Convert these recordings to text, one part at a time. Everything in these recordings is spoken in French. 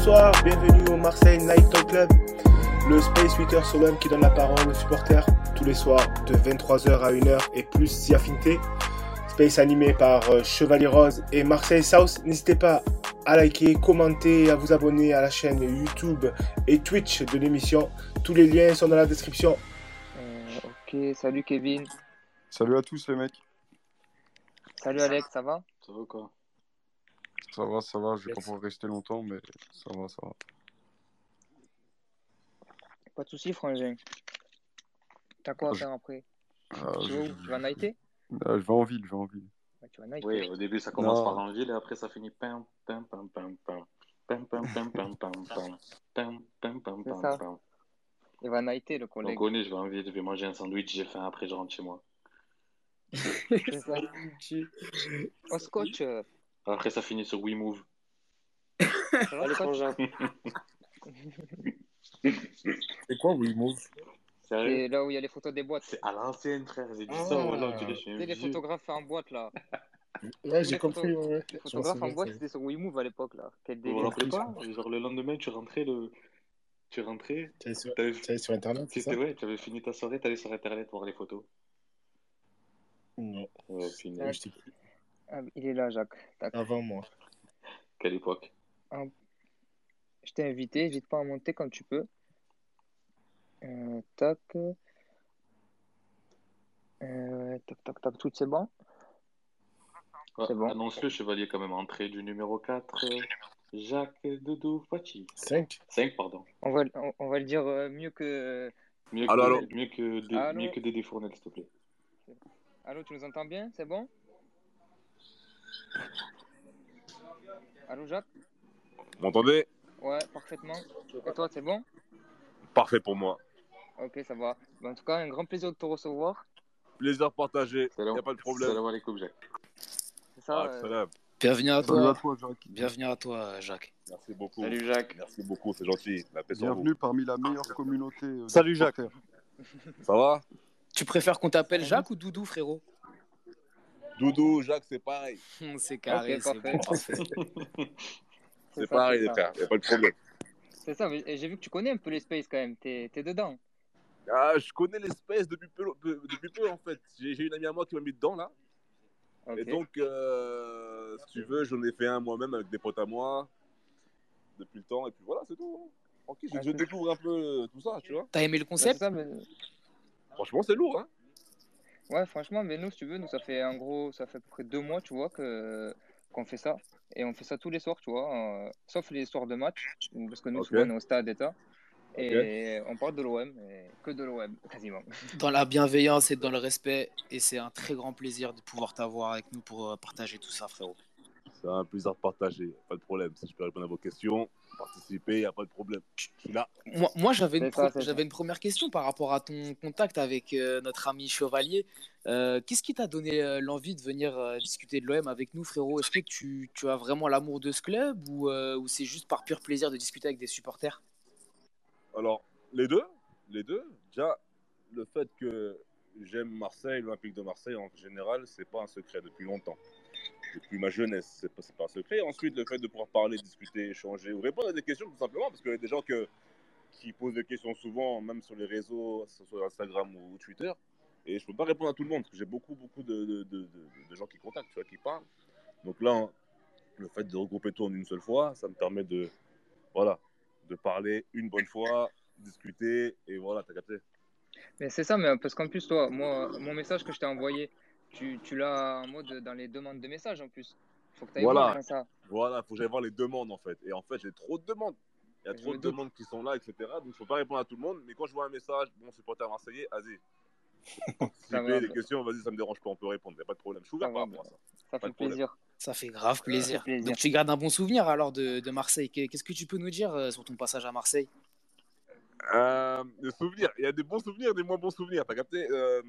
Bonsoir, bienvenue au Marseille Night Talk Club, le Space Twitter sur l'OM qui donne la parole aux supporters tous les soirs de 23h à 1h et plus si affinité. Space animé par Chevalier Rose et Marseille South. N'hésitez pas à liker, commenter, à vous abonner à la chaîne YouTube et Twitch de l'émission. Tous les liens sont dans la description. Ok, salut Kevin. Salut à tous les mecs. Salut Alex, ça va? Ça va quoi? Ça va, je vais pas pouvoir rester longtemps, mais ça va. Pas de soucis, frangin. T'as quoi à faire après? Tu vas où? Tu vas nighter? Je vais en ville. Ouais, tu vas nighter. Oui, au début ça commence par en ville et après ça finit pam pam pam pam pam pam pam pam pam pam pam pam pam pam C'est ça. pam. Il va nighter, le On collègue. connaît, je vais en ville, je vais manger un sandwich, j'ai faim, après je rentre chez moi. C'est ça. Au scotch. Après ça finit sur WeMove. Ça va, scotch? C'est quoi WeMove? Sérieux? C'est là où il y a les photos des boîtes. C'est à l'ancienne frère, j'ai dit ça, voilà, tu sais, je suis Tu un sais, les vieux. photographes en boîte là. Ouais, j'ai compris. Ouais. Les photographes en boîte, c'était sur WeMove à l'époque là. Quel Vous vous délire. rappelez pas? Genre le lendemain tu rentrais, T'es t'avais- sur Internet, c'est ça? ouais, tu avais fini ta soirée, t'allais sur internet voir les photos. Non, Ouais, fini. Ouais. Ah, il est là, Jacques. Tac. avant moi. Quelle époque? Je t'ai invité, n'hésite pas à monter comme tu peux. Tac. Tac, tout c'est bon? Ouais, C'est bon. annonce-le, chevalier, quand même. Entrée du numéro 4, Jacques Doudou Fati. 5. 5, pardon. On va le dire mieux que... Mieux Allô. que Dédé Fournel, s'il te plaît. Allô, tu nous entends bien? C'est bon? Allô, Jacques? Vous m'entendez? Ouais, parfaitement. Et toi, c'est bon? Parfait pour moi. Ok, ça va. En tout cas, un grand plaisir de te recevoir. Plaisir partagé, il Salam. n'y a pas de problème. Salam alaikum, Jacques. C'est ça. Salam. Bienvenue à Salut à toi. toi, Jacques. Bienvenue à toi, Jacques. Merci beaucoup. Salut, Jacques. Merci beaucoup, c'est gentil. La paix sur vous. Bienvenue parmi la meilleure communauté. Salut, Jacques. Ça va? Tu préfères qu'on t'appelle Jacques ou Doudou, frérot? Doudou, Jacques, c'est pareil. C'est carré, Ok, c'est parfait. bon, parfait. C'est ça, pareil, c'est les ça. frères, il n'y a pas de problème. C'est ça, et j'ai vu que tu connais un peu les spaces quand même. T'es dedans. Ah, je connais l'espèce depuis peu en fait. J'ai une amie à moi qui m'a mis dedans là. Ok. Et donc, si tu veux, j'en ai fait un moi-même avec des potes à moi depuis le temps. Et puis voilà, c'est tout. Tranquille, je découvre un peu tout ça, tu vois. T'as aimé le Ouais, c'est concept? ça, mais... Franchement, c'est lourd, hein. Ouais, franchement, mais nous, si tu veux, ça fait à peu près 2 mois, tu vois, qu'on fait ça. Et on fait ça tous les soirs, tu vois, sauf les soirs de match, parce que nous, Ok. souvent, on est au stade et ça. Et on parle de l'OM, et que de l'OM, quasiment. Dans la bienveillance et dans le respect. Et c'est un très grand plaisir de pouvoir t'avoir avec nous pour partager tout ça, frérot. C'est un plaisir de partager, pas de problème. Si je peux répondre à vos questions, participer, il n'y a pas de problème. Je suis là. Moi j'avais C'est ça. une première question par rapport à ton contact avec notre ami Chevalier. Qu'est-ce qui t'a donné l'envie de venir discuter de l'OM avec nous, frérot? Est-ce que tu as vraiment l'amour de ce club ou c'est juste par pur plaisir de discuter avec des supporters? Alors, les deux. Déjà, le fait que j'aime Marseille, l'Olympique de Marseille en général, c'est pas un secret depuis longtemps. Depuis ma jeunesse, c'est pas un secret. Ensuite, le fait de pouvoir parler, discuter, échanger ou répondre à des questions tout simplement, parce qu'il y a des gens qui posent des questions souvent, même sur les réseaux, sur Instagram ou Twitter, et je peux pas répondre à tout le monde, parce que j'ai beaucoup de gens qui contactent, tu vois, qui parlent. Donc là, le fait de regrouper tout en une seule fois, ça me permet de parler une bonne fois, discuter, et voilà, t'as capté. Mais c'est ça, mais parce qu'en plus, toi, moi, mon message que je t'ai envoyé, tu l'as en mode dans les demandes de messages en plus. Faut que tu ailles voir ça. Voilà, faut que j'aille voir les demandes en fait. Et en fait, j'ai trop de demandes. Il y a trop de demandes qui sont là, etc. Donc, il faut pas répondre à tout le monde. Mais quand je vois un message, bon, supporter marseillais, vas-y. Si tu as des questions, vas-y, ça me dérange pas, on peut répondre. Il n'y a pas de problème. Je suis ouvert par rapport à ça. Ça fait plaisir. Ça fait grave plaisir. Donc tu gardes un bon souvenir alors de Marseille. Qu'est-ce que tu peux nous dire sur ton passage à Marseille? Les souvenirs, il y a des bons souvenirs et des moins bons souvenirs, t'as capté.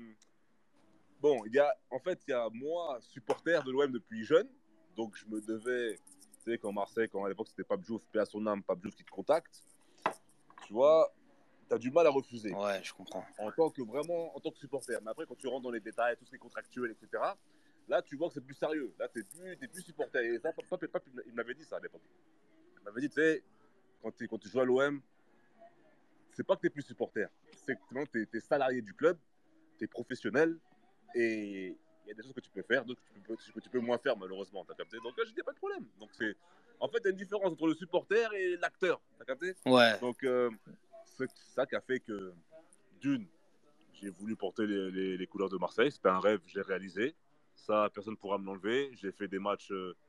Bon, il y a moi, supporter de l'OM depuis jeune, donc je me devais, tu sais, quand à l'époque c'était Pape Diouf, paix à son âme, Pape Diouf qui te contacte, tu vois, t'as du mal à refuser. Ouais, je comprends. En tant que supporter. Mais après, quand tu rentres dans les détails, tout ce qui est contractuel, etc., là, tu vois que c'est plus sérieux. Là, t'es plus supporter. Et ça, Pape, il m'avait dit ça à l'époque. Il m'avait dit, tu sais, quand tu joues à l'OM, c'est pas que tu es plus supporter. C'est que tu es salarié du club, tu es professionnel et il y a des choses que tu peux faire, d'autres que tu peux moins faire, malheureusement. T'as capté? Donc là, j'ai pas de problème. Donc, en fait, il y a une différence entre le supporter et l'acteur. T'as capté? Ouais. Donc, c'est ça qui a fait que, d'une, j'ai voulu porter les couleurs de Marseille. C'était un rêve, je l'ai réalisé. Ça, personne ne pourra me l'enlever. J'ai fait des matchs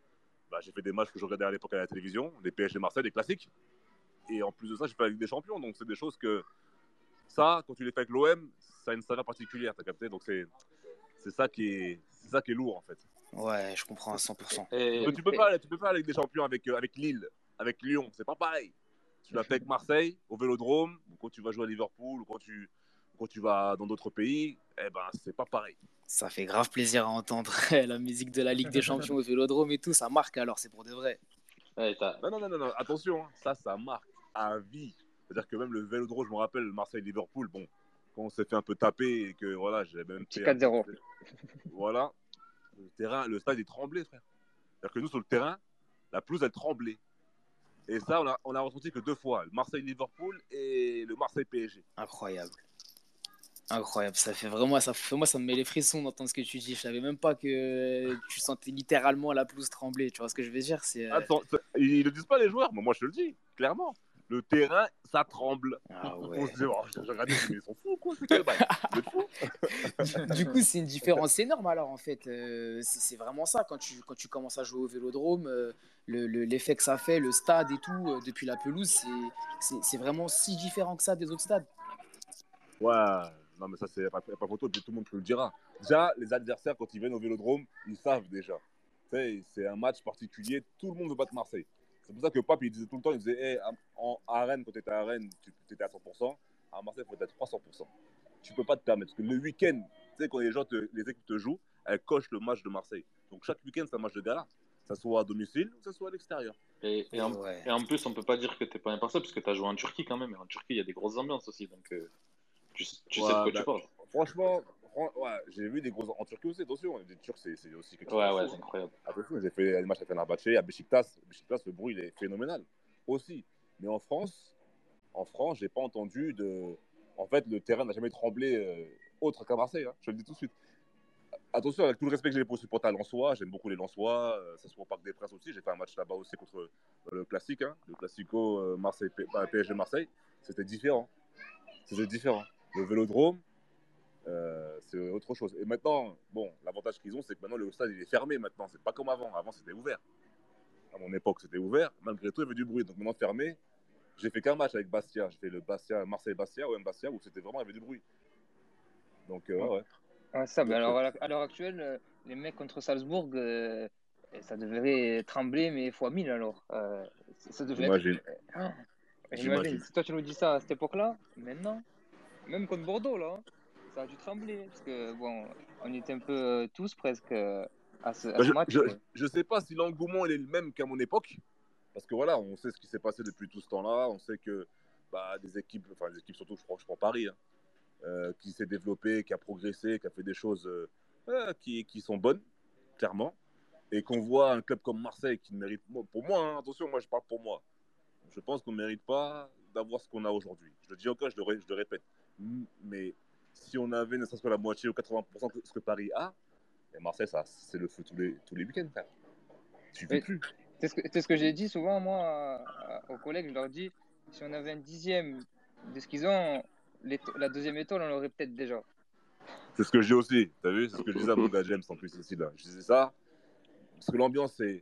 que je regardais à l'époque à la télévision, des PSG Marseille, des classiques. Et en plus de ça, j'ai fait la Ligue des Champions. Donc, c'est des choses que, ça, quand tu les fais avec l'OM, ça a une saveur particulière. T'as capté? Donc, c'est ça qui est lourd, en fait. Ouais, je comprends à 100%. Tu peux pas aller avec des champions avec Lille, avec Lyon, c'est pas pareil. Tu l'as fait avec Marseille, au Vélodrome, ou quand tu vas jouer à Liverpool, ou quand tu vas dans d'autres pays, eh ben c'est pas pareil. Ça fait grave plaisir à entendre la musique de la Ligue des Champions au Vélodrome et tout, ça marque alors, c'est pour de vrai. Ouais, Non, attention, hein, ça marque à vie. C'est-à-dire que même le Vélodrome, je me rappelle, Marseille-Liverpool, bon, quand on s'est fait un peu taper et que voilà, j'ai même Petit 4-0. Voilà. Le stade est tremblé, frère. C'est-à-dire que nous, sur le terrain, la pelouse, elle tremblait. Et ça, on a ressenti que 2 fois, le Marseille-Liverpool et le Marseille-PSG. Incroyable. Ça me met les frissons d'entendre ce que tu dis. Je savais même pas que tu sentais littéralement la pelouse trembler. Tu vois ce que je veux dire? Attends, ils le disent pas les joueurs, mais moi je te le dis, clairement. Le terrain, ça tremble. Ah ouais. On se dit, j'ai regardé, mais ils sont fous, quoi. C'est quel bail? Vous êtes fous? Du coup, c'est une différence énorme alors en fait. C'est vraiment ça quand tu commences à jouer au Vélodrome, l'effet que ça fait, le stade et tout, depuis la pelouse, c'est vraiment si différent que ça des autres stades. Ouais, non, mais ça, c'est pas photo, tout le monde te le dira. Déjà, les adversaires, quand ils viennent au Vélodrome, ils savent déjà. Tu sais, c'est un match particulier, tout le monde veut battre Marseille. C'est pour ça que Pape, il disait tout le temps, il disait, hey, à Rennes, quand tu étais à Rennes, tu étais à 100%, à Marseille, il faut être à 300%. Tu peux pas te permettre, parce que le week-end, tu sais, quand les équipes te jouent, elles cochent le match de Marseille. Donc chaque week-end, c'est un match de gala. Que ça soit à domicile ou que ça soit à l'extérieur. Et en plus, on peut pas dire que t'es pas impartial parce que tu as joué en Turquie quand même. Et en Turquie, il y a des grosses ambiances aussi. Donc, tu sais de quoi tu parles. Franchement, ouais, j'ai vu des grosses. En Turquie aussi, attention. Les Turcs, c'est aussi quelque chose. Ouais, c'est incroyable. Attention, j'ai fait des matchs à Fenerbahçe, à Beşiktaş. Beşiktaş, le bruit, il est phénoménal aussi. Mais en France, j'ai pas entendu de. En fait, le terrain n'a jamais tremblé autre qu'à Marseille. Hein, je le dis tout de suite. Attention, avec tout le respect que j'ai pour les supporters lensois, j'aime beaucoup les lensois. Ça se voit au Parc des Princes aussi. J'ai fait un match là-bas aussi contre le classique, hein, le classico PSG Marseille. C'était différent. Le Vélodrome, c'est autre chose. Et maintenant, bon, l'avantage qu'ils ont, c'est que maintenant le stade il est fermé. Maintenant, c'est pas comme avant. Avant, c'était ouvert. À mon époque, c'était ouvert. Malgré tout, il y avait du bruit. Donc maintenant, fermé. J'ai fait qu'un match avec Bastia. J'ai fait le Marseille-Bastia, OM Bastia, où c'était vraiment, il y avait du bruit. Donc, ouais. Ouais, ça, mais alors à l'heure actuelle, les mecs contre Salzbourg, ça devrait trembler, mais fois 1000 alors. Ça devrait J'imagine. J'imagine. Si toi tu nous dis ça à cette époque-là, maintenant, même contre Bordeaux, là, ça a dû trembler. Parce que, bon, on était un peu tous presque à ce match. Je sais pas si l'engouement il est le même qu'à mon époque. Parce que voilà, on sait ce qui s'est passé depuis tout ce temps-là. On sait que des équipes surtout, je prends Paris, hein, qui s'est développé, qui a progressé, qui a fait des choses qui sont bonnes, clairement. Et qu'on voit un club comme Marseille qui ne mérite, pour moi, hein, attention, moi je parle pour moi. Je pense qu'on ne mérite pas d'avoir ce qu'on a aujourd'hui. Je le dis encore, je le répète. Mais si on avait ne serait-ce que la moitié ou 80% de ce que Paris a, et Marseille, c'est le feu tous les week-ends, frère. Tu ne peux plus. C'est ce que j'ai dit souvent, moi, aux collègues. Je leur dis, si on avait un dixième de ce qu'ils ont, la deuxième étoile, on l'aurait peut-être déjà. C'est ce que je dis aussi. Tu as vu? C'est ce que je disais à mon gars James en plus ici. Là. Je disais ça. Parce que l'ambiance, c'est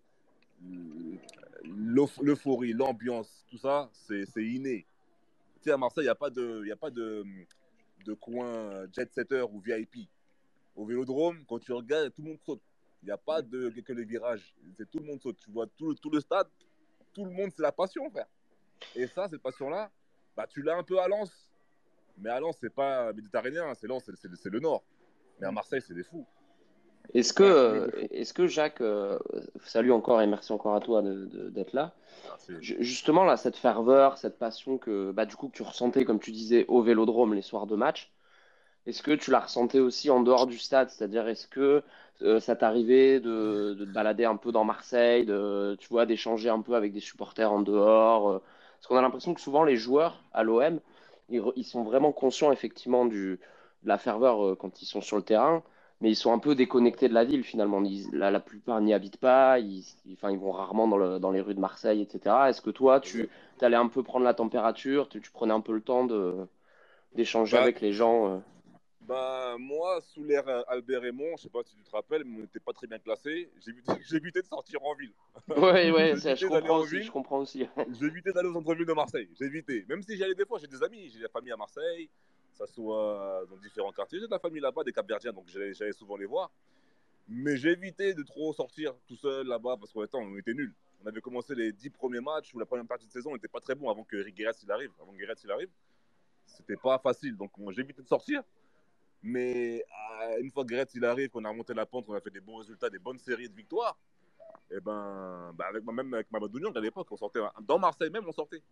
l'euphorie, l'ambiance, tout ça, c'est inné. Tu sais, à Marseille, il n'y a pas de coin jet-setter ou VIP. Au Vélodrome, quand tu regardes, tout le monde saute. Il n'y a pas que les virages. Tout le monde saute. Tu vois tout le stade, tout le monde, c'est la passion, frère. Et ça, cette passion-là, tu l'as un peu à Lens. Mais à Lens, c'est pas méditerranéen, c'est Lens, c'est le nord. Mais à Marseille, c'est des fous. Est-ce que Jacques, salut encore et merci encore à toi d'être là. Justement, là, cette ferveur, cette passion que tu ressentais, comme tu disais, au Vélodrome les soirs de match, est-ce que tu la ressentais aussi en dehors du stade? C'est-à-dire, est-ce que ça t'arrivait de te balader un peu dans Marseille, tu vois, d'échanger un peu avec des supporters en dehors, Parce qu'on a l'impression que souvent les joueurs à l'OM, ils sont vraiment conscients effectivement de la ferveur quand ils sont sur le terrain, mais ils sont un peu déconnectés de la ville finalement. La plupart n'y habitent pas, enfin, ils vont rarement dans les rues de Marseille, etc. Est-ce que toi, tu allais un peu prendre la température, tu prenais un peu le temps d'échanger Bah, avec les gens Bah, moi, sous l'ère Albert Raymond, je sais pas si tu te rappelles, mais on n'était pas très bien classé. J'évitais de sortir en ville. Ouais, je J'évitais d'aller comprends en aussi, je ville. comprends aussi. J'évitais d'aller au centre-ville de Marseille. J'évitais. Même si j'y allais des fois, j'ai des amis, j'ai de la famille à Marseille, ça soit dans différents quartiers. J'ai de la famille là-bas, des Cap-Verdiens, donc j'allais souvent les voir. Mais j'évitais de trop sortir tout seul là-bas parce qu'en temps, on était nuls. On avait commencé les 10 premiers matchs ou la première partie de saison, on n'était pas très bon avant que Eric Guéret il arrive. Avant que Guéret il arrive, c'était pas facile. Donc j'évitais de sortir. Mais une fois que Guéret il arrive, qu'on a remonté la pente, qu'on a fait des bons résultats, des bonnes séries de victoires, et avec Mamadou Niang à l'époque, on sortait dans Marseille même, on sortait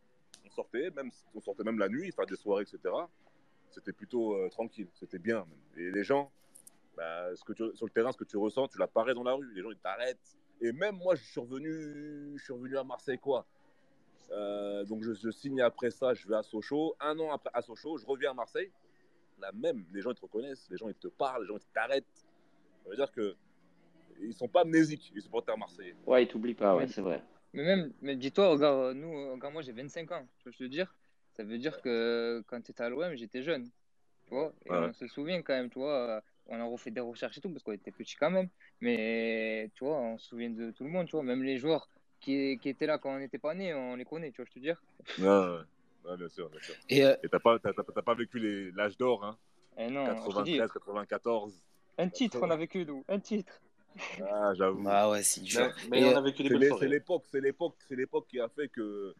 même la nuit, faire des soirées, etc. C'était plutôt tranquille, c'était bien même. Et les gens, sur le terrain, ce que tu ressens, tu l'apparais dans la rue, les gens ils t'arrêtent. Et même moi, je suis revenu à Marseille quoi. Donc je signe après ça, je vais à Sochaux. Un an après à Sochaux, je reviens à Marseille. Là même, les gens ils te reconnaissent, les gens ils te parlent, les gens ils t'arrêtent. Ça veut dire que ils sont pas amnésiques, les supporters marseillais. Ouais, ils t'oublient pas, ouais, c'est vrai. Mais dis-toi, regarde, regarde, moi j'ai 25 ans, tu vois, je te dire. Ça veut dire que quand tu étais à l'OM, j'étais jeune, tu vois. Et on se souvient quand même, tu vois, on a refait des recherches et tout, parce qu'on était petits quand même. Mais tu vois, on se souvient de tout le monde, tu vois. Même les joueurs qui étaient là quand on n'était pas nés, on les connaît, tu vois, je te dire. Ouais, bien sûr. Et t'as pas vécu l'âge d'or, hein. Non, 93, 94. Un titre, on a vécu, nous. Un titre. Ah, j'avoue. Ah ouais, c'est dur. Mais on a vécu des belles soirées. C'est l'époque qui a fait que,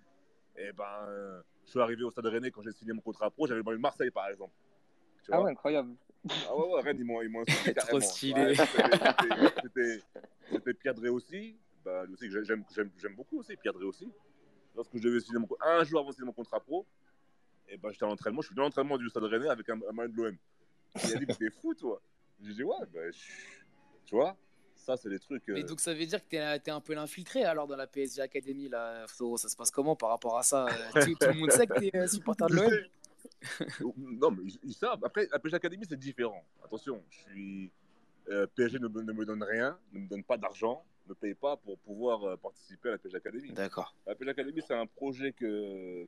je suis arrivé au Stade Rennais quand j'ai signé mon contrat pro, j'avais le Marseille par exemple. Tu vois ouais, incroyable. Ah ouais, Rennes, ils m'ont insulté carrément. Trop stylé. C'était Pierre Drey aussi. Aussi que j'aime beaucoup aussi, Pierre Drey aussi. Lorsque je devais signer un jour avant de signer mon contrat pro, j'étais à l'entraînement. Je suis venu à l'entraînement du Stade Rennais avec un maillot de l'OM. Il a dit, mais t'es fou, toi. J'ai dit, ouais, tu vois, ça, c'est des trucs. Mais donc, ça veut dire que t'es un peu l'infiltré alors dans la PSG Academy, là, frérot. Ça se passe comment par rapport à ça tout le monde sait que t'es supporter de l'OM. Non, mais ils savent. Après, la PSG Academy, c'est différent. Attention, PSG ne me donne rien, ne me donne pas d'argent, ne paye pas pour pouvoir participer à la PSG Academy. D'accord. La PSG Academy, c'est un projet que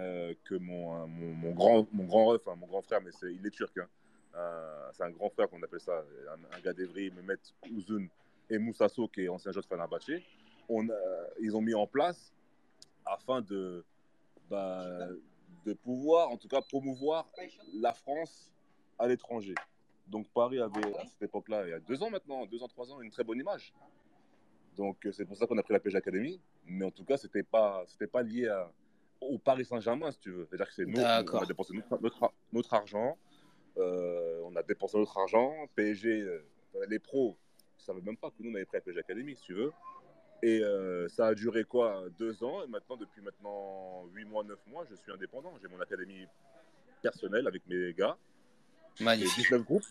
mon grand ref, mon grand frère, mais il est turc, hein. C'est un grand frère qu'on appelle ça, un gars d'Evry, Mehmet Uzun et Moussa Sow, qui est ancien joueur de Fenerbahçe. Ils ont mis en place afin de pouvoir, en tout cas, promouvoir la France à l'étranger. Donc Paris avait, à cette époque-là, il y a 2 ans maintenant, 2 ans, 3 ans, une très bonne image. Donc c'est pour ça qu'on a pris la PSG Academy. Mais en tout cas, c'était pas lié au Paris Saint-Germain, si tu veux. C'est-à-dire que c'est nous, on a dépensé notre argent. On a dépensé notre argent. PSG, les pros, ils ne savaient même pas que nous, on avait pris la PSG Academy, si tu veux. Et ça a duré 2 ans. Et maintenant, depuis 8 mois, 9 mois, je suis indépendant. J'ai mon académie personnelle avec mes gars. Magnifique. 19 groupes.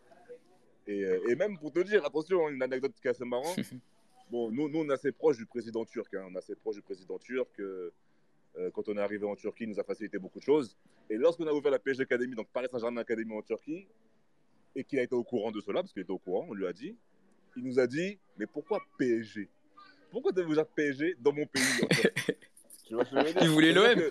Et même pour te dire, attention, une anecdote qui est assez marrante. Bon, nous, on est assez proche du président turc. Hein. On est assez proche du président turc. Quand on est arrivé en Turquie, il nous a facilité beaucoup de choses. Et lorsqu'on a ouvert la PSG Academy, donc Paris Saint-Germain Academy en Turquie, et qu'il a été au courant de cela, parce qu'il était au courant, on lui a dit, il nous a dit, mais pourquoi PSG? Pourquoi devez-vous dire PSG dans mon pays? Tu vois ce que je veux dire? Il voulait l'OM.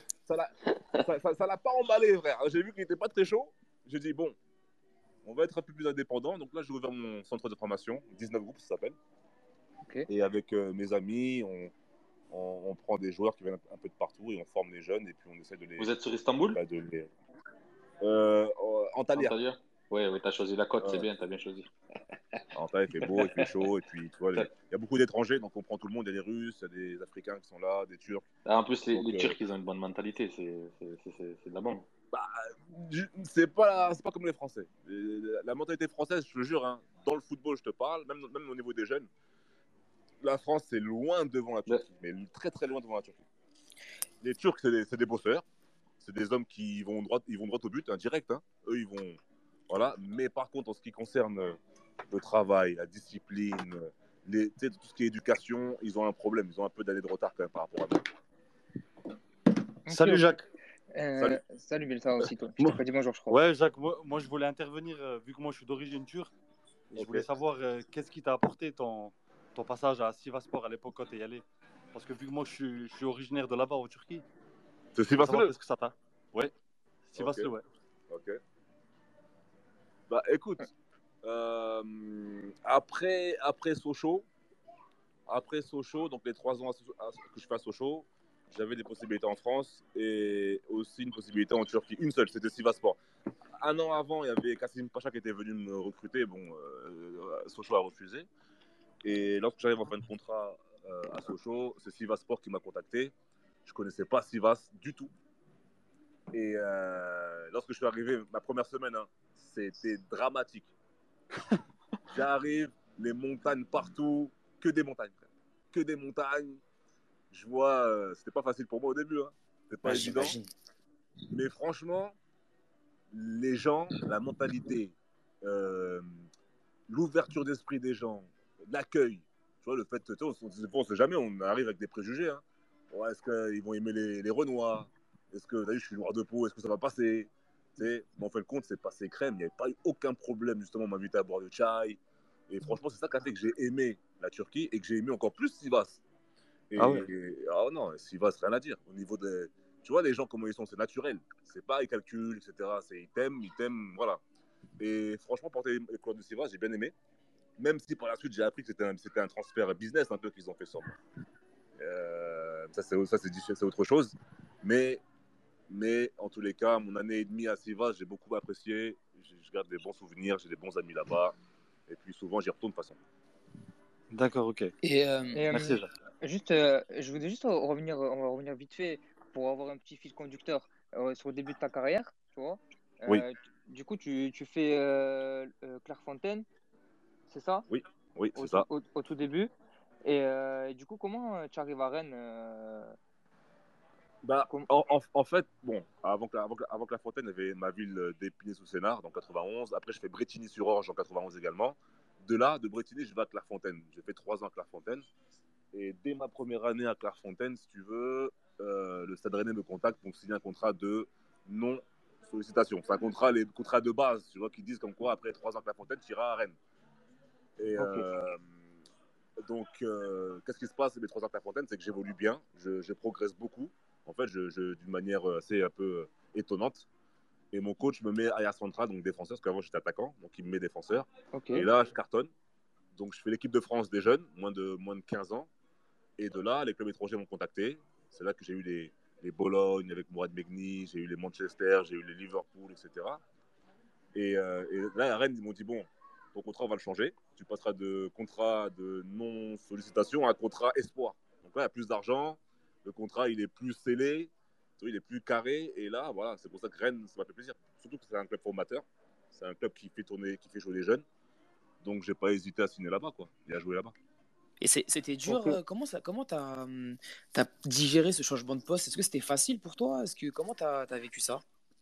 Ça l'a pas emballé, frère. J'ai vu qu'il n'était pas très chaud. J'ai dit, bon, on va être un peu plus indépendant. Donc là, j'ai ouvert mon centre de formation, 19 groupes, ça s'appelle. Okay. Et avec mes amis, on prend des joueurs qui viennent un peu de partout et on forme les jeunes et puis on essaie de les... Vous êtes sur Istanbul? Antalya. Oui, t'as choisi la côte, c'est bien, t'as bien choisi. Antalya, il fait beau, il fait chaud, et puis tu vois, il y a beaucoup d'étrangers, donc on prend tout le monde, il y a des Russes, il y a des Africains qui sont là, des Turcs. En plus, les Turcs, ils ont une bonne mentalité, c'est de la bombe. C'est pas comme les Français. La mentalité française, je te jure, hein, dans le football, je te parle, même au niveau des jeunes, la France, c'est loin devant la Turquie, mais très très loin devant la Turquie. Les Turcs, c'est des bosseurs, c'est des hommes qui vont droit au but, hein, direct. Hein. Eux, ils vont... Voilà. Mais par contre, en ce qui concerne le travail, la discipline, tout ce qui est éducation, ils ont un problème. Ils ont un peu d'année de retard quand même par rapport à nous. Salut ok. Jacques. Salut. Salut Belsa aussi, toi. Je t'ai Moi, pas dit bonjour, je crois. ouais, Jacques, moi, je voulais intervenir, vu que moi je suis d'origine turque, et je Ok. voulais savoir qu'est-ce qui t'a apporté ton passage à Sivasspor à l'époque quand t'es y allé. Parce que vu que moi je suis originaire de là-bas en Turquie, C'est je voulais savoir Sivasspor. qu'est-ce que ça t'a. Ouais, Sivasspor, ouais. Ok. Bah écoute, après Sochaux, donc les 3 ans que je fais à Sochaux, j'avais des possibilités en France et aussi une possibilité en Turquie. Une seule, c'était Sivasspor. Un an avant, il y avait Kassim Pacha qui était venu me recruter. Bon, Sochaux a refusé. Et lorsque j'arrive en fin de contrat à Sochaux, c'est Sivasspor qui m'a contacté. Je ne connaissais pas Sivas du tout. Et lorsque je suis arrivé, ma première semaine, hein, c'était dramatique. J'arrive, les montagnes partout, que des montagnes, frère. Que des montagnes. Je vois, c'était pas facile pour moi au début, hein. C'était pas Ouais, évident. j'imagine. Mais franchement, les gens, la mentalité, l'ouverture d'esprit des gens, l'accueil, tu vois, le fait, on ne sait jamais, on arrive avec des préjugés. Hein. Ouais, est-ce qu'ils vont aimer les Renois? Est-ce que, je suis noir de peau, est-ce que ça va passer? Mais en fin de compte, c'est passé crème. Il n'y avait pas eu aucun problème, justement, on m'invitait à boire du chai. Et franchement, c'est ça qui a fait que j'ai aimé la Turquie et que j'ai aimé encore plus Sivas. Ah ouais. Ah non, Sivas, rien à dire. Au niveau des. Tu vois, les gens, comment ils sont, c'est naturel. C'est pas, ils calculent, etc. Ils t'aiment, voilà. Et franchement, porter les couleurs de Sivas, j'ai bien aimé. Même si par la suite, j'ai appris que c'était un transfert business un peu qu'ils ont fait sur moi. Ça, c'est autre chose. Mais en tous les cas, mon année et demie à Sivas, j'ai beaucoup apprécié. Je garde des bons souvenirs, j'ai des bons amis là-bas. Et puis souvent, j'y retourne de toute façon. D'accord, ok. Et Merci Jacques. Juste, je voudrais juste revenir, on va revenir vite fait pour avoir un petit fil conducteur sur le début de ta carrière, tu vois. Oui. Du coup, tu fais Clairefontaine, c'est ça? Oui, c'est ça. Au tout début. Et du coup, comment tu arrives à Rennes Bah, en fait, bon, avant que la Fontaine, il y avait ma ville d'Épinay-sous-Sénard, dans 91. Après, je fais Brétigny-sur-Orge en 91 également. De là, de Brétigny, je vais à Clairefontaine. J'ai fait 3 ans à Clairefontaine. Et dès ma première année à Clairefontaine, si tu veux, le Stade Rennais me contacte pour signer un contrat de non-sollicitation. C'est les contrats de base, tu vois, qui disent comme quoi, après 3 ans à Clairefontaine, tu iras à Rennes. Et donc, qu'est-ce qui se passe mes 3 ans à Clairefontaine? C'est que j'évolue bien, je progresse beaucoup. En fait, d'une manière assez un peu étonnante. Et mon coach me met arrière central, donc défenseur, parce qu'avant j'étais attaquant, donc il me met défenseur. Et là, je cartonne. Donc, je fais l'équipe de France des jeunes, moins de 15 ans. Et de là, les clubs étrangers m'ont contacté. C'est là que j'ai eu les Bologne avec Mourad Begni, j'ai eu les Manchester, j'ai eu les Liverpool, etc. Et là, à Rennes, ils m'ont dit bon, ton contrat, on va le changer. Tu passeras de contrat de non-sollicitation à contrat espoir. Donc là, il y a plus d'argent. Le contrat, il est plus scellé. Il est plus carré. Et là, voilà, c'est pour ça que Rennes, ça m'a fait plaisir. Surtout que c'est un club formateur. C'est un club qui fait jouer les jeunes. Donc, j'ai pas hésité à signer là-bas, quoi. Et à jouer là-bas. Et c'était dur. Ok. Comment t'as digéré ce changement de poste? Est-ce que c'était facile pour toi? Comment t'as vécu ça?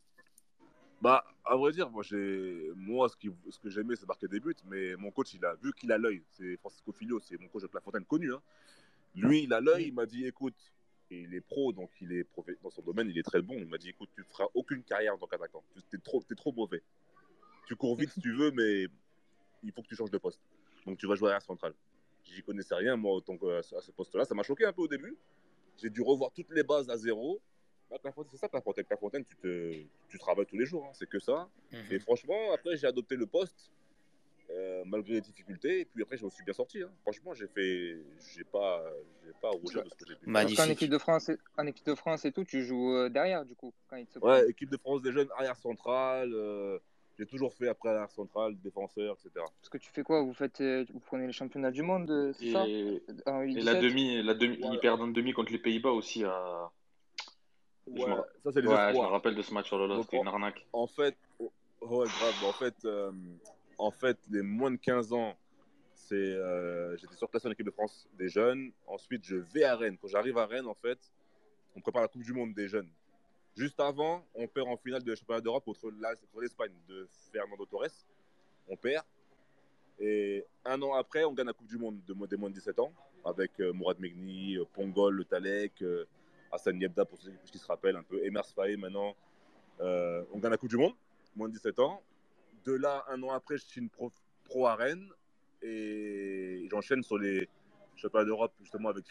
Bah, à vrai dire, moi, ce que j'aimais, c'est marquer des buts. Mais mon coach, vu qu'il a l'œil, c'est Francisco Filho, c'est mon coach de Clairefontaine connu. Hein. Lui, il a l'œil, il m'a dit, écoute, il est pro, donc il est dans son domaine, il est très bon. Il m'a dit, écoute, tu ne feras aucune carrière en tant qu'attaquant. T'es trop mauvais. Tu cours vite si tu veux, mais il faut que tu changes de poste. Donc tu vas jouer arrière central. J'y connaissais rien, moi, à ce poste-là. Ça m'a choqué un peu au début. J'ai dû revoir toutes les bases à zéro. C'est ça, Clairefontaine, tu travailles tous les jours, hein, c'est que ça. Et franchement, après, j'ai adopté le poste, malgré les difficultés. Et puis après, je me suis bien sorti. Hein. Franchement, j'ai pas à rougir de ce que j'ai pu faire. Parce qu'en équipe de France et tout, tu joues derrière, du coup, quand il te Ouais, équipe de France des jeunes, arrière central. J'ai toujours fait après arrière central, défenseur, etc. Parce que tu fais quoi? Vous prenez les championnats du monde, c'est ça? Et la demi, ils perdent en demi contre les Pays-Bas aussi. Ouais, ça c'est les je espoirs. me rappelle de ce match, oh là là, c'était une arnaque. En fait, ouais, grave. En fait, les moins de 15 ans, j'étais surclassé en équipe de France des jeunes. Ensuite, je vais à Rennes. Quand j'arrive à Rennes, en fait, on prépare la Coupe du Monde des jeunes. Juste avant, on perd en finale de championnat d'Europe contre l'Espagne de Fernando Torres. On perd. Et un an après, on gagne la Coupe du Monde des moins de 17 ans avec Mourad Megni, Pongol, Le Talek, Hassan Yebda, pour ceux qui se rappellent un peu. Emers Faé, maintenant. On gagne la Coupe du Monde, moins de 17 ans. De là, un an après, je signe pro à Rennes. Et j'enchaîne sur les championnats d'Europe, justement, avec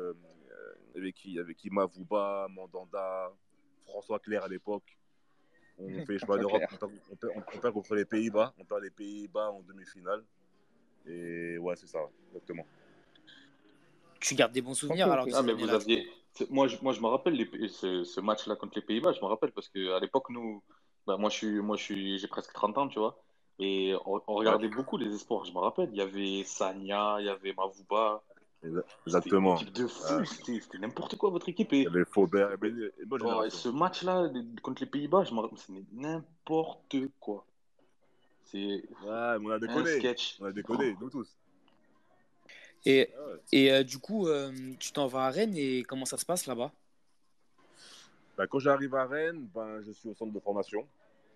qui Mavouba, Mandanda, François Clerc à l'époque. On fait les championnats d'Europe, on perd contre les Pays-Bas. On perd les Pays-Bas en demi-finale. Et ouais, c'est ça, exactement. Tu gardes des bons souvenirs alors que mais vous aviez. Moi, je me rappelle ce match-là contre les Pays-Bas. Je me rappelle parce qu'à l'époque, nous, moi, j'ai presque 30 ans, tu vois. Et on regardait beaucoup les espoirs. Je me rappelle, il y avait Sagna, il y avait Mavouba. Exactement. C'était une équipe de fou. C'était n'importe quoi, votre équipe. Il y avait Faubert. Et ce match-là contre les Pays-Bas, je me rappelle, c'est n'importe quoi. C'est on a déconné. Un sketch. On a déconné, nous tous. Et du coup, tu t'en vas à Rennes et comment ça se passe là-bas? Quand j'arrive à Rennes, je suis au centre de formation.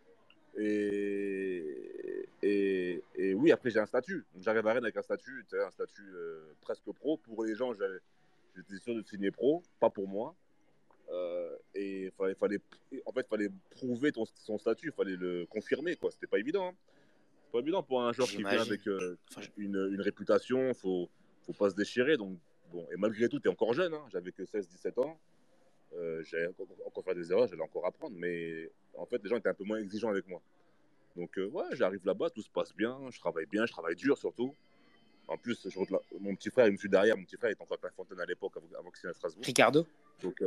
Et oui, après j'ai un statut. Donc, j'arrive à Rennes avec un statut presque pro. Pour les gens, j'étais sûr de signer pro, pas pour moi. Et il fallait prouver son statut, il fallait le confirmer, quoi. C'était pas évident. Hein. C'est pas évident pour un joueur qui vient avec une réputation. Faut pas se déchirer. Donc, bon. Et malgré tout, tu es encore jeune. Hein. J'avais que 16-17 ans. J'allais encore faire des erreurs, j'allais encore apprendre. Mais en fait, les gens étaient un peu moins exigeants avec moi. Donc, j'arrive là-bas, tout se passe bien. Je travaille dur surtout. En plus, mon petit frère, il me suit derrière. Mon petit frère était encore à Fontaine à l'époque, avant qu'il signe à Strasbourg. Ricardo. Donc,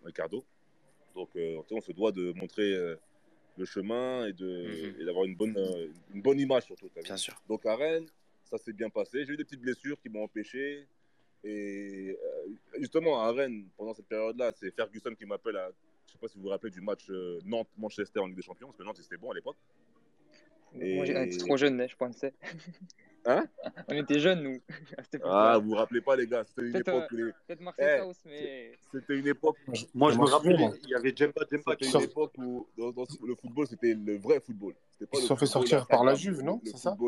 on se doit de montrer le chemin et d'avoir une bonne image surtout. Bien sûr. Donc à Rennes, ça s'est bien passé. J'ai eu des petites blessures qui m'ont empêché. Et justement, à Rennes, pendant cette période-là, c'est Ferguson qui m'appelle je ne sais pas si vous vous rappelez du match Nantes-Manchester en Ligue des Champions, parce que Nantes, c'était bon à l'époque. Moi, on était trop jeunes, je pensais. Hein? On était jeunes, nous. Vous vous rappelez pas, les gars. C'était une époque où peut-être Marseille House, mais. C'était une époque. Moi, je me rappelle, il y avait Djemba. C'était une époque où dans le football, c'était le vrai football. C'était pas Ils se sont fait sortir par la Juve, non? C'est ça?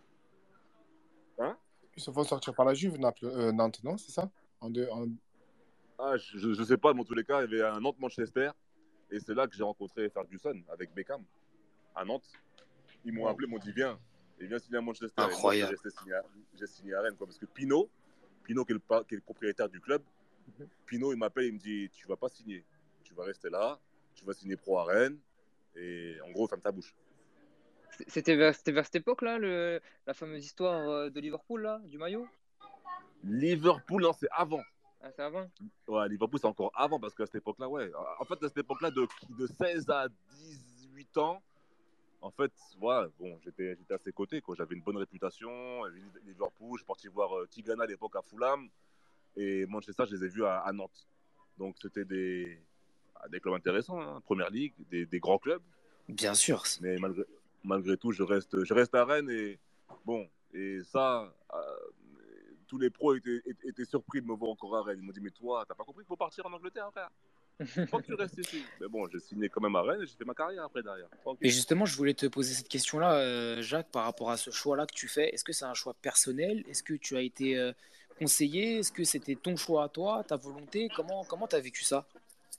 Hein? Ils se font sortir par la Juve, Nantes, non? C'est ça? Je sais pas, mais en tous les cas, il y avait un Nantes-Manchester. Et c'est là que j'ai rencontré Ferguson avec Beckham à Nantes. Ils m'ont appelé, m'ont dit viens. Et viens signer à Manchester. Incroyable. J'ai signé à Rennes, quoi. Parce que Pino qui est le propriétaire du club, Pino, il m'appelle, il me dit tu vas pas signer. Tu vas rester là, tu vas signer pro à Rennes. Et en gros, ferme ta bouche. C'était vers cette époque-là, la fameuse histoire de Liverpool, là, du maillot? Liverpool, non, c'est avant. Ah, c'est avant? Ouais, Liverpool, c'est encore avant, parce qu'à cette époque-là, ouais. En fait, à cette époque-là, de 16 à 18 ans, en fait, ouais, bon, j'étais à ses côtés, quoi. J'avais une bonne réputation. Liverpool, je suis parti voir Tigana à l'époque à Fulham. Et Manchester, je les ai vus à Nantes. Donc, c'était des clubs intéressants, hein. Première Ligue, des grands clubs. Bien sûr. Mais malgré tout, je reste à Rennes. Et bon, et ça, tous les pros étaient surpris de me voir encore à Rennes. Ils m'ont dit, mais toi, t'as pas compris qu'il faut partir en Angleterre, frère? Faut que tu restes ici. Mais bon, j'ai signé quand même à Rennes et j'ai fait ma carrière après derrière. Et justement, je voulais te poser cette question-là, Jacques, par rapport à ce choix-là que tu fais. Est-ce que c'est un choix personnel? Est-ce que tu as été conseillé? Est-ce que c'était ton choix à toi, ta volonté? Comment tu as vécu ça?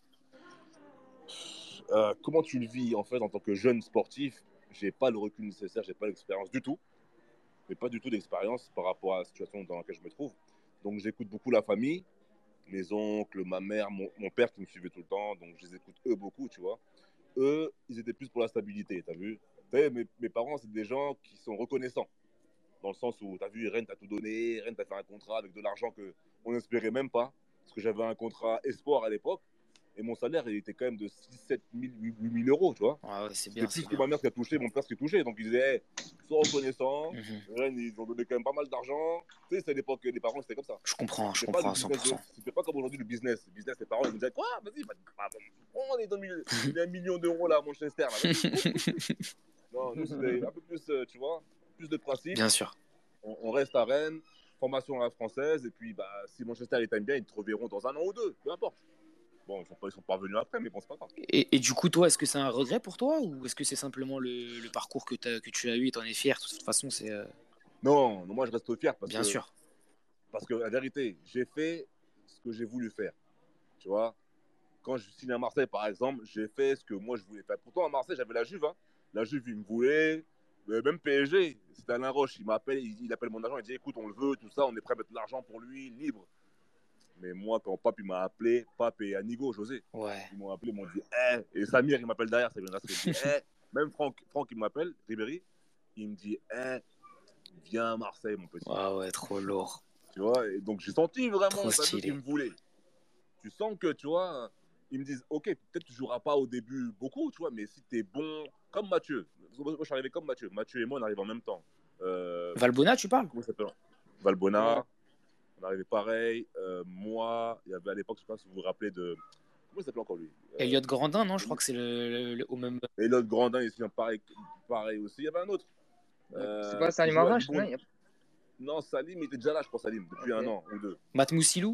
Comment tu le vis en fait en tant que jeune sportif? J'ai pas le recul nécessaire, j'ai pas l'expérience du tout. J'ai pas du tout d'expérience par rapport à la situation dans laquelle je me trouve. Donc j'écoute beaucoup la famille, mes oncles, ma mère, mon père qui me suivait tout le temps. Donc je les écoute eux beaucoup, tu vois. Eux, ils étaient plus pour la stabilité, t'as vu? Mes parents, c'est des gens qui sont reconnaissants. Dans le sens où, t'as vu, Rennes t'a tout donné, Rennes t'a fait un contrat avec de l'argent qu'on n'espérait même pas. Parce que j'avais un contrat espoir à l'époque. Et mon salaire, il était quand même de 6 7 000, 8 000 euros, tu vois. Ouais, c'est bien. C'était plus que ma mère qui a touché, mon père qui a touché. Donc, ils disaient, hey, sois reconnaissant. Rennes, ils ont donné quand même pas mal d'argent. Tu sais, c'est à l'époque que les parents, c'était comme ça. Je comprends à 100%. C'était pas comme aujourd'hui, le business. Le business, les parents, ils me disaient, quoi? Vas-y, on est dans il y a 1 million d'euros là à Manchester. Là. Non, nous, c'était un peu plus, tu vois, plus de principe. Bien sûr. On reste à Rennes, formation à la française. Et puis, si Manchester, ils t'aiment bien, ils te reverront dans 1 an ou 2, peu importe. Bon, ils sont pas revenus après, mais bon, c'est pas grave. Et du coup, toi, est-ce que c'est un regret pour toi ou est-ce que c'est simplement le parcours que tu as eu et t'en es fier? De toute façon, c'est... Non, moi, je reste fier. Bien sûr. Parce que, la vérité, j'ai fait ce que j'ai voulu faire. Tu vois, quand je signe à Marseille, par exemple, j'ai fait ce que moi je voulais faire. Pourtant, à Marseille, j'avais la Juve. Hein. La Juve, il me voulait. Même PSG, c'était Alain Roche. Il m'appelle, il appelle mon agent. Il dit écoute, on le veut, tout ça. On est prêt à mettre de l'argent pour lui, libre. Mais moi, quand Pape il m'a appelé, Pape et Anigo, José, ils m'ont appelé, ils m'ont dit et Samir, il m'appelle derrière, Samir Nasri, il me dit même Franck, il m'appelle, Ribéry, il me dit viens à Marseille, mon petit. Ah ouais, trop lourd. Tu vois, et donc j'ai senti vraiment Trop stylé. qu'il me voulait. Tu sens que, tu vois, ils me disent ok, peut-être tu joueras pas au début beaucoup, tu vois, mais si tu es bon, comme Mathieu. Moi, je suis arrivé comme Mathieu. Mathieu et moi, on arrive en même temps. Valbona, tu parles? Comment ça s'appelle? Valbona. On arrivait pareil. Moi, il y avait à l'époque, je ne sais pas si vous vous rappelez de. Comment il s'appelait encore lui? Elliot Grandin, non? Je crois que c'est au même. Elliot Grandin, il est pareil aussi. Il y avait un autre. C'est pas Salim Arrache, non? Non, Salim, il était déjà là, je pense, Salim, depuis un an ou deux. Matt Moussilou?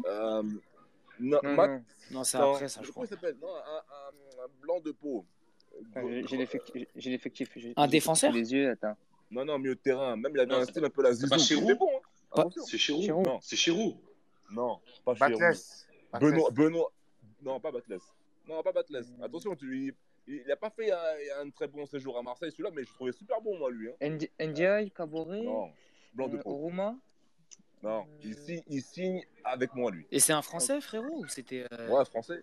Non, c'est après ça, je crois. Comment il s'appelle? Non, un blanc de peau. J'ai l'effectif. Un défenseur? Les yeux, attends. Non, milieu de terrain. Même il avait un style un peu la Zizou. C'est pas Chirou? C'était bon, hein. C'est Chirou. Non, c'est Chirou. Non, pas Batles. Benoît. Non, pas Batles. Non, pas Batles. Attention, il n'a pas fait un très bon séjour à Marseille, celui-là, mais je trouvais super bon, moi, lui. Hein. Ndiaye, Caboret, non, blanc de peau. Oruma. Non, il signe avec moi, lui. Et c'est un Français, frérot, ou c'était Ouais, français.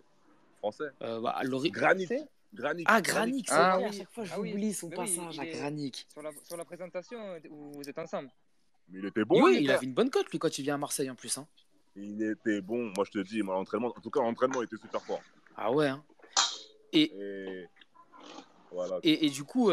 Granit. Ah, Granic, c'est vrai, à chaque fois j'oublie son Mais passage à Granic. Sur la présentation, vous êtes ensemble. Mais il était bon. Oui, il avait une bonne cote, lui, quand il vient à Marseille, en plus. Hein. Il était bon, moi je te dis, l'entraînement, en tout cas, l'entraînement était super fort. Ah ouais, hein. Et voilà. Et du coup,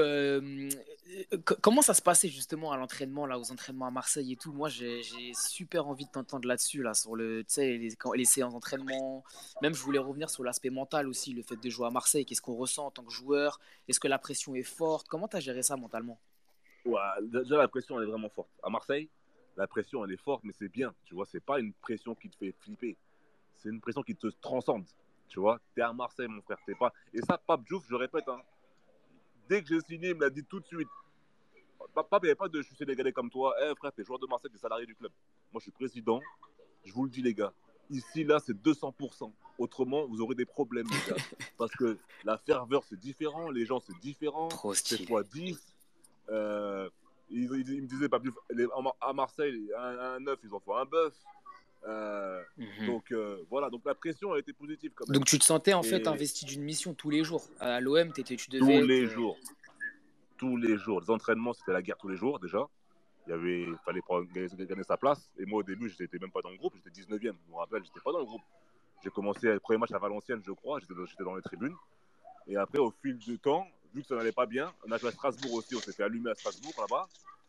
comment ça se passait justement à l'entraînement, là, aux entraînements à Marseille et tout? Moi, j'ai super envie de t'entendre là-dessus, là, sur les séances d'entraînement. Même, je voulais revenir sur l'aspect mental aussi, le fait de jouer à Marseille. Qu'est-ce qu'on ressent en tant que joueur? Est-ce que la pression est forte? Comment tu as géré ça mentalement? Ouais, déjà, la pression, elle est vraiment forte. À Marseille, la pression, elle est forte, mais c'est bien. Tu vois, c'est pas une pression qui te fait flipper. C'est une pression qui te transcende. Tu vois, t'es à Marseille, mon frère, t'es pas. Et ça, Pape Diouf, je répète, hein. Dès que j'ai signé, il me l'a dit tout de suite. Pape, il n'y avait pas de je suis sénégalais comme toi. Frère, t'es joueur de Marseille, t'es salarié du club. Moi, je suis président. Je vous le dis, les gars. Ici, là, c'est 200%. Autrement, vous aurez des problèmes, les gars. Parce que la ferveur, c'est différent. Les gens, c'est différent. C'est fois 10. Il me disait, Pape Diouf, à Marseille, un 9, ils en font un bœuf. Donc voilà, donc la pression a été positive quand même. Donc tu te sentais en fait investi d'une mission tous les jours. À l'OM, tu devais tous les jours. Les entraînements, c'était la guerre tous les jours déjà. Il fallait gagner sa place. Et moi au début, j'étais même pas dans le groupe, j'étais 19e. Je me rappelle, j'étais pas dans le groupe. J'ai commencé le premier match à Valenciennes, je crois. J'étais dans les tribunes. Et après, au fil du temps, vu que ça n'allait pas bien, on a joué à Strasbourg aussi. On s'est fait allumer à Strasbourg là-bas.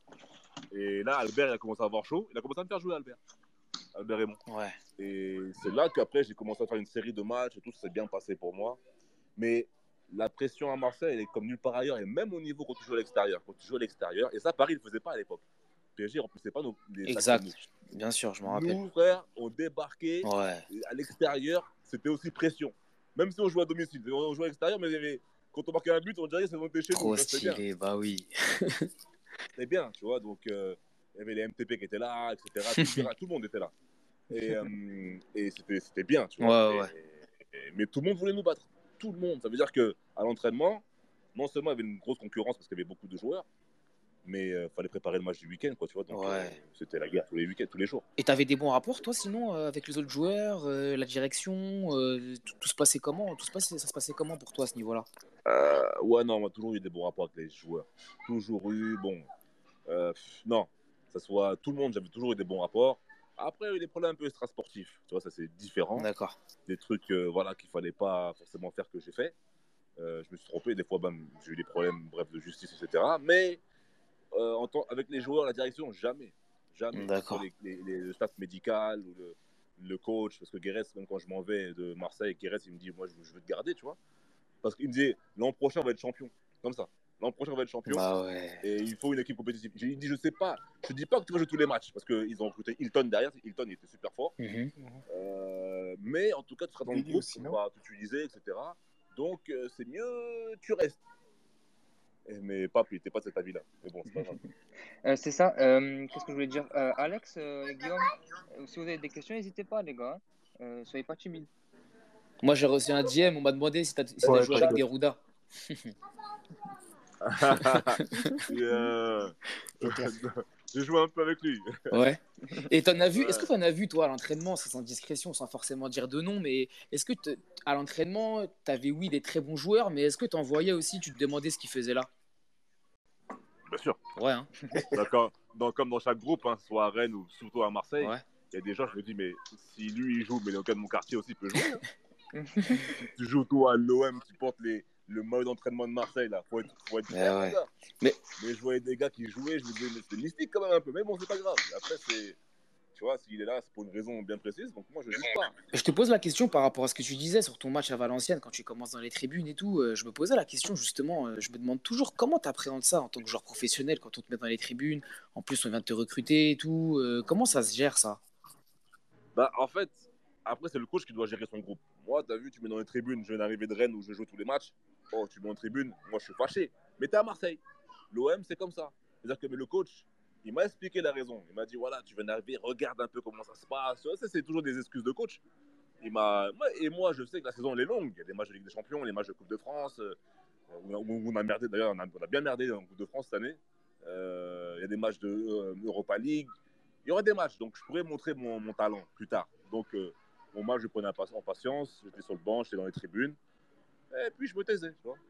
Et là, Albert, il a commencé à avoir chaud. Il a commencé à me faire jouer, Albert Raymond. Ouais. Et c'est là qu'après, j'ai commencé à faire une série de matchs et tout. Ça s'est bien passé pour moi. Mais la pression à Marseille, elle est comme nulle part ailleurs. Et même au niveau quand tu joues à l'extérieur. Et ça, Paris ne le faisait pas à l'époque. PSG ne remplissait pas les exact. Bien sûr, je m'en rappelle. Nous, frères, on débarquait à l'extérieur. C'était aussi pression. Même si on jouait à domicile. On jouait à l'extérieur, mais quand on marquait un but, on dirait que c'était chez nous. Trop stylé, bah oui. C'était bien, tu vois. Donc, il y avait les MTP qui étaient là, etc. Tout le monde était là. Et c'était bien, tu vois. Mais tout le monde voulait nous battre. Tout le monde. Ça veut dire qu'à l'entraînement, non seulement il y avait une grosse concurrence parce qu'il y avait beaucoup de joueurs, mais il fallait préparer le match du week-end, quoi, tu vois. Donc, c'était la guerre tous les week-ends, tous les jours. Et tu avais des bons rapports, toi, sinon, avec les autres joueurs, la direction, tout se passait comment? Ça se passait comment pour toi à ce niveau-là? Ouais, non, on a toujours eu des bons rapports avec les joueurs. Toujours eu, non, ça soit tout le monde, j'avais toujours eu des bons rapports. Après, il y a eu des problèmes un peu extrasportifs, tu vois, ça c'est différent. D'accord. Des trucs qu'il fallait pas forcément faire que j'ai fait. Je me suis trompé, des fois j'ai eu des problèmes, bref, de justice, etc. Mais avec les joueurs, la direction, jamais. D'accord. Le staff médical ou le coach, parce que Guérès, même quand je m'en vais de Marseille, Guérès, il me dit, moi, je veux te garder, tu vois. Parce qu'il me disait, l'an prochain, on va être champion. Comme ça. L'an prochain, on va être champion. Bah ouais. Et il faut une équipe compétitive. Il dit, je sais pas. Je dis pas que tu vas jouer tous les matchs. Parce qu'ils ont recruté Hilton derrière. Hilton, il était super fort. Mais en tout cas, tu seras dans le groupe. On va t'utiliser, etc. Donc, c'est mieux, tu restes. Mais Pape, il n'était pas de cet avis-là. Mais bon, c'est pas grave. C'est ça. Qu'est-ce que je voulais dire? Alex, Guillaume, si vous avez des questions, n'hésitez pas, les gars. Soyez pas timides. Moi, j'ai reçu un DM, on m'a demandé si t'as Ouais, joué avec des Roudas. J'ai joué un peu avec lui. Ouais. Et t'en as vu, Ouais. est-ce que t'en as vu, toi, à l'entraînement, c'est sans discrétion, sans forcément dire de nom, mais est-ce que à l'entraînement, t'avais, oui, des très bons joueurs, mais est-ce que t'en voyais aussi, tu te demandais ce qu'ils faisaient là? Bien sûr. Ouais, hein. Comme dans chaque groupe, hein, soit à Rennes ou surtout à Marseille, Ouais. il y a des gens, je me dis, mais si lui il joue, mais dans le cas de mon quartier aussi, il peut jouer. Hein. Tu joues toi à l'OM, tu portes le maillot d'entraînement de Marseille, là. Faut être fier, ouais. les gars. Mais je voyais des gars qui jouaient, je me disais, mais c'est mystique quand même un peu. Mais bon, c'est pas grave. Après, tu vois, s'il est là, c'est pour une raison bien précise. Donc moi, je juge pas. je te pose la question par rapport à ce que tu disais sur ton match à Valenciennes, quand tu commences dans les tribunes et tout. Je me posais la question justement, je me demande toujours comment tu appréhendes ça en tant que joueur professionnel quand on te met dans les tribunes. En plus, on vient de te recruter et tout. Comment ça se gère ça? Bah, en fait, après, c'est le coach qui doit gérer son groupe. Moi, t'as vu, tu mets dans les tribunes, je viens d'arriver de Rennes où je joue tous les matchs. Oh, tu mets en tribune, moi, je suis fâché. Mais t'es à Marseille. L'OM, c'est comme ça. C'est-à-dire que mais le coach, il m'a expliqué la raison. Il m'a dit, voilà, tu viens d'arriver, regarde un peu comment ça se passe. Ça, c'est toujours des excuses de coach. Et moi, je sais que la saison, elle est longue. Il y a des matchs de Ligue des Champions, les matchs de Coupe de France. Où on a merdé, d'ailleurs, on a bien merdé en Coupe de France cette année. Il y a des matchs de Europa League. Il y aura des matchs, donc je pourrais montrer mon talent plus tard. Donc, mon match, je prenais en patience. J'étais sur le banc, j'étais dans les tribunes. Et puis, je me taisais, tu vois.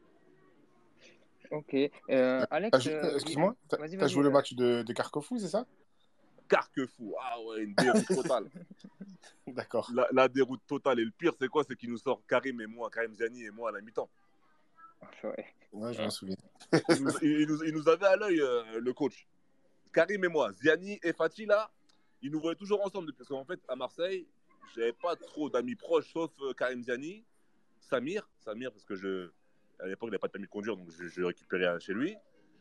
Ok. Alex, Excuse-moi, vas-y, t'as vas-y. joué le match de Carquefou, c'est ça? Carquefou, ah ouais, une déroute totale. D'accord. La déroute totale. Et le pire, c'est quoi? C'est qu'il nous sort Karim Ziani et moi à la mi-temps. Ouais, je m'en souviens. Il nous avait à l'œil, le coach. Karim et moi, Ziani et Fatih, là, ils nous voyaient toujours ensemble. Parce qu'en fait, à Marseille, j'avais pas trop d'amis proches, sauf Karim Ziani, Samir, parce que à l'époque, il n'avait pas de permis de conduire, donc je récupérais chez lui.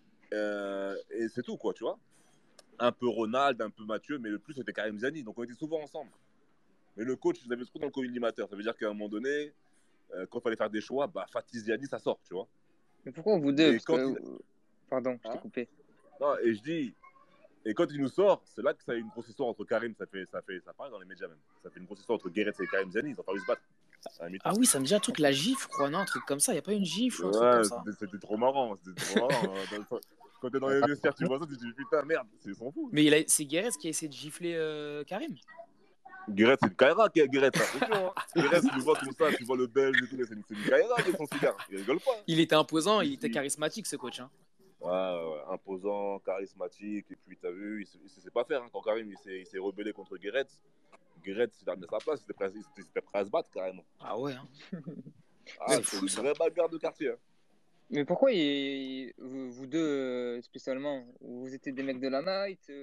Et c'est tout, quoi, tu vois. Un peu Ronald, un peu Mathieu, mais le plus, c'était Karim Ziani. Donc, on était souvent ensemble. Mais le coach, il avait trop dans le collimateur. Ça veut dire qu'à un moment donné, quand il fallait faire des choix, Fatih Ziani, ça sort, tu vois. Mais pourquoi vous deux? Pardon, je t'ai Hein? coupé. Non, et je dis... Et quand il nous sort, c'est là que ça a une grosse histoire entre Karim, ça paraît dans les médias même. Ça fait une grosse histoire entre Guéret et Karim Ziani, ils ont failli se battre. Ah oui, ça me dit un truc, la gifle, je crois, non, un truc comme ça. Il n'y a pas une gifle ou un truc comme ça? C'était trop marrant. Quand t'es dans les vestiaires, tu vois ça, tu te dis putain, merde, ils s'en foutent. Mais c'est Guéret qui a essayé de gifler Karim? Guéret, c'est une Kaira, Guéret, attention. Hein. Guéret, tu le vois comme ça, tu vois le belge et tout, c'est une Kaira avec son cigare. Il rigole pas. Il était imposant, il était charismatique, ce coach. Hein. Ouais, imposant, charismatique, et puis t'as vu, il sait pas faire. Hein. Quand Karim il s'est rebellé contre Guéret, il a mis sa place, il était prêt à se battre carrément. Ah ouais. Hein. C'est fou, une vraie bagarre de quartier. Hein. Mais pourquoi vous deux spécialement? Vous étiez des mecs de la night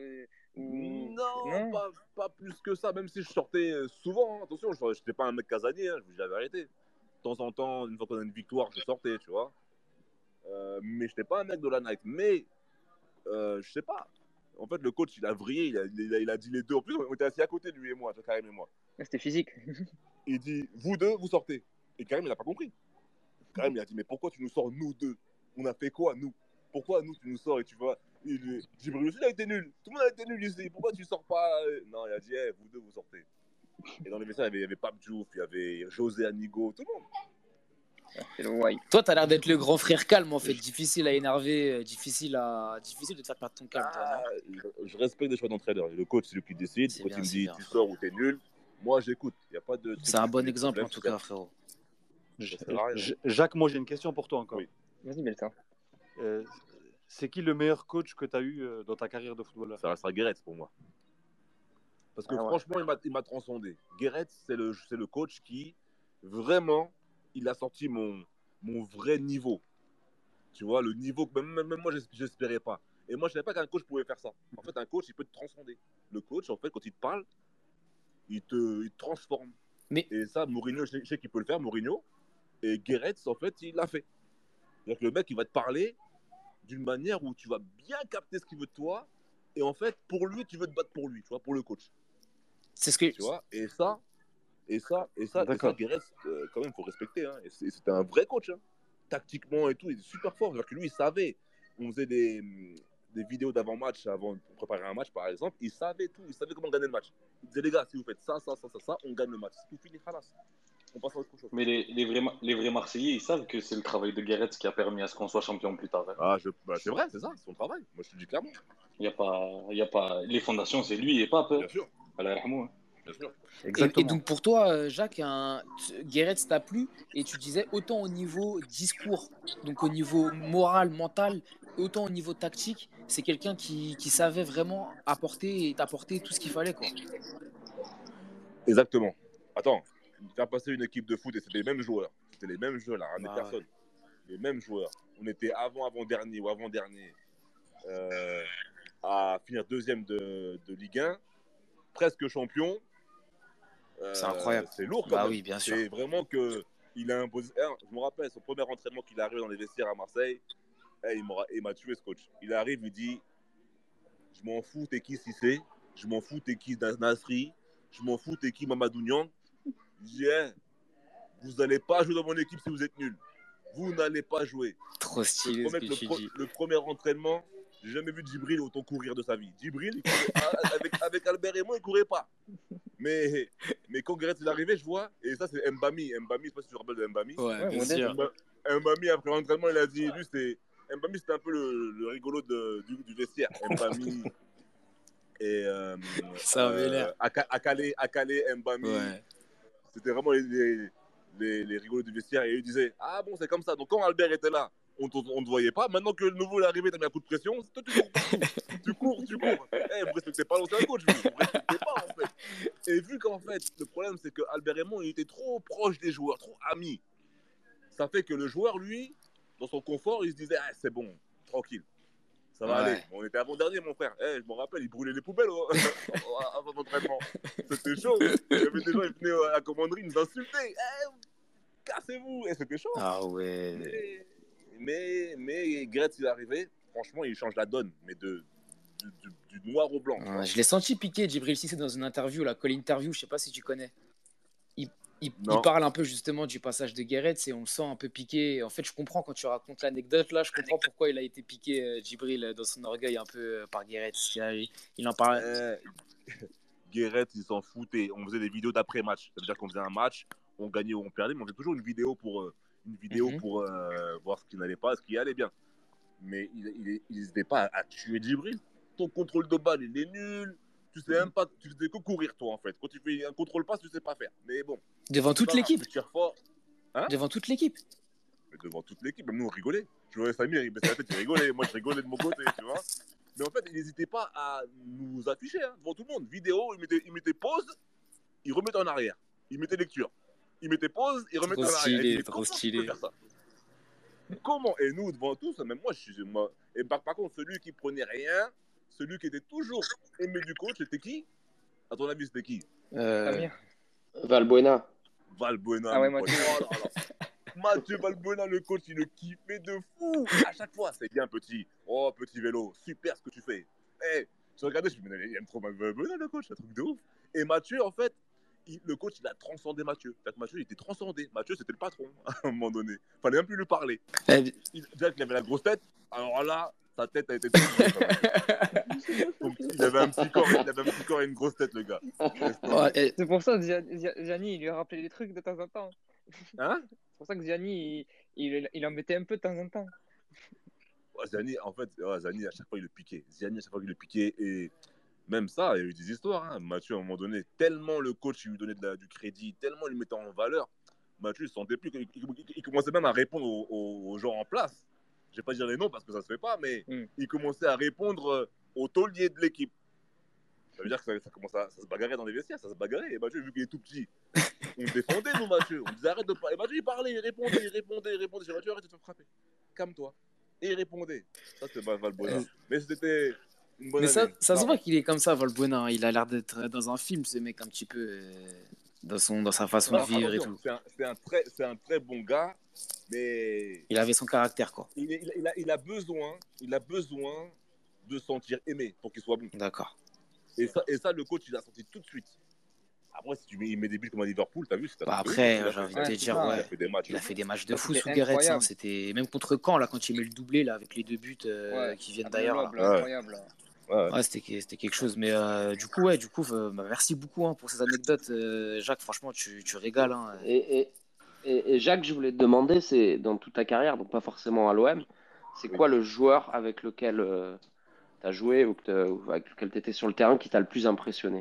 Non, pas plus que ça, même si je sortais souvent. Hein. Attention, je n'étais pas un mec casanier, hein, je vous dis la vérité. De temps en temps, une fois qu'on a une victoire, je sortais, tu vois. Mais je n'étais pas un mec de la night. Mais, je sais pas. En fait, le coach, il a vrillé, il a dit les deux. En plus, on était assis à côté, lui et moi, Karim et moi. C'était physique. Il dit, vous deux, vous sortez. Et Karim, il n'a pas compris. Karim, il a dit, mais pourquoi tu nous sors, nous deux? On a fait quoi, nous? Pourquoi, nous, tu nous sors et tu vas... Djibril aussi, il a été nul. Tout le monde a été nul ici. Pourquoi tu sors pas? Non, il a dit, hey, vous deux, vous sortez. Et dans les messages, il y avait Pape Diouf, il y avait José Anigo, tout le monde. C'est le why. Toi, t'as l'air d'être le grand frère calme, en fait. Difficile à énerver, difficile de te faire perdre ton calme. Je respecte les choix d'entraîneur. Le coach, c'est lui qui décide. Quand il me dit, tu sors ou t'es nul, moi, j'écoute. Il y a pas de... C'est un bon exemple, en tout cas, frérot. Jacques, moi, j'ai une question pour toi encore. Oui. Vas-y, Belta. C'est qui le meilleur coach que tu as eu dans ta carrière de footballeur? Ça restera Guéret pour moi. Parce que franchement, il m'a transcendé. Guéret, c'est le coach qui, vraiment, il a sorti mon vrai niveau. Tu vois, le niveau que même moi, j'espérais pas. Et moi, je ne savais pas qu'un coach pouvait faire ça. En fait, un coach, il peut te transcender. Le coach, en fait, quand il te parle, il te transforme. Et ça, Mourinho, je sais qu'il peut le faire, Mourinho. Et Guéret, en fait, il l'a fait. C'est-à-dire que le mec, il va te parler d'une manière où tu vas bien capter ce qu'il veut de toi. Et en fait, pour lui, tu veux te battre pour lui, tu vois, pour le coach. C'est ce que... Tu vois, et ça, Guéret, quand même, il faut respecter. Hein. Et c'était un vrai coach. Hein. Tactiquement et tout, il est super fort. C'est-à-dire que lui, il savait. On faisait des vidéos d'avant-match, avant de préparer un match, par exemple. Il savait tout. Il savait comment gagner le match. Il disait, les gars, si vous faites ça, on gagne le match. C'est tout fini, khalas. on passe à autre chose. Mais les vrais Marseillais, ils savent que c'est le travail de Guéret qui a permis à ce qu'on soit champion plus tard. Hein. C'est vrai, c'est ça, c'est son travail. Moi, je te dis clairement. Il y a pas... Les fondations, c'est lui et pas peu. Bien sûr. Allah yarhamou, hein. Bien sûr. Et donc pour toi, Jacques, Guéret t'a plu et tu disais autant au niveau discours, donc au niveau moral, mental, autant au niveau tactique, c'est quelqu'un qui savait vraiment apporter et t'apporter tout ce qu'il fallait, quoi. Exactement. Attends, faire passer une équipe de foot et c'était les mêmes joueurs. C'était les mêmes joueurs, là, des personnes. Les mêmes joueurs. On était avant-dernier ou avant-dernier à finir deuxième de Ligue 1, presque champion. C'est incroyable. C'est lourd quand même. Oui, bien sûr. C'est vraiment qu'il a imposé. Je me rappelle, son premier entraînement qu'il est arrivé dans les vestiaires à Marseille, il m'a tué ce coach. Il arrive, il dit je m'en fous, t'es qui Cissé, je m'en fous, t'es qui Nasri, je m'en fous, t'es qui Mamadou Niang. Je dis vous n'allez pas jouer dans mon équipe si vous êtes nuls. Vous n'allez pas jouer. Trop stylé ce que tu dis. Le premier entraînement, j'ai jamais vu Djibril autant courir de sa vie. Djibril, avec Albert et moi, il courait pas. Mais quand Guéret est arrivé, je vois, et ça c'est Mbami. Mbami, je sais pas si tu te rappelles de Mbami. Ouais, bien sûr. Mbami, après l'entraînement, il a dit, Mbami, c'était un peu le rigolo du vestiaire. Mbami et ça avait l'air. Akale, Mbami. Ouais. C'était vraiment les rigolos du vestiaire, et ils disaient ah bon, c'est comme ça. Donc quand Albert était là, on ne te voyait pas. Maintenant que le nouveau est arrivé, t'as mis un coup de pression, toi tu cours. Vous respectez pas l'ancien coach, vous respectez pas en fait. Et vu qu'en fait, le problème c'est que Albert Raymond, il était trop proche des joueurs, trop ami. Ça fait que le joueur, lui, dans son confort, il se disait c'est bon, tranquille, ça va aller. On était avant-dernier, mon frère. Je me rappelle, il brûlait les poubelles avant l'entraînement. C'était chaud. Il y avait des gens, ils venaient à la commanderie, ils nous insultaient. Cassez-vous. Et c'était chaud. Ah ouais. Mais Guéret, il est arrivé, franchement, il change la donne, mais du noir au blanc. Je l'ai senti piquer, Djibril Cissé, dans une interview, la call interview, je sais pas si tu connais. Il parle un peu justement du passage de Guéret et on le sent un peu piqué. En fait, je comprends quand tu racontes l'anecdote là, je comprends pourquoi il a été piqué, Djibril, dans son orgueil un peu par Guéret. Il en parle. Guéret, il s'en foutait. On faisait des vidéos d'après-match. Ça veut dire qu'on faisait un match, on gagnait ou on perdait, mais on faisait toujours une vidéo pour voir ce qui n'allait pas, ce qui allait bien. Mais il n'hésitait pas à tuer Djibril. Ton contrôle de balle, il est nul. Tu sais même pas, tu faisais que courir toi en fait. Quand tu fais un contrôle passe, tu sais pas faire. Mais bon. Devant toute l'équipe. Tu tires fort. Devant toute l'équipe. Mais devant toute l'équipe, même nous on rigolait. Je vois Samir, il baissait la tête, il rigolait. Moi je rigolais de mon côté, tu vois. Mais en fait, il n'hésitait pas à nous afficher devant tout le monde. Vidéo, il mettait pause, il remettait en arrière. Il mettait lecture. Il mettait pause, il remettait en arrière. Trop stylé. Comment? Et nous, devant tous, même moi, et par contre, celui qui prenait rien, celui qui était toujours aimé du coach, c'était qui? À ton avis, c'était qui? Valbuena. Ah ouais, Mathieu. Mathieu Valbuena, le coach, il le kiffait de fou. À chaque fois, c'est bien petit. Oh, petit vélo, super ce que tu fais. Je regardais, je me disais, il aime trop Valbuena, le coach, c'est un truc de ouf. Et Mathieu, en fait, le coach, il a transcendé Mathieu. Mathieu, il était transcendé. Mathieu, c'était le patron, à un moment donné. Il fallait même plus lui parler. Déjà qu'il avait la grosse tête, alors là, sa tête a été il avait un petit corps et une grosse tête, le gars. C'est pour ça que Gianni, il lui a rappelé des trucs de temps en temps. Hein? C'est pour ça que Gianni, il en mettait un peu de temps en temps. Gianni, en fait, Gianni, à chaque fois, il le piquait. Et même ça, il y a eu des histoires. Hein. Mathieu, à un moment donné, tellement le coach lui donnait du crédit, tellement il le mettait en valeur, Mathieu, il ne sentait plus. Il commençait même à répondre aux gens en place. Je ne vais pas dire les noms parce que ça ne se fait pas, mais il commençait à répondre aux tauliers de l'équipe. Ça veut dire que ça commençait à se bagarrer dans les vestiaires, ça se bagarrait. Et Mathieu, vu qu'il est tout petit, on défendait, nous, Mathieu. On disait arrête de parler. Et Mathieu, il parlait, il répondait. J'ai dit, Mathieu, arrête de te frapper. Calme-toi. Et il répondait. Ça, c'était Valbuena. Mais c'était une bonne année. Ça se voit qu'il est comme ça, Valbuena. Il a l'air d'être dans un film, ce mec, un petit peu dans sa façon de vivre et tout. C'est un très bon gars, mais il avait son caractère, quoi. Il a besoin de se sentir aimé pour qu'il soit bon. D'accord. Et ça, le coach, il a senti tout de suite. Après, si il met des buts comme à Liverpool, t'as vu? Après, j'ai envie de te dire, il a fait des matchs de fou sous Guéret. Hein. C'était même contre Caen, là, quand il met le doublé là, avec les 2 buts qui viennent d'ailleurs. Incroyable. Ouais, c'était quelque chose. Mais du coup, merci beaucoup pour ces anecdotes. Jacques, franchement, tu régales. Hein. Et Jacques, je voulais te demander, c'est dans toute ta carrière, donc pas forcément à l'OM, c'est Oui. quoi le joueur avec lequel tu as joué ou avec lequel tu étais sur le terrain qui t'a le plus impressionné?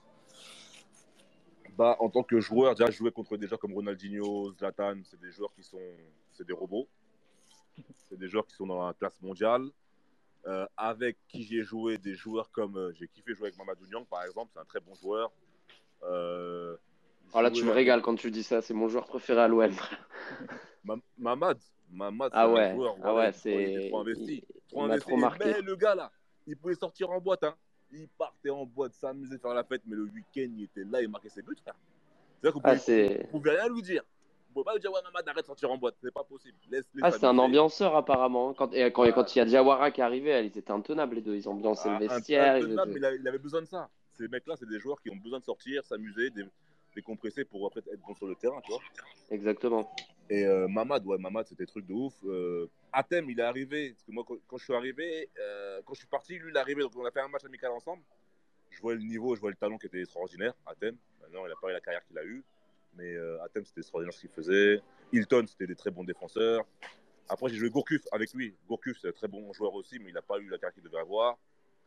Bah, en tant que joueur, déjà, je jouais contre des joueurs comme Ronaldinho, Zlatan. C'est des robots. C'est des joueurs qui sont dans la classe mondiale. Avec qui j'ai joué des joueurs comme. J'ai kiffé jouer avec Mamadou Niang, par exemple. C'est un très bon joueur. Alors là, tu me Jouer avec régales quand tu dis ça, c'est mon joueur préféré à l'OM. Mamad, c'est Ah un ouais, joueur, ah voilà, ouais, il était trop investi. il m'a trop marqué. Mais le gars là, il pouvait sortir en boîte. Hein. Il partait en boîte, s'amuser, faire la fête, mais le week-end, il était là, il marquait ses buts. C'est-à-dire qu'on ne pouvait rien lui dire. On ne pouvait pas lui dire, ouais, Mamad, arrête de sortir en boîte. C'est pas possible. Laisse-les Ah, c'était un s'amuser. ambianceur apparemment. Quand il y a Diawara qui arrivait, ils étaient intenables les deux. Ils ambiançaient le vestiaire. Intenable, mais il avait besoin de ça. Ces mecs-là, c'est des joueurs qui ont besoin de sortir, s'amuser, décompresser pour après être bons sur le terrain, tu vois. Exactement. Et Mamad, c'était truc de ouf. Atem, il est arrivé. Parce que moi, quand je suis arrivé, quand je suis parti, lui, il est arrivé. Donc, on a fait un match amical ensemble. Je vois le niveau, je vois le talent qui était extraordinaire. Atem, maintenant, il n'a pas eu la carrière qu'il a eue. Mais Atem, c'était extraordinaire ce qu'il faisait. Hilton, c'était des très bons défenseurs. Après, j'ai joué Gourcuff avec lui. Gourcuff, c'est un très bon joueur aussi, mais il n'a pas eu la carrière qu'il devait avoir.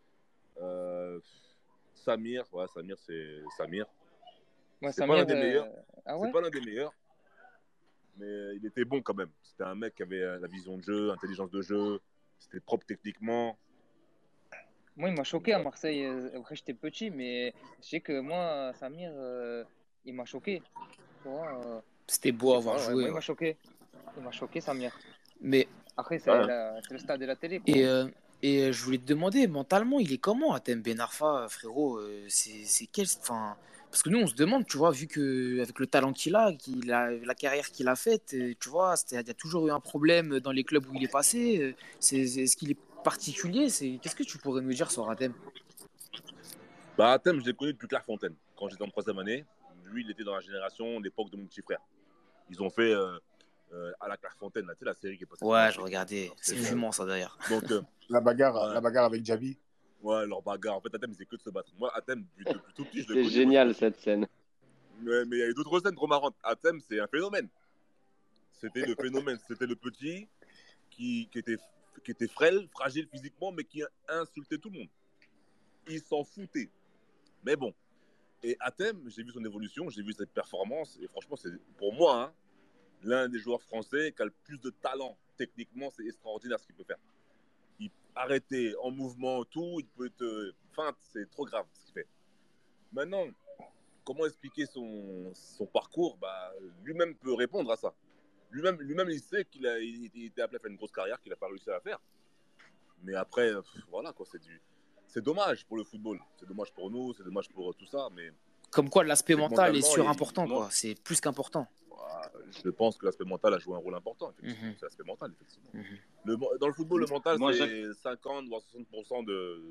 Samir, c'est Samir. Ouais, C'est Samir, pas l'un des meilleurs. Ah ouais? C'est pas l'un des meilleurs. Mais il était bon quand même. C'était un mec qui avait la vision de jeu, intelligence de jeu. C'était propre techniquement. Moi, il m'a choqué à Marseille. Après, j'étais petit, mais je sais que moi, Samir, il m'a choqué. Tu vois, C'était beau à avoir ouais, joué. moi, il m'a choqué. Il m'a choqué, Samir. Mais Après, c'est le stade et la télé. Quoi. et je voulais te demander, mentalement, il est comment Hatem Ben Arfa, frérot? C'est quel, enfin, parce que nous, on se demande, tu vois, vu que avec le talent qu'il a, la carrière qu'il a faite, tu vois, il y a toujours eu un problème dans les clubs où il est passé. Est-ce qu'il est particulier? Qu'est-ce que tu pourrais nous dire sur Hatem? Bah, Atem, je l'ai connu depuis Clairefontaine. Quand j'étais en troisième année, lui, il était dans la génération, l'époque de mon petit frère. Ils ont fait à la Clairefontaine, tu sais, la série qui est passée. Ouais, je regardais. C'est jument, ça, d'ailleurs. Donc, la bagarre avec Javi. Ouais, leur bagarre. En fait, Atem, il faisait que de se battre. Moi, Atem, depuis tout petit, je le connais. C'est génial, cette scène. Mais il y a eu d'autres scènes trop marrantes. Atem, c'est un phénomène. C'était le phénomène. C'était le petit qui était frêle, fragile physiquement, mais qui insultait tout le monde. Il s'en foutait. Mais bon. Et Atem, j'ai vu son évolution, j'ai vu cette performance. Et franchement, c'est pour moi l'un des joueurs français qui a le plus de talent. Techniquement, c'est extraordinaire ce qu'il peut faire. Il arrêter en mouvement, tout, il peut te feinte, c'est trop grave ce qu'il fait. Maintenant, comment expliquer son parcours? Bah, lui-même peut répondre à ça. Lui-même, il sait qu'il était appelé à faire une grosse carrière, qu'il n'a pas réussi à la faire. Mais après, voilà, quoi, c'est dommage pour le football. C'est dommage pour nous, c'est dommage pour tout ça. Mais comme quoi, l'aspect mental est surimportant, quoi. C'est plus qu'important. Je pense que l'aspect mental a joué un rôle important. Effectivement. C'est l'aspect mental, effectivement. Dans le football, le mental, c'est 50 voire 60%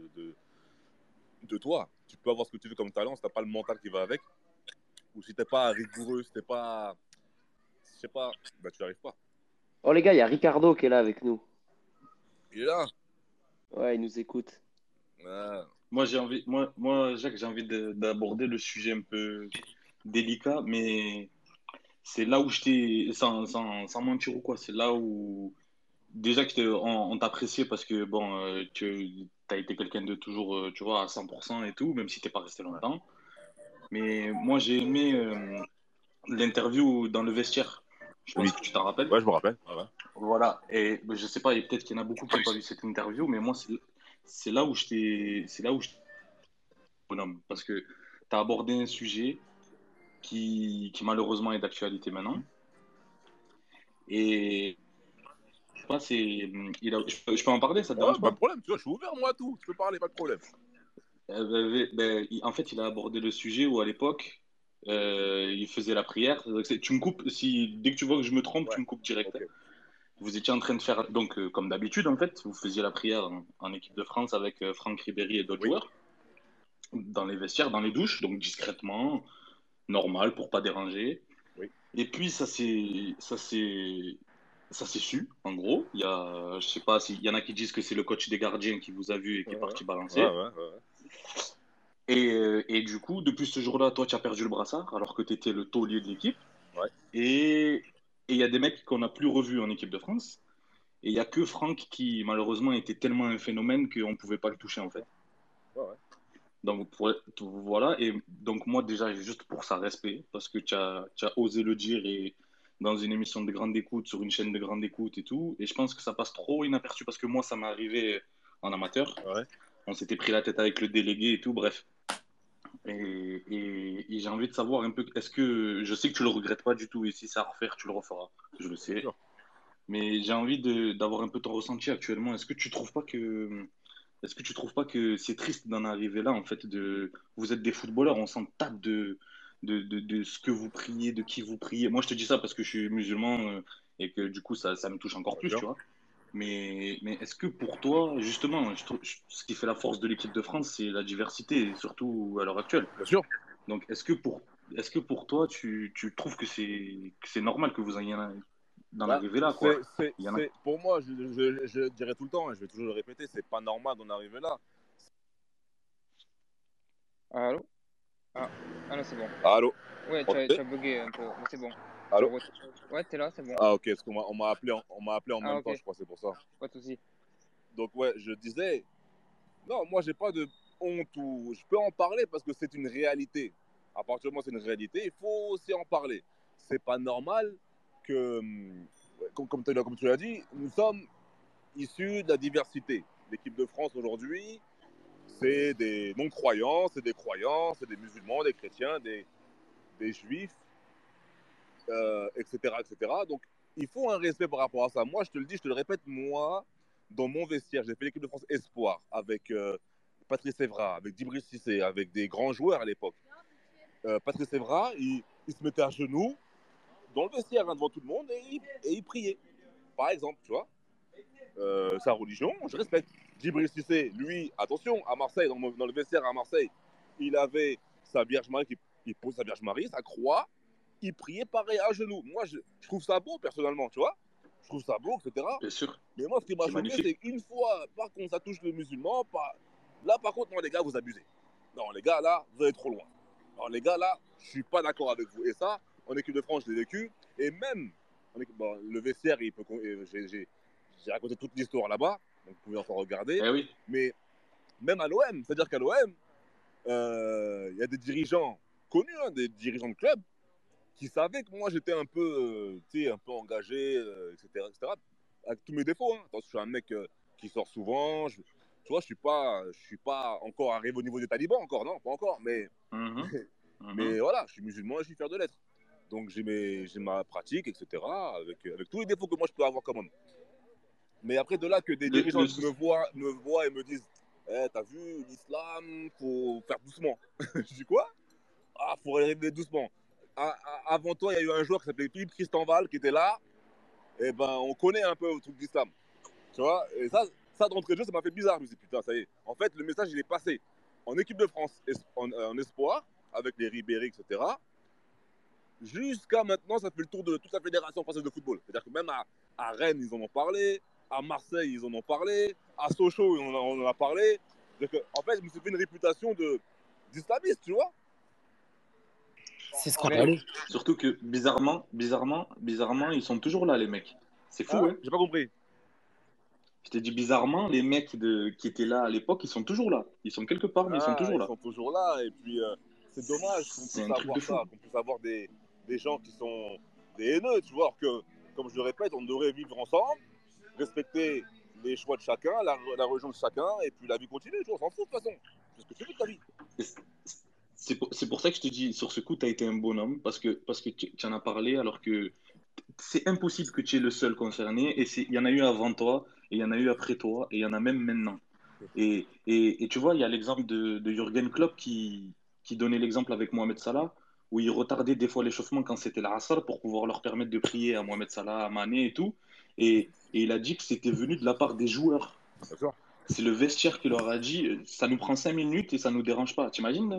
de toi. Tu peux avoir ce que tu veux comme talent, si tu n'as pas le mental qui va avec, ou si tu n'es pas rigoureux, si tu n'es pas. Je sais pas, bah, tu n'y arrives pas. Oh, les gars, il y a Ricardo qui est là avec nous. Il est là? Ouais, il nous écoute. Ah. Moi, Jacques, j'ai envie d'aborder le sujet un peu délicat, mais c'est là où je t'ai, sans mentir ou quoi, c'est là où déjà on t'appréciait parce que bon, tu as été quelqu'un de toujours, tu vois, à 100% et tout, même si t'es pas resté longtemps. Mais moi, j'ai aimé l'interview dans le vestiaire. Je pense que tu t'en rappelles. Ouais, je me rappelle. Ouais. Voilà. Et je sais pas, et peut-être qu'il y en a beaucoup qui n'ont pas vu cette interview, mais moi, c'est là où je t'ai bonhomme, parce que tu as abordé un sujet qui malheureusement est d'actualité maintenant. Et je sais pas, je peux en parler, ça te dérange pas? Pas de problème, tu vois, je suis ouvert moi à tout, tu peux parler, pas de problème. En fait, il a abordé le sujet où à l'époque, il faisait la prière. Tu me coupes, dès que tu vois que je me trompe, tu me coupes direct. Okay. Vous étiez en train de faire, donc comme d'habitude en fait, vous faisiez la prière en équipe de France avec Franck Ribéry et d'autres joueurs, dans les vestiaires, dans les douches, donc discrètement, normal pour pas déranger. Oui. Et puis ça s'est Ça c'est su, en gros. Je sais pas s'il y en a qui disent que c'est le coach des gardiens qui vous a vu et qui est parti balancer. Et du coup, depuis ce jour-là, toi, tu as perdu le brassard alors que tu étais le taulier de l'équipe. Ouais. Et il y a des mecs qu'on n'a plus revus en équipe de France. Et il n'y a que Franck qui, malheureusement, était tellement un phénomène qu'on ne pouvait pas le toucher, en fait. Ouais. Donc, voilà. Et donc, moi, déjà, j'ai juste pour ça respect, parce que tu as osé le dire et dans une émission de grande écoute, sur une chaîne de grande écoute et tout. Et je pense que ça passe trop inaperçu, parce que moi, ça m'est arrivé en amateur. Ouais. On s'était pris la tête avec le délégué et tout, bref. Et j'ai envie de savoir un peu, est-ce que, je sais que tu le regrettes pas du tout, et si c'est à refaire, tu le referas, je le sais. Sûr. Mais j'ai envie d'avoir un peu ton ressenti actuellement. Est-ce que tu trouves pas que c'est triste d'en arriver là, en fait, vous êtes des footballeurs, on s'en tape de ce que vous priez, de qui vous priez. Moi, je te dis ça parce que je suis musulman et que du coup, ça me touche encore plus, tu vois. Mais est-ce que pour toi, justement, ce qui fait la force de l'équipe de France, c'est la diversité, surtout à l'heure actuelle. Bien sûr. Donc, est-ce que pour toi, tu trouves que c'est normal que vous ayez d'en arriver là, quoi. Pour moi, je dirais tout le temps, et je vais toujours le répéter, c'est pas normal d'en arriver là. Allô? Ah non, c'est bon. Allô? Ouais, tu as bugué un peu, mais c'est bon. Allô? Ouais, t'es là, c'est bon. Ah ok, parce qu'on m'a appelé en même temps, je crois, c'est pour ça. Pas de souci. Donc ouais, je disais, non, moi j'ai pas de honte ou je peux en parler parce que c'est une réalité. À partir du moment où c'est une réalité, il faut aussi en parler. C'est pas normal que, comme tu l'as dit, nous sommes issus de la diversité. L'équipe de France aujourd'hui, c'est des non-croyants, c'est des croyants, c'est des musulmans, des chrétiens, des juifs, etc., etc. Donc, il faut un respect par rapport à ça. Moi, je te le dis, je te le répète, moi, dans mon vestiaire, j'ai fait l'équipe de France Espoir avec Patrice Evra, avec Djibril Cissé, avec des grands joueurs à l'époque. Patrice Evra, il se mettait à genoux dans le vestiaire devant tout le monde et il priait, par exemple, tu vois. Sa religion, je respecte. Djibril Cissé, lui, attention, à Marseille, dans le vestiaire à Marseille, il avait sa Vierge Marie, il pose sa Vierge Marie, sa croix, il priait pareil à genoux. Moi, je trouve ça beau, personnellement, tu vois. Je trouve ça beau, etc. Bien sûr. Mais moi, ce qui m'a choqué, c'est qu'une fois, par contre, ça touche le musulman, là, par contre, non, les gars, vous abusez. Non, les gars, là, vous allez trop loin. Alors, les gars, là, je suis pas d'accord avec vous. Et ça, en équipe de France, je l'ai vécu. Et même, le vestiaire, j'ai raconté toute l'histoire là-bas, donc vous pouvez encore regarder. Oui. Mais même à l'OM, c'est-à-dire qu'à l'OM, y a des dirigeants connus, hein, des dirigeants de club, qui savaient que moi j'étais un peu engagé, etc., avec tous mes défauts. Hein. Attention, je suis un mec qui sort souvent. Tu vois, je suis pas encore arrivé au niveau des talibans encore, non, pas encore. Mais voilà, je suis musulman et je suis fier de l'être. Donc j'ai ma pratique, etc., avec tous les défauts que moi je peux avoir comme homme. Mais après, de là que des dirigeants me voient et me disent t'as vu l'islam, faut faire doucement. Je dis quoi? Ah, faut arriver doucement. Avant toi, il y a eu un joueur qui s'appelait Philippe Christenval qui était là. Et ben, on connaît un peu le truc d'islam. Tu vois? Et ça d'entrée de jeu, ça m'a fait bizarre. Je me suis dit, putain, ça y est. En fait, le message, il est passé en équipe de France, en espoir, avec les Ribéry, etc. Jusqu'à maintenant, ça fait le tour de toute la fédération française de football. C'est-à-dire que même à Rennes, ils en ont parlé. À Marseille, ils en ont parlé. À Sochaux, on en a parlé. Donc, en fait, je me suis fait une réputation d'islamiste, tu vois. C'est scandaleux. Surtout que, bizarrement, ils sont toujours là, les mecs. C'est fou, hein. J'ai pas compris. Je t'ai dit bizarrement, les mecs qui étaient là à l'époque, ils sont toujours là. Ils sont quelque part, mais ils sont toujours là. Ils sont toujours là. Et puis, c'est dommage qu'on puisse avoir des gens qui sont des haineux, tu vois. Alors que, comme je le répète, on devrait vivre ensemble, respecter les choix de chacun, la religion de chacun, et puis la vie continue. Tu vois, on s'en fout de toute façon. C'est ce que tu veux de ta vie. C'est pour ça que je te dis, sur ce coup, tu as été un bonhomme, parce que tu en as parlé, alors que c'est impossible que tu es le seul concerné, et il y en a eu avant toi, et il y en a eu après toi, et il y en a même maintenant. Et tu vois, il y a l'exemple de Jürgen Klopp qui donnait l'exemple avec Mohamed Salah, où il retardait des fois l'échauffement quand c'était l'Asr pour pouvoir leur permettre de prier à Mohamed Salah, à Mané et tout. Et il a dit que c'était venu de la part des joueurs. C'est le vestiaire qui leur a dit, ça nous prend 5 minutes et ça nous dérange pas. T'imagines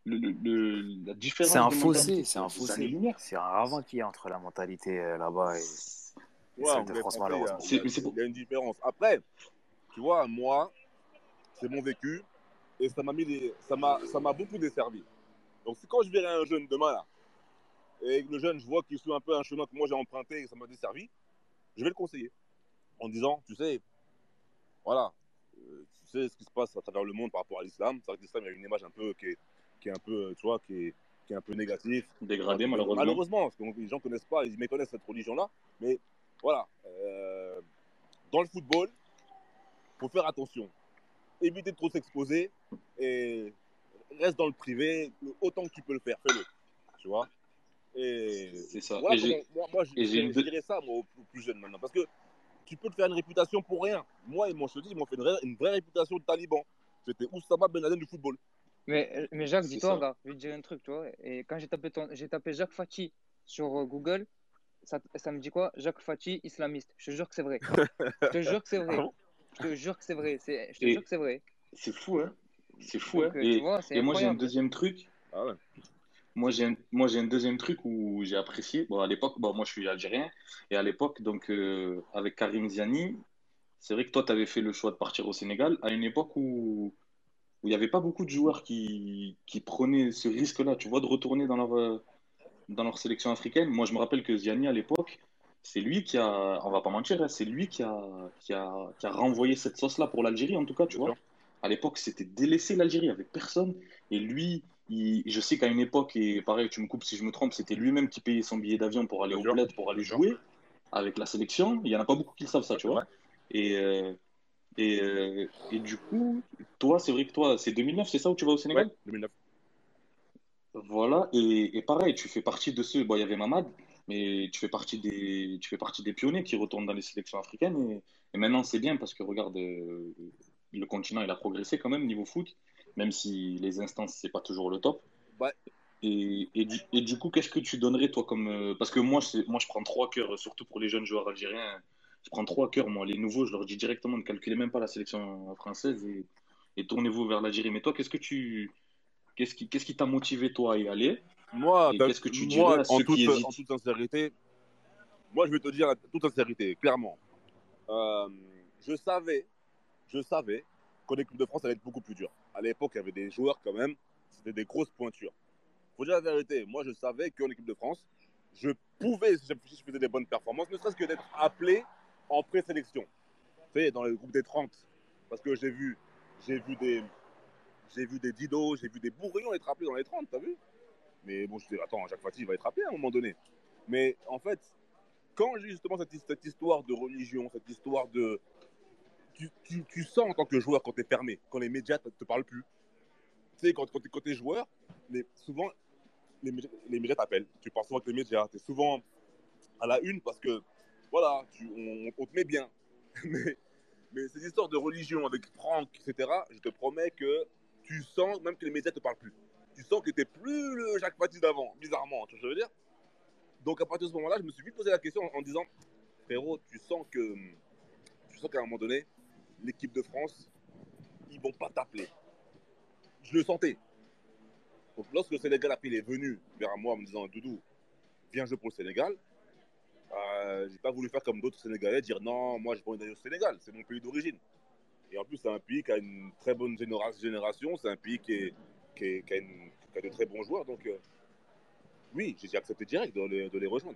la différence? C'est un fossé. C'est un ravin qu'il y a entre la mentalité là-bas et Ouais, C'est vrai que anglais, France, français, malheureusement. Mais c'est pour... il y a une différence. Après, tu vois, moi, c'est mon vécu et ça m'a beaucoup desservi. Donc, si quand je verrai un jeune demain, là, et que le jeune, je vois qu'il suit un peu un chemin que moi j'ai emprunté et que ça m'a desservi, je vais le conseiller en disant, tu sais, voilà, tu sais ce qui se passe à travers le monde par rapport à l'islam. C'est vrai que l'islam, il y a une image un peu qui est un peu, tu vois, qui est un peu négative. dégradé, malheureusement. Malheureusement, parce que les gens ne connaissent pas, ils méconnaissent cette religion-là. Mais voilà, dans le football, il faut faire attention. Éviter de trop s'exposer et reste dans le privé autant que tu peux le faire, fais-le. Tu vois. Et c'est ça. voilà, Et moi je dirais ça moi, aux plus jeunes maintenant. Parce que tu peux te faire une réputation pour rien. Moi, je te dis, ils m'ont fait une vraie réputation de taliban. J'étais Oussama Ben Laden du football. Mais Jacques, c'est dis-toi, ça. regarde, je vais te dire un truc, tu vois. Et quand j'ai tapé Jacques Fati sur Google, ça me dit quoi? Jacques Fati, islamiste. Je te jure que c'est vrai. Je te jure que c'est Ah vrai. bon? Je te jure que c'est vrai. Je te Et jure que c'est vrai. c'est fou, hein. C'est fou, hein. Donc, tu vois, c'est Et moi, j'ai un incroyable. deuxième truc. Ah ouais. Moi, j'ai un deuxième truc où j'ai apprécié. Bon, à l'époque, bon, moi, je suis algérien. Et à l'époque, donc, avec Karim Ziani, c'est vrai que toi, tu avais fait le choix de partir au Sénégal à une époque où il n'y avait pas beaucoup de joueurs qui prenaient ce risque-là, tu vois, de retourner dans leur sélection africaine. Moi, je me rappelle que Ziani, à l'époque, c'est lui qui a, on va pas mentir, hein, c'est lui qui a renvoyé cette sauce-là pour l'Algérie, en tout cas, tu Bien vois. sûr. À l'époque, c'était délaissé l'Algérie avec personne. Et lui, je sais qu'à une époque, et pareil, tu me coupes si je me trompe, c'était lui-même qui payait son billet d'avion pour aller Bien au sûr. bled, pour aller Bien sûr. jouer avec la sélection. Il n'y en a pas beaucoup qui le savent, ça, Ouais, tu c'est vrai. vois. Et, et du coup, toi, c'est vrai que toi, c'est 2009, c'est ça où tu vas au Ouais, Sénégal? 2009. Voilà, et pareil, tu fais partie de ceux, bon, il y avait Mamad, mais tu fais partie des pionniers qui retournent dans les sélections africaines. Et maintenant, c'est bien parce que regarde, le continent, il a progressé quand même niveau foot, même si les instances, c'est pas toujours le top. Ouais. Et du coup, qu'est-ce que tu donnerais, toi, comme. Parce que moi, je prends trois cœurs, surtout pour les jeunes joueurs algériens, je prends trois cœurs, moi, les nouveaux, je leur dis directement ne calculez même pas la sélection française et tournez-vous vers l'Algérie. Mais toi, qu'est-ce qui t'a motivé, toi, à y aller? Moi, Et qu'est-ce que tu dirais à en ceux qui toute hésitent? sincérité, moi, je vais te dire en toute sincérité, clairement. Euh, je savais qu'en équipe de France, ça allait être beaucoup plus dur. À l'époque, il y avait des joueurs quand même, c'était des grosses pointures. Faut dire la vérité, moi, je savais qu'en équipe de France, je pouvais, si je faisais des bonnes performances, ne serait-ce que d'être appelé en présélection. Tu sais, dans le groupe des 30. Parce que j'ai vu des Dido, j'ai vu des Bourillon être appelés dans les 30, t'as vu? Mais bon, je dis, attends, Jacques Fati va être appelé à un moment donné. Mais en fait, quand j'ai justement cette histoire de religion, cette histoire de. Tu sens en tant que joueur quand tu es fermé, quand les médias ne te parlent plus. Tu sais, quand tu es joueur, souvent, les médias t'appellent. Tu parles souvent avec les médias. Tu es souvent à la une parce que, voilà, on te met bien. mais ces histoires de religion avec Franck, etc., je te promets que tu sens même que les médias ne te parlent plus. Tu sens que tu n'es plus le Jacques Fati d'avant, bizarrement, tu vois ce que je veux dire? Donc à partir de ce moment-là, je me suis vite posé la question en disant, frérot, tu sens qu'à un moment donné, l'équipe de France, ils vont pas t'appeler. Je le sentais. Donc lorsque le Sénégal est venu vers moi en me disant, Doudou, viens jouer pour le Sénégal, j'ai pas voulu faire comme d'autres Sénégalais, dire non, moi j'ai pas envie d'aller au Sénégal, c'est mon pays d'origine. Et en plus, c'est un pays qui a une très bonne génération, c'est un pays qui a de très bons joueurs. Donc oui, j'ai accepté direct de les rejoindre.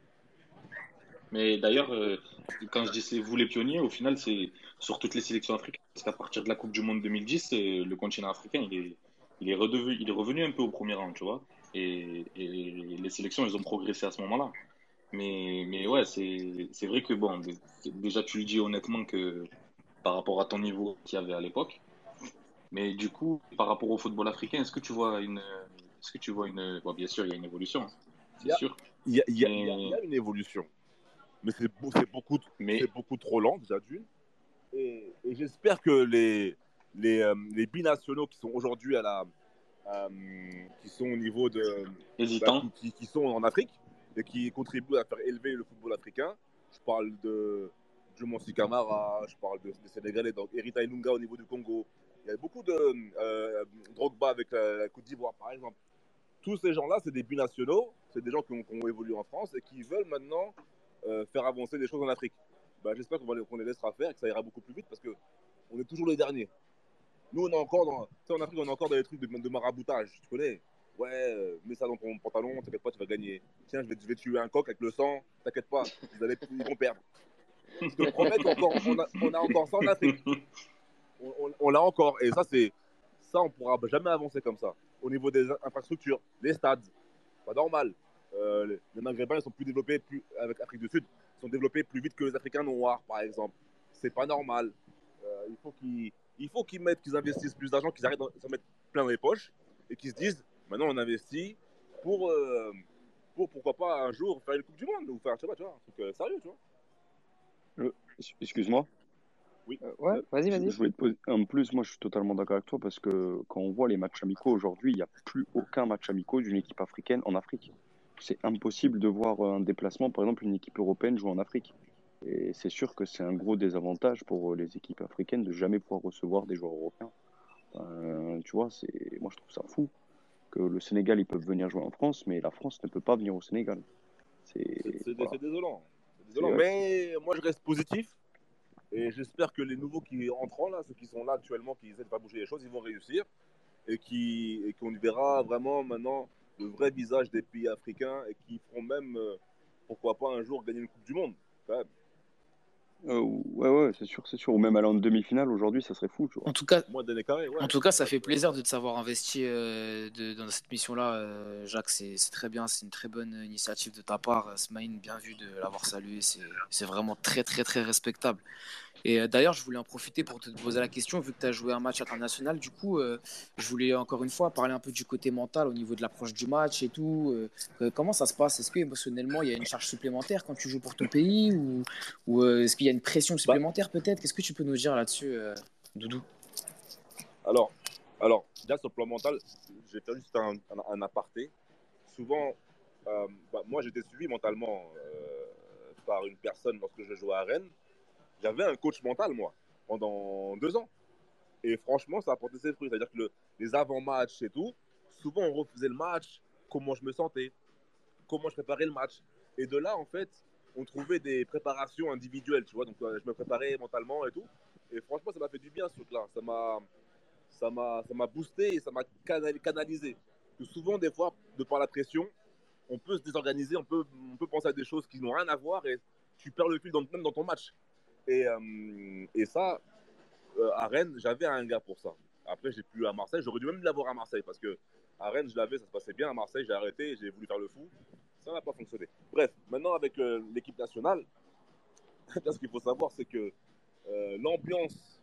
Mais d'ailleurs, quand je dis c'est vous les pionniers, au final, c'est sur toutes les sélections africaines. Parce qu'à partir de la Coupe du Monde 2010, le continent africain, il est revenu un peu au premier rang, tu vois. Et les sélections, elles ont progressé à ce moment-là. Mais ouais, c'est vrai que bon, déjà tu le dis honnêtement que par rapport à ton niveau qu'il y avait à l'époque. Mais du coup, par rapport au football africain, est-ce que tu vois une, bon, bien sûr, il y a une évolution, hein, Il c'est y a, sûr. il y Mais, a une évolution, mais c'est mais beaucoup trop lent déjà d'une. Et j'espère que les binationaux qui sont aujourd'hui qui sont au niveau hésitant. qui sont en Afrique et qui contribuent à faire élever le football africain. Je parle de Djomonsi Kamara, je parle des Sénégalais, donc Erita Ilunga au niveau du Congo. Il y a beaucoup de Drogba avec la Côte d'Ivoire, par exemple. Tous ces gens-là, c'est des binationaux, c'est des gens qui ont évolué en France et qui veulent maintenant faire avancer les choses en Afrique. Bah, j'espère qu'on les laissera faire et que ça ira beaucoup plus vite parce qu'on est toujours les derniers. Nous, on est encore en Afrique, on est encore dans les trucs de maraboutage, tu connais. Ouais, mets ça dans ton pantalon, t'inquiète pas, tu vas gagner. Tiens, je vais tuer un coq avec le sang, t'inquiète pas, ils vont perdre. Je te promets qu'on a encore ça en Afrique. On l'a encore. Et ça, on pourra jamais avancer comme ça. Au niveau des infrastructures, les stades, pas normal. Les Maghrébins, ils sont plus développés avec l'Afrique du Sud, ils sont développés plus vite que les Africains noirs, par exemple. C'est pas normal. Il faut qu'ils investissent plus d'argent, qu'ils arrêtent de s'en mettre plein dans les poches et qu'ils se disent maintenant on investit pour pourquoi pas un jour faire une Coupe du Monde ou faire, je sais pas, tu vois, un truc sérieux, tu vois. Excuse-moi. Oui. Ouais, vas-y. Je voulais te poser. En plus, moi, je suis totalement d'accord avec toi parce que quand on voit les matchs amicaux aujourd'hui, il n'y a plus aucun match amicaux d'une équipe africaine en Afrique. C'est impossible de voir un déplacement, par exemple, une équipe européenne jouer en Afrique. Et c'est sûr que c'est un gros désavantage pour les équipes africaines de jamais pouvoir recevoir des joueurs européens. Tu vois, moi, je trouve ça fou que le Sénégal, ils peuvent venir jouer en France, mais la France ne peut pas venir au Sénégal. C'est Voilà. désolant. Mais moi, je reste positif. Et j'espère que les nouveaux qui entrent là, ceux qui sont là actuellement, qui essaient de pas bouger les choses, ils vont réussir. Et qu'on verra vraiment maintenant le vrai visage des pays africains et qui feront même, pourquoi pas un jour, gagner une Coupe du Monde. Quand même. Ouais, c'est sûr. Ou même aller en demi-finale aujourd'hui, ça serait fou, tu vois. En tout cas, Moins d'années carrées, ouais. En tout cas, ça fait plaisir de te savoir investi dans cette mission-là, Jacques. C'est très bien, c'est une très bonne initiative de ta part. Smaïn, bien vu de l'avoir salué. C'est vraiment très, très, très respectable. Et d'ailleurs, je voulais en profiter pour te poser la question, vu que tu as joué un match international. Du coup, je voulais encore une fois parler un peu du côté mental au niveau de l'approche du match et tout. Comment ça se passe? Est-ce que émotionnellement, il y a une charge supplémentaire quand tu joues pour ton pays ou est-ce qu'il y a une pression supplémentaire peut-être? Qu'est-ce que tu peux nous dire là-dessus, Doudou? Alors, déjà sur le plan mental, je vais faire juste un aparté. Souvent, moi j'étais suivi mentalement par une personne lorsque je jouais à Rennes. J'avais un coach mental, moi, pendant 2 ans. Et franchement, ça a apporté ses fruits. C'est-à-dire que les avant-matchs et tout, souvent on refaisait le match, comment je me sentais, comment je préparais le match. Et de là, en fait, on trouvait des préparations individuelles, tu vois. Donc, je me préparais mentalement et tout. Et franchement, ça m'a fait du bien, ce truc-là. Ça m'a boosté et ça m'a canalisé. Que souvent, des fois, de par la pression, on peut se désorganiser, on peut penser à des choses qui n'ont rien à voir et tu perds le fil même dans ton match. Et ça, à Rennes, j'avais un gars pour ça. Après, j'ai plus à Marseille. J'aurais dû même l'avoir à Marseille parce que à Rennes, je l'avais, ça se passait bien. À Marseille, j'ai arrêté, j'ai voulu faire le fou. Ça n'a pas fonctionné. Bref, maintenant avec l'équipe nationale, ce qu'il faut savoir, c'est que l'ambiance,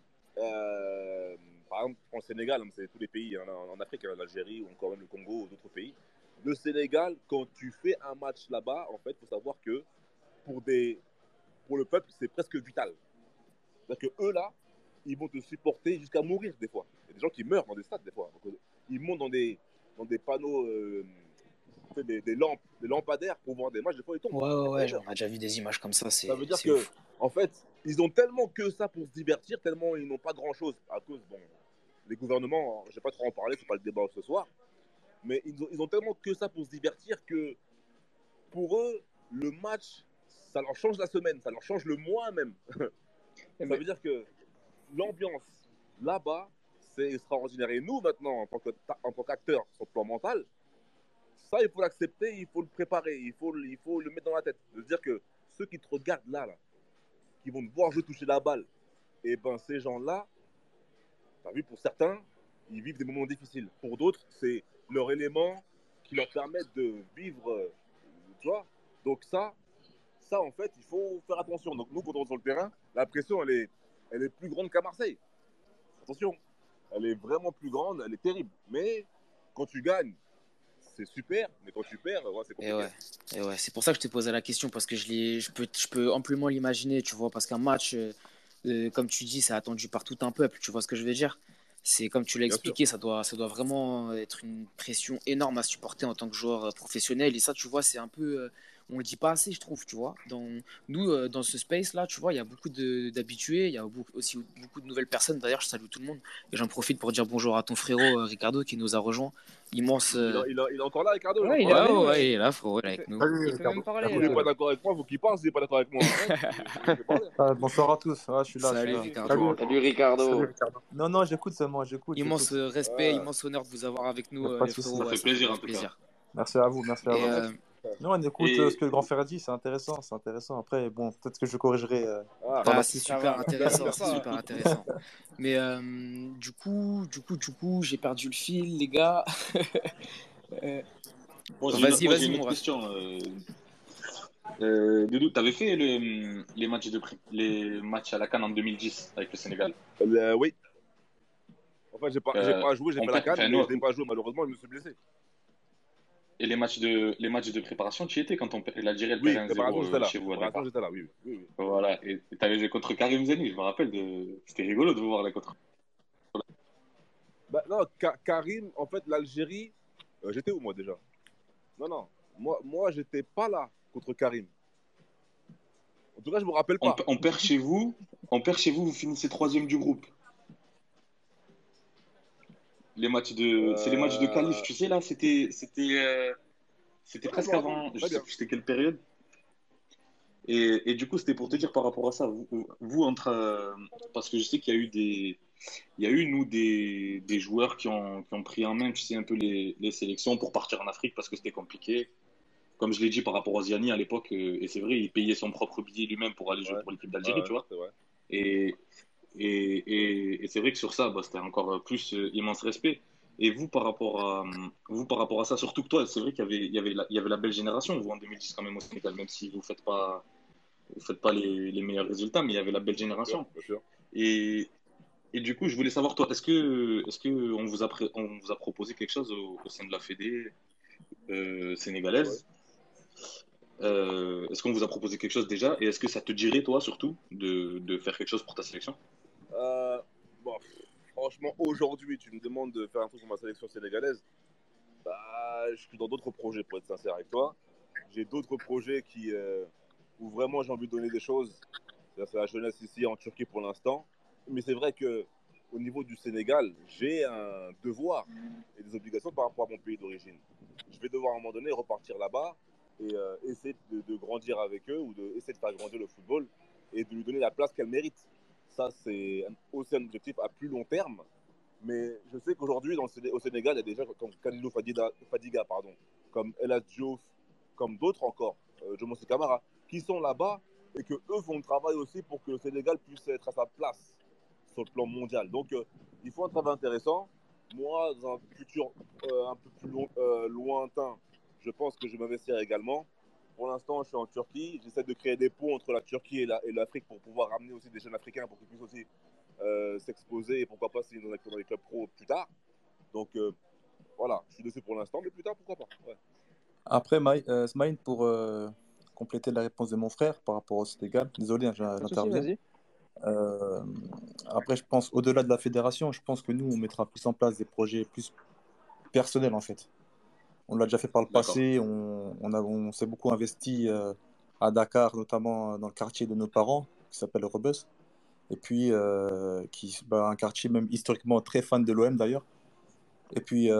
par exemple, en Sénégal, c'est tous les pays en Afrique, l'Algérie ou encore même le Congo ou d'autres pays. Le Sénégal, quand tu fais un match là-bas, en fait, il faut savoir que pour le peuple, c'est presque vital. C'est-à-dire qu'eux, là, ils vont te supporter jusqu'à mourir, des fois. Il y a des gens qui meurent dans des stades, des fois. Donc, ils montent dans des panneaux, des lampadaires pour voir des matchs. Des fois, ils tombent. Ouais, on a déjà vu des images comme ça. Ça veut dire que, en fait, ils ont tellement que ça pour se divertir, tellement ils n'ont pas grand-chose. À cause, les gouvernements, je ne vais pas trop en parler, c'est pas le débat ce soir. Mais ils ont tellement que ça pour se divertir que, pour eux, le match, ça leur change la semaine, ça leur change le mois même. Ça veut dire que l'ambiance là-bas, c'est extraordinaire. Et nous, maintenant, en tant qu'acteurs sur le plan mental, ça, il faut l'accepter, il faut le préparer, il faut le mettre dans la tête. De dire que ceux qui te regardent là, qui vont te voir jouer, toucher la balle, et ben ces gens-là, tu as vu, pour certains, ils vivent des moments difficiles. Pour d'autres, c'est leur élément qui leur permet de vivre, tu vois. Donc ça, en fait, il faut faire attention. Donc nous, quand on est sur le terrain, la pression, elle est plus grande qu'à Marseille. Attention, elle est vraiment plus grande, elle est terrible. Mais quand tu gagnes, c'est super. Mais quand tu perds, c'est compliqué. Et ouais, c'est pour ça que je t'ai posé la question, parce que je peux amplement l'imaginer, tu vois, parce qu'un match, comme tu dis, c'est attendu par tout un peuple, tu vois ce que je veux dire? C'est comme tu l'as expliqué, ça doit vraiment être une pression énorme à supporter en tant que joueur professionnel. Et ça, tu vois, c'est un peu on le dit pas assez, je trouve, tu vois. Dans ce space-là, tu vois, il y a beaucoup d'habitués, il y a aussi beaucoup de nouvelles personnes. D'ailleurs, je salue tout le monde. Et j'en profite pour dire bonjour à ton frérot Ricardo qui nous a rejoint. Immense. Il est encore là, Ricardo? Ouais, il est Ouais, avec nous, ouais, il ouais. est là, frérot, il est avec nous. Il peut même parler. Vous n'êtes pas d'accord avec moi, vous qui pensez, vous n'êtes pas d'accord avec moi. Je vais parler. Bonsoir à tous. Ouais, je suis là. Salut je suis là. Ricardo. Salut Ricardo. Non, j'écoute seulement, j'écoute. Immense j'écoute. respect, immense honneur de vous avoir avec nous, Pas de les soucis. frérots. Ça Ouais, fait plaisir, en tout cas. plaisir. Merci à vous, merci à Et, vous. Non, on écoute Et- ce que le grand frère a dit, c'est intéressant, c'est intéressant. Après, bon, peut-être que je corrigerai. c'est super intéressant, c'est super intéressant. Mais du coup, j'ai perdu le fil, les gars. Moi, Vas-y, j'ai vas-y, une mon autre ref. question. Doudou, tu avais fait les matchs à la CAN en 2010 avec le Sénégal. Oui. En fait, j'ai pas joué, j'ai fait la CAN, mais je n'ai pas joué, malheureusement, je me suis blessé. Et les matchs de préparation, tu y étais quand l'Algérie elle Oui, perdait préparation, 1-0 j'étais là. chez vous à Préparation, Dakar. j'étais là, oui. Voilà, et tu avais joué contre Karim Zeni, je me rappelle. C'était rigolo de vous voir là contre. Bah, non, Karim, en fait, l'Algérie, j'étais où moi déjà? Non, moi j'étais pas là contre Karim. En tout cas, je me rappelle pas. On perd chez vous, vous finissez 3e du groupe. C'est les matchs de qualif, tu sais là, c'était presque bon, avant, je très sais bien. plus c'était quelle période. Et du coup, c'était pour te dire par rapport à ça, vous parce que je sais qu'il y a eu nous des joueurs qui ont pris en main, tu sais, un peu les sélections pour partir en Afrique parce que c'était compliqué. Comme je l'ai dit par rapport à Ziani à l'époque, et c'est vrai, il payait son propre billet lui-même pour aller jouer pour l'équipe d'Algérie, tu vois. C'est vrai. Et c'est vrai que sur ça, c'était encore plus immense respect. Et vous, par rapport à ça, surtout que toi, c'est vrai qu'il y avait la belle génération, vous en 2010 quand même au Sénégal, même si vous faites pas les meilleurs résultats, mais il y avait la belle génération. Bien sûr. Et du coup, je voulais savoir, toi, est-ce que on vous a proposé quelque chose au sein de la Fédé sénégalaise? Est-ce qu'on vous a proposé quelque chose déjà? Et est-ce que ça te dirait, toi, surtout, de faire quelque chose pour ta sélection? Bon, franchement, aujourd'hui, tu me demandes de faire un truc pour ma sélection sénégalaise. Bah, je suis dans d'autres projets, pour être sincère avec toi. J'ai d'autres projets où vraiment j'ai envie de donner des choses. C'est la jeunesse ici en Turquie pour l'instant. Mais c'est vrai que au niveau du Sénégal, j'ai un devoir et des obligations par rapport à mon pays d'origine. Je vais devoir à un moment donné repartir là-bas et essayer de grandir avec eux ou essayer de faire grandir le football et de lui donner la place qu'elle mérite. Ça, c'est aussi un objectif à plus long terme. Mais je sais qu'aujourd'hui, au Sénégal, il y a des gens comme Kalilou Fadiga, comme El Hadji Diouf, comme d'autres encore, Jomo Camara, qui sont là-bas et que eux font le travail aussi pour que le Sénégal puisse être à sa place sur le plan mondial. Donc, il faut un travail intéressant. Moi, dans un futur un peu plus lointain, je pense que je vais m'investir également. Pour l'instant, je suis en Turquie. J'essaie de créer des ponts entre la Turquie et l'Afrique pour pouvoir ramener aussi des jeunes Africains pour qu'ils puissent aussi s'exposer et pourquoi pas signer dans les clubs pro plus tard. Donc, voilà, je suis dessus pour l'instant, mais plus tard, pourquoi pas. Ouais. Après, Smaïn, pour compléter la réponse de mon frère par rapport au Sénégal, désolé, j'interviens. Vas-y. Après, je pense, au-delà de la fédération, je pense que nous, on mettra plus en place des projets plus personnels, en fait. On l'a déjà fait par le passé, on s'est beaucoup investi à Dakar, notamment dans le quartier de nos parents, qui s'appelle Rebus, et puis un quartier même historiquement très fan de l'OM d'ailleurs. Et puis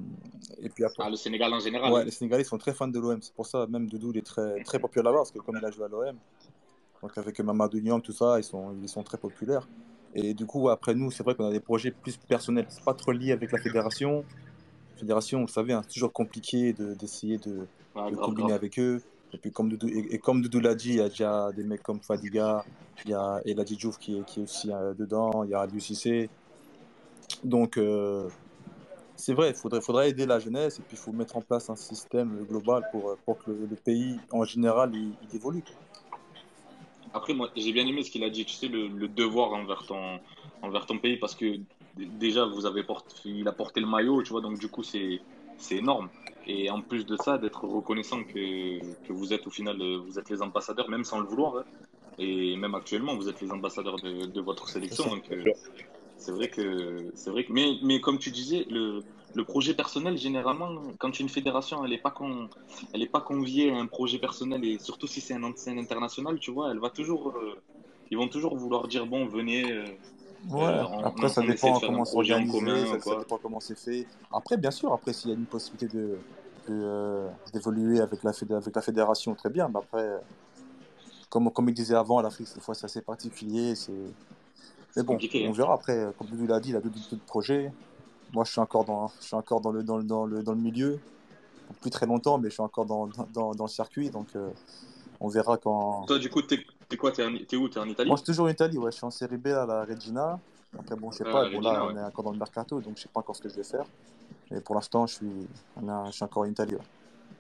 après, le Sénégal en général. Ouais, les Sénégalais sont très fans de l'OM, c'est pour ça même Doudou il est très, très populaire là-bas, parce que comme il a joué à l'OM, donc avec Mamadou Niang, tout ça, ils sont très populaires. Et du coup, après nous, c'est vrai qu'on a des projets plus personnels, c'est pas trop lié avec la fédération. Fédération, vous savez, hein, c'est toujours compliqué d'essayer de combiner avec eux. Et puis comme Doudou l'a dit, il y a déjà des mecs comme Fadiga, il y a El Hadji Diouf qui est aussi dedans, il y a Aliou Cissé. Donc c'est vrai, il faudrait aider la jeunesse et puis il faut mettre en place un système global pour que le pays en général il évolue. Après, moi, j'ai bien aimé ce qu'il a dit, tu sais, le devoir envers ton pays, parce que déjà, il a porté le maillot, tu vois, donc du coup, c'est énorme. Et en plus de ça, d'être reconnaissant que vous êtes au final, vous êtes les ambassadeurs, même sans le vouloir, hein. Et même actuellement, vous êtes les ambassadeurs de votre sélection. Donc, c'est vrai que, mais comme tu disais, le projet personnel, généralement, quand une fédération, elle est pas conviée à un projet personnel, et surtout si c'est un international, tu vois, ils vont toujours vouloir dire, bon, venez, Ouais, après ça on essaie de dépend faire un comment c'est projet en organisé, commun, ça quoi. dépend comment c'est fait. Après, bien sûr, après s'il y a une possibilité d'évoluer avec avec la fédération, très bien. Mais après, comme il disait avant, l'Afrique, cette fois, c'est assez particulier. Mais C'est bon, compliqué, on hein. verra après. Comme Doudou l'a dit, il a d'autres projets. Moi, je suis encore dans le milieu. Plus très longtemps, mais je suis encore dans le circuit. Donc, on verra quand. Toi, du coup, t'es quoi? T'es où? T'es en Moi, Italie? je suis toujours en Italie. Ouais, je suis en Série B à la Regina. Après, bon, je sais Ah, pas. la Bon, là, Regina, on ouais. est encore dans le mercato, donc je sais pas encore ce que je vais faire. Mais pour l'instant, je suis encore en Italie. Ouais,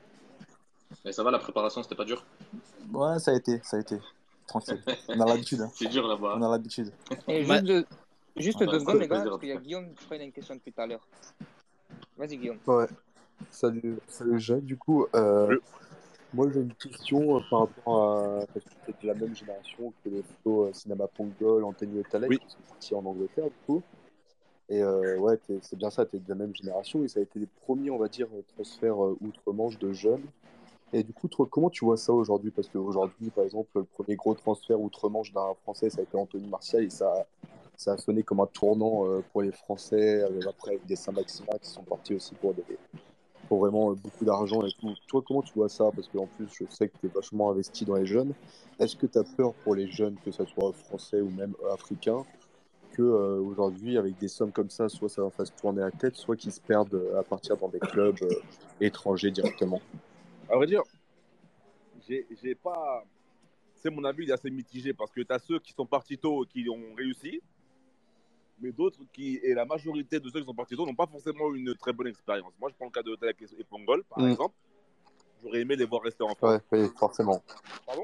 Et ça va, la préparation, c'était pas dur? ouais, ça a été. Tranquille. On a l'habitude, hein. C'est dur On là-bas. a l'habitude. Et Ma- juste Ouais, deux ça secondes, fait les gars, plaisir parce en tout qu'il y a cas. Guillaume, je crois, il a une question depuis tout à l'heure. Vas-y, Guillaume. Ouais, salut Jacques. Du coup, moi j'ai une question par rapport à. Parce que tu es de la même génération que les Flo Sinama Pongol, Anthony Otalek, Oui. qui sont partis en Angleterre, du coup. Et ouais, c'est bien ça, tu es de la même génération. Et ça a été les premiers, on va dire, transferts outre-Manche de jeunes. Et du coup, toi, comment tu vois ça aujourd'hui? Parce qu'aujourd'hui, par exemple, le premier gros transfert outre-Manche d'un Français, ça a été Anthony Martial. Et ça a sonné comme un tournant pour les Français, après avec des Saint-Maximin qui sont partis aussi pour vraiment beaucoup d'argent et tout. Toi, comment tu vois ça? Parce qu'en plus, je sais que tu es vachement investi dans les jeunes. Est-ce que tu as peur pour les jeunes, que ce soit français ou même africains, que aujourd'hui, avec des sommes comme ça, soit ça leur fasse tourner la tête, soit qu'ils se perdent à partir dans des clubs étrangers directement? À vrai dire, j'ai pas. C'est mon avis, il est assez mitigé parce que tu as ceux qui sont partis tôt et qui ont réussi, mais d'autres et la majorité de ceux qui sont partis tôt n'ont pas forcément une très bonne expérience. Moi, je prends le cas de Otalek et Pongol, par exemple. J'aurais aimé les voir rester en France. Ouais, oui, forcément. Pardon?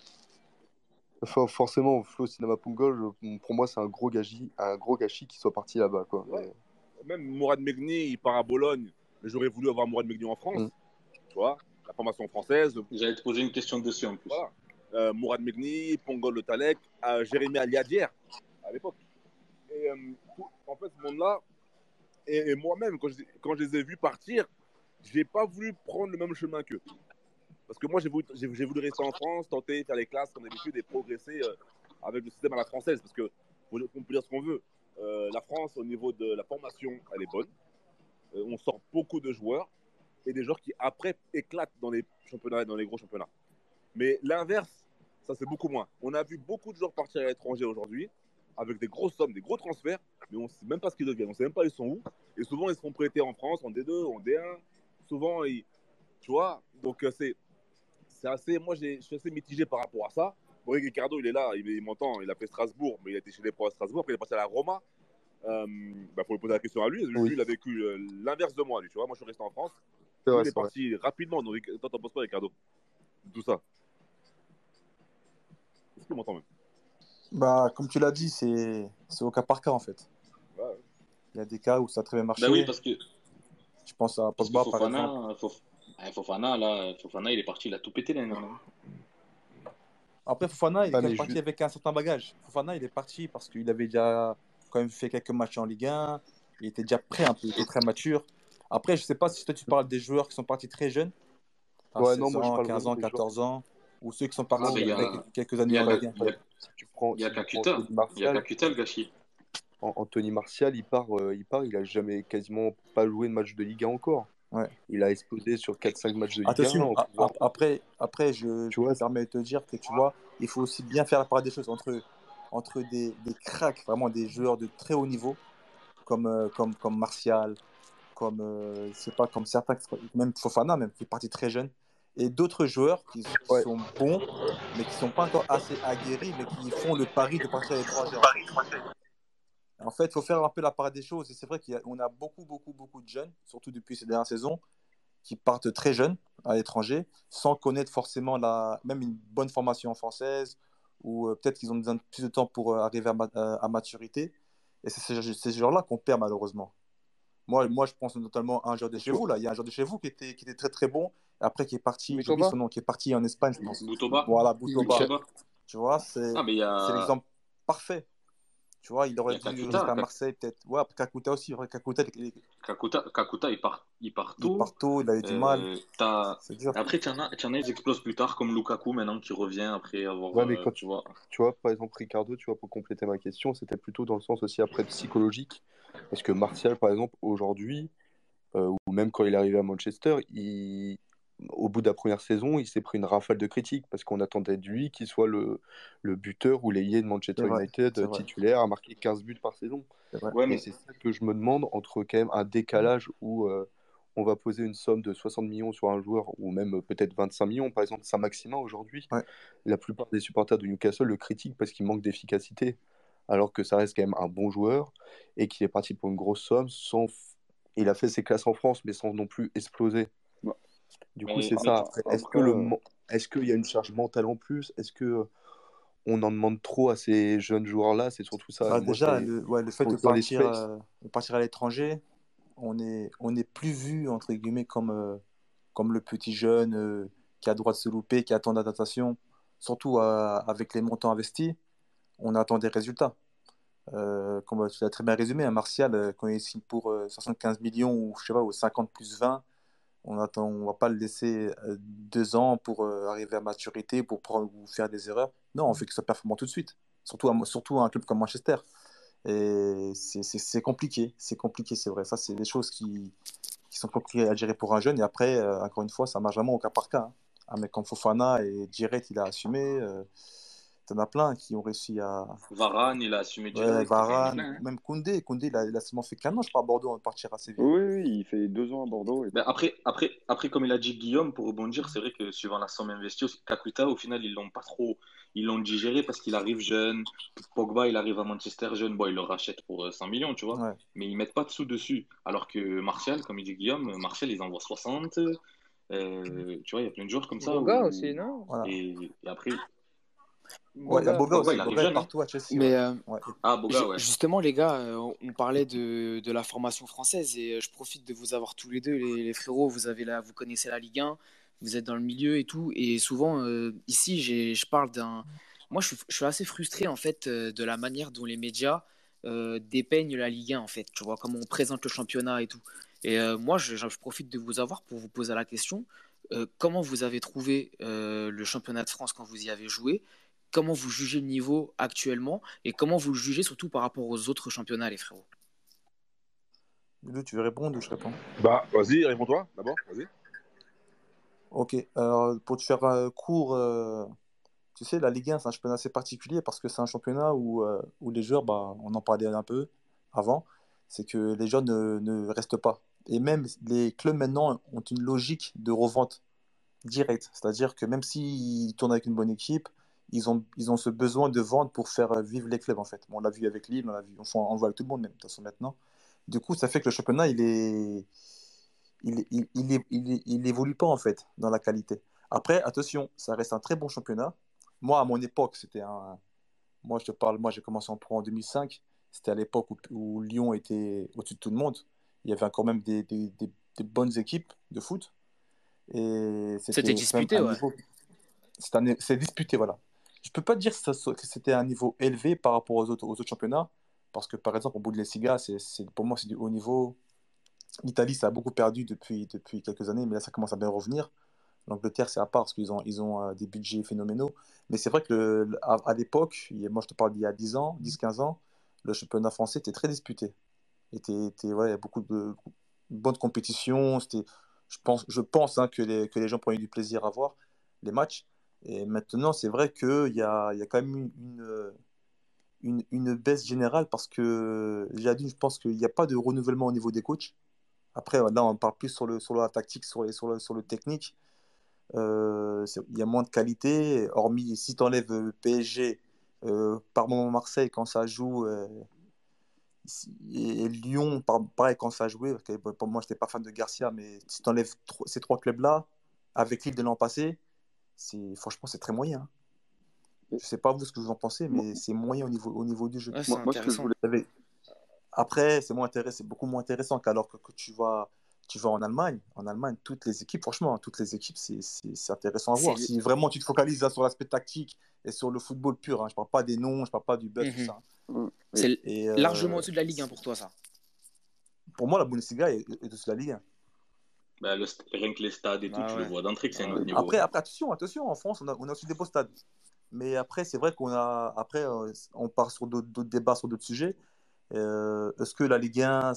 Forcément, Flo Cinema Pongol, pour moi, c'est un gros gâchis qu'il soit parti là-bas, quoi. Ouais. Même Mourad Megni, il part à Bologne, mais j'aurais voulu avoir Mourad Megni en France. Tu vois, la formation française. J'allais te poser une question dessus en plus. Voilà. Mourad Megni, Pongol Otalek, Jérémy Aliadière à l'époque. Et en fait, ce monde-là, et moi-même, quand je les ai vus partir, j'ai pas voulu prendre le même chemin qu'eux. Parce que moi, j'ai voulu rester en France, tenter, faire les classes comme d'habitude et progresser avec le système à la française. Parce que, on peut dire ce qu'on veut, la France, au niveau de la formation, elle est bonne. On sort beaucoup de joueurs et des joueurs qui, après, éclatent dans les championnats, dans les gros championnats. Mais l'inverse, ça, c'est beaucoup moins. On a vu beaucoup de joueurs partir à l'étranger aujourd'hui avec des grosses sommes, des gros transferts, mais on ne sait même pas ce qu'ils deviennent. On ne sait même pas ils sont où. Et souvent, ils se font prêter en France, en D2, en D1. Souvent, tu vois, donc c'est assez. Moi, je suis assez mitigé par rapport à ça. Bon, Ricardo, il est là, il m'entend, il a fait Strasbourg, mais il a été chez les pros à Strasbourg, après il est passé à la Roma. Faut lui poser la question à lui. Lui, il a vécu l'inverse de moi, lui, tu vois. Moi, je suis resté en France. Lui, il est parti rapidement. Donc, toi, t'en penses quoi, Ricardo? Tout ça. Est-ce qu'il m'entend même? Bah, comme tu l'as dit, c'est au cas par cas en fait. Ouais. Il y a des cas où ça a très bien marché. Bah oui, parce que. Je pense à Pogba par exemple. Fofana, il est parti, il a tout pété l'année dernière. Après, Fofana, il est quand même parti avec un certain bagage. Fofana, il est parti parce qu'il avait déjà quand même fait quelques matchs en Ligue 1. Il était déjà prêt un peu, il était très mature. Après, je ne sais pas si toi tu parles des joueurs qui sont partis très jeunes. Ouais, 16 non, moi je ans, parle 15 ans, 14 ans. Ou ceux qui sont partis avec quelques années en Ligue 1. Il y a qu'Acutel, Gâchis. Anthony Martial, il a jamais quasiment pas joué de match de Ligue 1 encore. Ouais. Il a explosé sur 4-5 matchs de Ligue 1. Attention, après, je me permets de te dire que tu vois, il faut aussi bien faire la part des choses entre des cracks, vraiment des joueurs de très haut niveau, comme Martial, comme certains, même Fofana, même, qui est parti très jeune, et d'autres joueurs qui sont bons, mais qui ne sont pas encore assez aguerris, mais qui font le pari de partir à l'étranger. En fait, il faut faire un peu la part des choses. Et c'est vrai qu'on a beaucoup de jeunes, surtout depuis ces dernières saisons, qui partent très jeunes à l'étranger, sans connaître forcément même une bonne formation française, ou peut-être qu'ils ont besoin de plus de temps pour arriver à maturité. Et c'est ces joueurs-là qu'on perd malheureusement. Moi, je pense notamment à un joueur de chez vous. Là. Il y a un joueur de chez vous qui était très très bon, et après qui est parti, j'oublie son nom, qui est parti en Espagne, je pense. Boutoba. Voilà, Boutoba. Tu vois, c'est l'exemple parfait. Tu vois, il Il y aurait a dû Kakuta. rester à Marseille, peut-être. Ouais, Kakuta aussi. Vrai, Kakuta, il part il part tôt. tôt, il avait du mal. C'est dur. Après, tu en as, ils explosent plus tard, comme Lukaku maintenant qui revient après avoir, Ouais, mais tu vois. tu vois, par exemple, Ricardo, tu vois, pour compléter ma question, c'était plutôt dans le sens aussi après psychologique. Parce que Martial, par exemple, aujourd'hui, ou même quand il est arrivé à Manchester, au bout de la première saison, il s'est pris une rafale de critiques parce qu'on attendait de lui qu'il soit le buteur ou l'ailier de Manchester United C'est vrai, titulaire à marquer 15 buts par saison. c'est vrai. Ouais, Et mais c'est ça que je me demande entre quand même un décalage où on va poser une somme de 60 millions sur un joueur ou même peut-être 25 millions. Par exemple, Saint-Maximin aujourd'hui, Ouais. la plupart des supporters de Newcastle le critiquent parce qu'il manque d'efficacité, alors que ça reste quand même un bon joueur et qu'il est parti pour une grosse somme sans. Il a fait ses classes en France, mais sans non plus exploser. Non. Du coup, mais, c'est mais ça. tu- Après, Après, est-ce qu'il y a une charge mentale en plus? Est-ce que on en demande trop à ces jeunes joueurs-là? C'est surtout ça. Bah, Moi, déjà, c'est le fait dans les Space. de partir à l'étranger, on est plus vu, entre guillemets, comme le petit jeune qui a droit de se louper, qui attend d'adaptation. Surtout avec les montants investis, on attend des résultats. Comme tu l'as très bien résumé, un Martial, quand il signe pour 75 millions ou, je sais pas, ou 50 plus 20, on va pas le laisser 2 ans pour arriver à maturité, pour prendre ou faire des erreurs. Non, on fait qu'il soit performant tout de suite. Surtout à un club comme Manchester. Et c'est compliqué. C'est compliqué, c'est vrai. Ça, c'est des choses qui sont compliquées à gérer pour un jeune. Et après, encore une fois, ça marche vraiment au cas par cas, hein. Un mec comme Fofana et Djiret, il a assumé. T'en as plein qui ont réussi à. Varane, il a assumé Ouais, direct. Enfin, il y en a Varane, plein, hein. même Koundé, il a seulement fait qu'un an, je crois, à Bordeaux avant de partir à Séville. oui, oui, il fait 2 ans à Bordeaux. Ben après, comme il a dit Guillaume, pour rebondir, c'est vrai que suivant la somme investie, Kakuta, au final, ils l'ont pas trop, ils l'ont digéré parce qu'il arrive jeune. Pogba, il arrive à Manchester jeune. Bon, ils le rachètent pour 100 millions, tu vois. Ouais. Mais ils mettent pas de sous dessus. Alors que Martial, comme il dit Guillaume, Martial, ils envoient 60. Tu vois, il y a plein de joueurs comme ça Boga aussi, non? Voilà. et après, Ouais, il y a Boga. Boga Pogba, aussi. il arrive Boga est jeune, hein. partout à Chelsea. Mais Ouais. Ouais. Ah, Boga, ouais. justement, les gars, on parlait de la formation française et je profite de vous avoir tous les deux, les frérots. Vous connaissez la Ligue 1, vous êtes dans le milieu et tout. Et souvent, ici, je parle d'un. Moi, je suis assez frustré en fait de la manière dont les médias dépeignent la Ligue 1 en fait. Tu vois, comment on présente le championnat et tout. Et moi, je profite de vous avoir pour vous poser la question. Comment vous avez trouvé le championnat de France quand vous y avez joué? Comment vous jugez le niveau actuellement et comment vous le jugez surtout par rapport aux autres championnats, les frérots? Lulu, tu veux répondre ou je réponds? Bah, vas-y, réponds-toi d'abord. Vas-y. Ok, alors pour te faire court, tu sais, la Ligue 1, c'est un championnat assez particulier parce que c'est un championnat où les joueurs, bah, on en parlait un peu avant, c'est que les joueurs ne restent pas. Et même les clubs maintenant ont une logique de revente directe. C'est-à-dire que même s'ils tournent avec une bonne équipe, ils ont ce besoin de vendre pour faire vivre les clubs en fait. Bon, on l'a vu avec Lille, on l'a vu, enfin, on le voit avec tout le monde même, de toute façon maintenant. Du coup, ça fait que le championnat, il évolue pas en fait dans la qualité. Après, attention, ça reste un très bon championnat. Moi, à mon époque, moi, je te parle, moi, j'ai commencé en pro en 2005. C'était à l'époque où Lyon était au-dessus de tout le monde. Il y avait quand même des bonnes équipes de foot. Et C'était c'était quand même disputé, un ouais. niveau. C'est disputé, voilà. Je peux pas dire que c'était un niveau élevé par rapport aux autres championnats. Parce que, par exemple, au Bundesliga, pour moi, c'est du haut niveau. L'Italie, ça a beaucoup perdu depuis quelques années, mais là, ça commence à bien revenir. L'Angleterre, c'est à part parce qu'ils ont des budgets phénoménaux. Mais c'est vrai que à l'époque, moi je te parle d'il y a 10 ans, 10-15 ans, le championnat français était très disputé. Ouais, il y a beaucoup de bonnes compétitions. Je pense hein, que les gens prenaient du plaisir à voir les matchs. Et maintenant, c'est vrai qu'il y a quand même une baisse générale parce que, je pense qu'il n'y a pas de renouvellement au niveau des coachs. Après, là, on parle plus sur la tactique, sur le technique. Il y a moins de qualité, hormis si tu enlèves PSG, par moment Marseille quand ça joue, et Lyon, pareil quand ça jouait, parce que bon, pour moi, je n'étais pas fan de Garcia, mais si tu enlèves ces trois clubs-là, avec Lille de l'an passé, franchement, c'est très moyen, hein. Je ne sais pas vous ce que vous en pensez, Moi, mais c'est moyen au niveau du jeu. Ouais, c'est moi, ce que je intéressant. voulais. Après, c'est beaucoup moins intéressant qu'alors que tu vas tu vas en Allemagne, toutes les équipes, franchement, toutes les équipes, c'est intéressant à C'est voir. Si vraiment tu te focalises là, sur l'aspect tactique et sur le football pur, hein, je parle pas des noms, je parle pas du buzz, tout Mhm. ça. C'est Et largement au-dessus de la Ligue 1 pour toi, ça. pour moi, la Bundesliga est au-dessus de la Ligue 1. Bah, rien que les stades et tout, Bah tu le ouais. vois d'entrée que c'est un autre Ouais. niveau. Après, attention, en France, on a aussi des beaux stades. Mais après, c'est vrai on part sur d'autres débats sur d'autres sujets. Est-ce que la Ligue 1,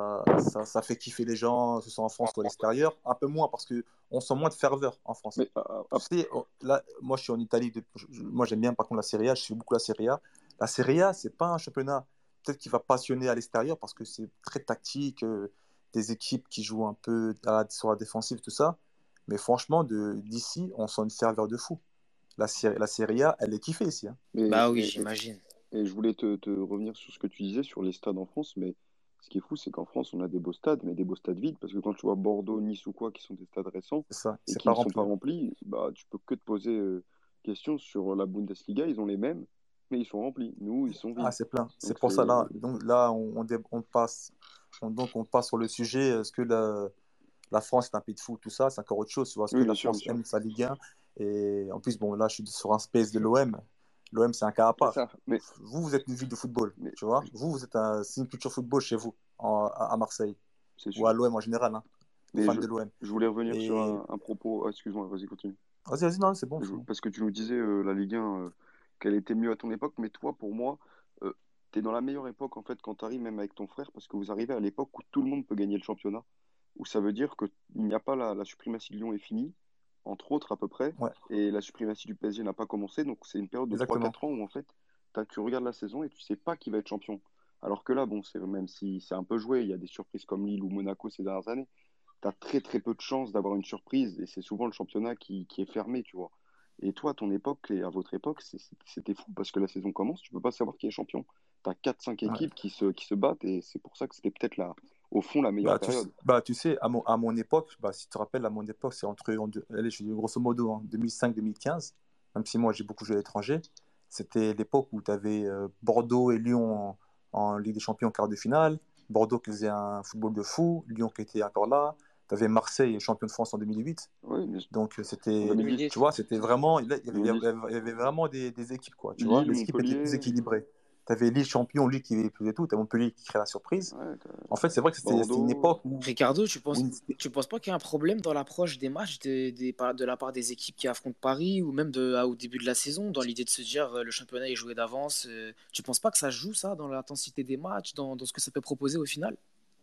ça fait kiffer les gens, que ce soit en France ou à l'extérieur? Un peu moins, parce qu'on sent moins de ferveur en France. Mais Tu sais, là, moi, je suis en Italie. Moi, j'aime bien, par contre, la Serie A. Je suis beaucoup la Serie A. La Serie A, c'est pas un championnat peut-être qui va passionner à l'extérieur parce que c'est très tactique, des équipes qui jouent un peu sur la défensive, tout ça. Mais franchement, d'ici, on sent une ferveur de fou. La Serie A, elle est kiffée ici, hein. Bah oui, j'imagine. Et je voulais te revenir sur ce que tu disais sur les stades en France, mais ce qui est fou, c'est qu'en France, on a des beaux stades, mais des beaux stades vides, parce que quand tu vois Bordeaux, Nice ou quoi, qui sont des stades récents C'est ça, et c'est qui pas ne sont pas rempli. remplis, bah, tu peux que te poser question sur la Bundesliga, ils ont les mêmes, mais ils sont remplis. Nous, ils sont Ah, vides. c'est plein. C'est Donc pour ça, là, c'est... donc, là on passe, on passe sur le sujet, est-ce que la France est un pays de foot, tout ça, c'est encore autre chose. Tu vois, est-ce que Oui, la bien France sûr. aime sa Ligue 1? Et en plus, bon, là, je suis sur un space de l'OM. L'OM, c'est un cas à C'est part. ça. Mais, Vous êtes une ville de football, mais tu vois. C'est une culture football chez vous, à Marseille, c'est ou à sûr. l'OM en général, hein, les Mais fans de l'OM. je voulais revenir sur Et un propos. Ah, excuse-moi, vas-y, continue. vas-y, non, c'est bon, c'est bon. Parce que tu nous disais, la Ligue 1, qu'elle était mieux à ton époque, mais toi, pour moi, tu es dans la meilleure époque, en fait, quand tu arrives même avec ton frère, parce que vous arrivez à l'époque où tout le monde peut gagner le championnat, où ça veut dire qu'il n'y a pas la suprématie de Lyon est finie, entre autres à peu près, Ouais, et la suprématie du PSG n'a pas commencé, donc c'est une période de exactement. 3-4 ans où, en fait, tu regardes la saison et tu sais pas qui va être champion. Alors que là, bon, même si c'est un peu joué, il y a des surprises comme Lille ou Monaco ces dernières années, tu as très très peu de chances d'avoir une surprise, et c'est souvent le championnat qui est fermé, tu vois. Et toi, à ton époque et à votre époque, c'était fou parce que la saison commence, tu peux pas savoir qui est champion. Tu as 4-5 Ouais. équipes qui se battent et c'est pour ça que c'était peut-être au fond la meilleure période. Tu sais, à mon époque, si tu te rappelles, à mon époque, c'est allez, je dis grosso modo, hein, 2005-2015, même si moi j'ai beaucoup joué à l'étranger, c'était l'époque où tu avais Bordeaux et Lyon en Ligue des Champions en quart de finale, Bordeaux qui faisait un football de fou, Lyon qui était encore là, tu avais Marseille champion de France en 2008. Oui, mais Donc en c'était, 2010, tu vois, c'était vraiment, il y 2010, avait vraiment des équipes, quoi, tu vois, Lille, les équipes étaient plus Montpellier, équilibrées. Tu avais Lille champion, Lille qui faisait tout, tu as Montpellier qui crée la surprise. ouais, En fait, c'est vrai que c'était une Bordeaux. époque où, Ricardo, où tu penses pas qu'il y a un problème dans l'approche des matchs de la part des équipes qui affrontent Paris ou même au début de la saison, dans l'idée de se dire le championnat est joué d'avance. Tu penses pas que ça joue ça dans l'intensité des matchs, dans ce que ça peut proposer au final?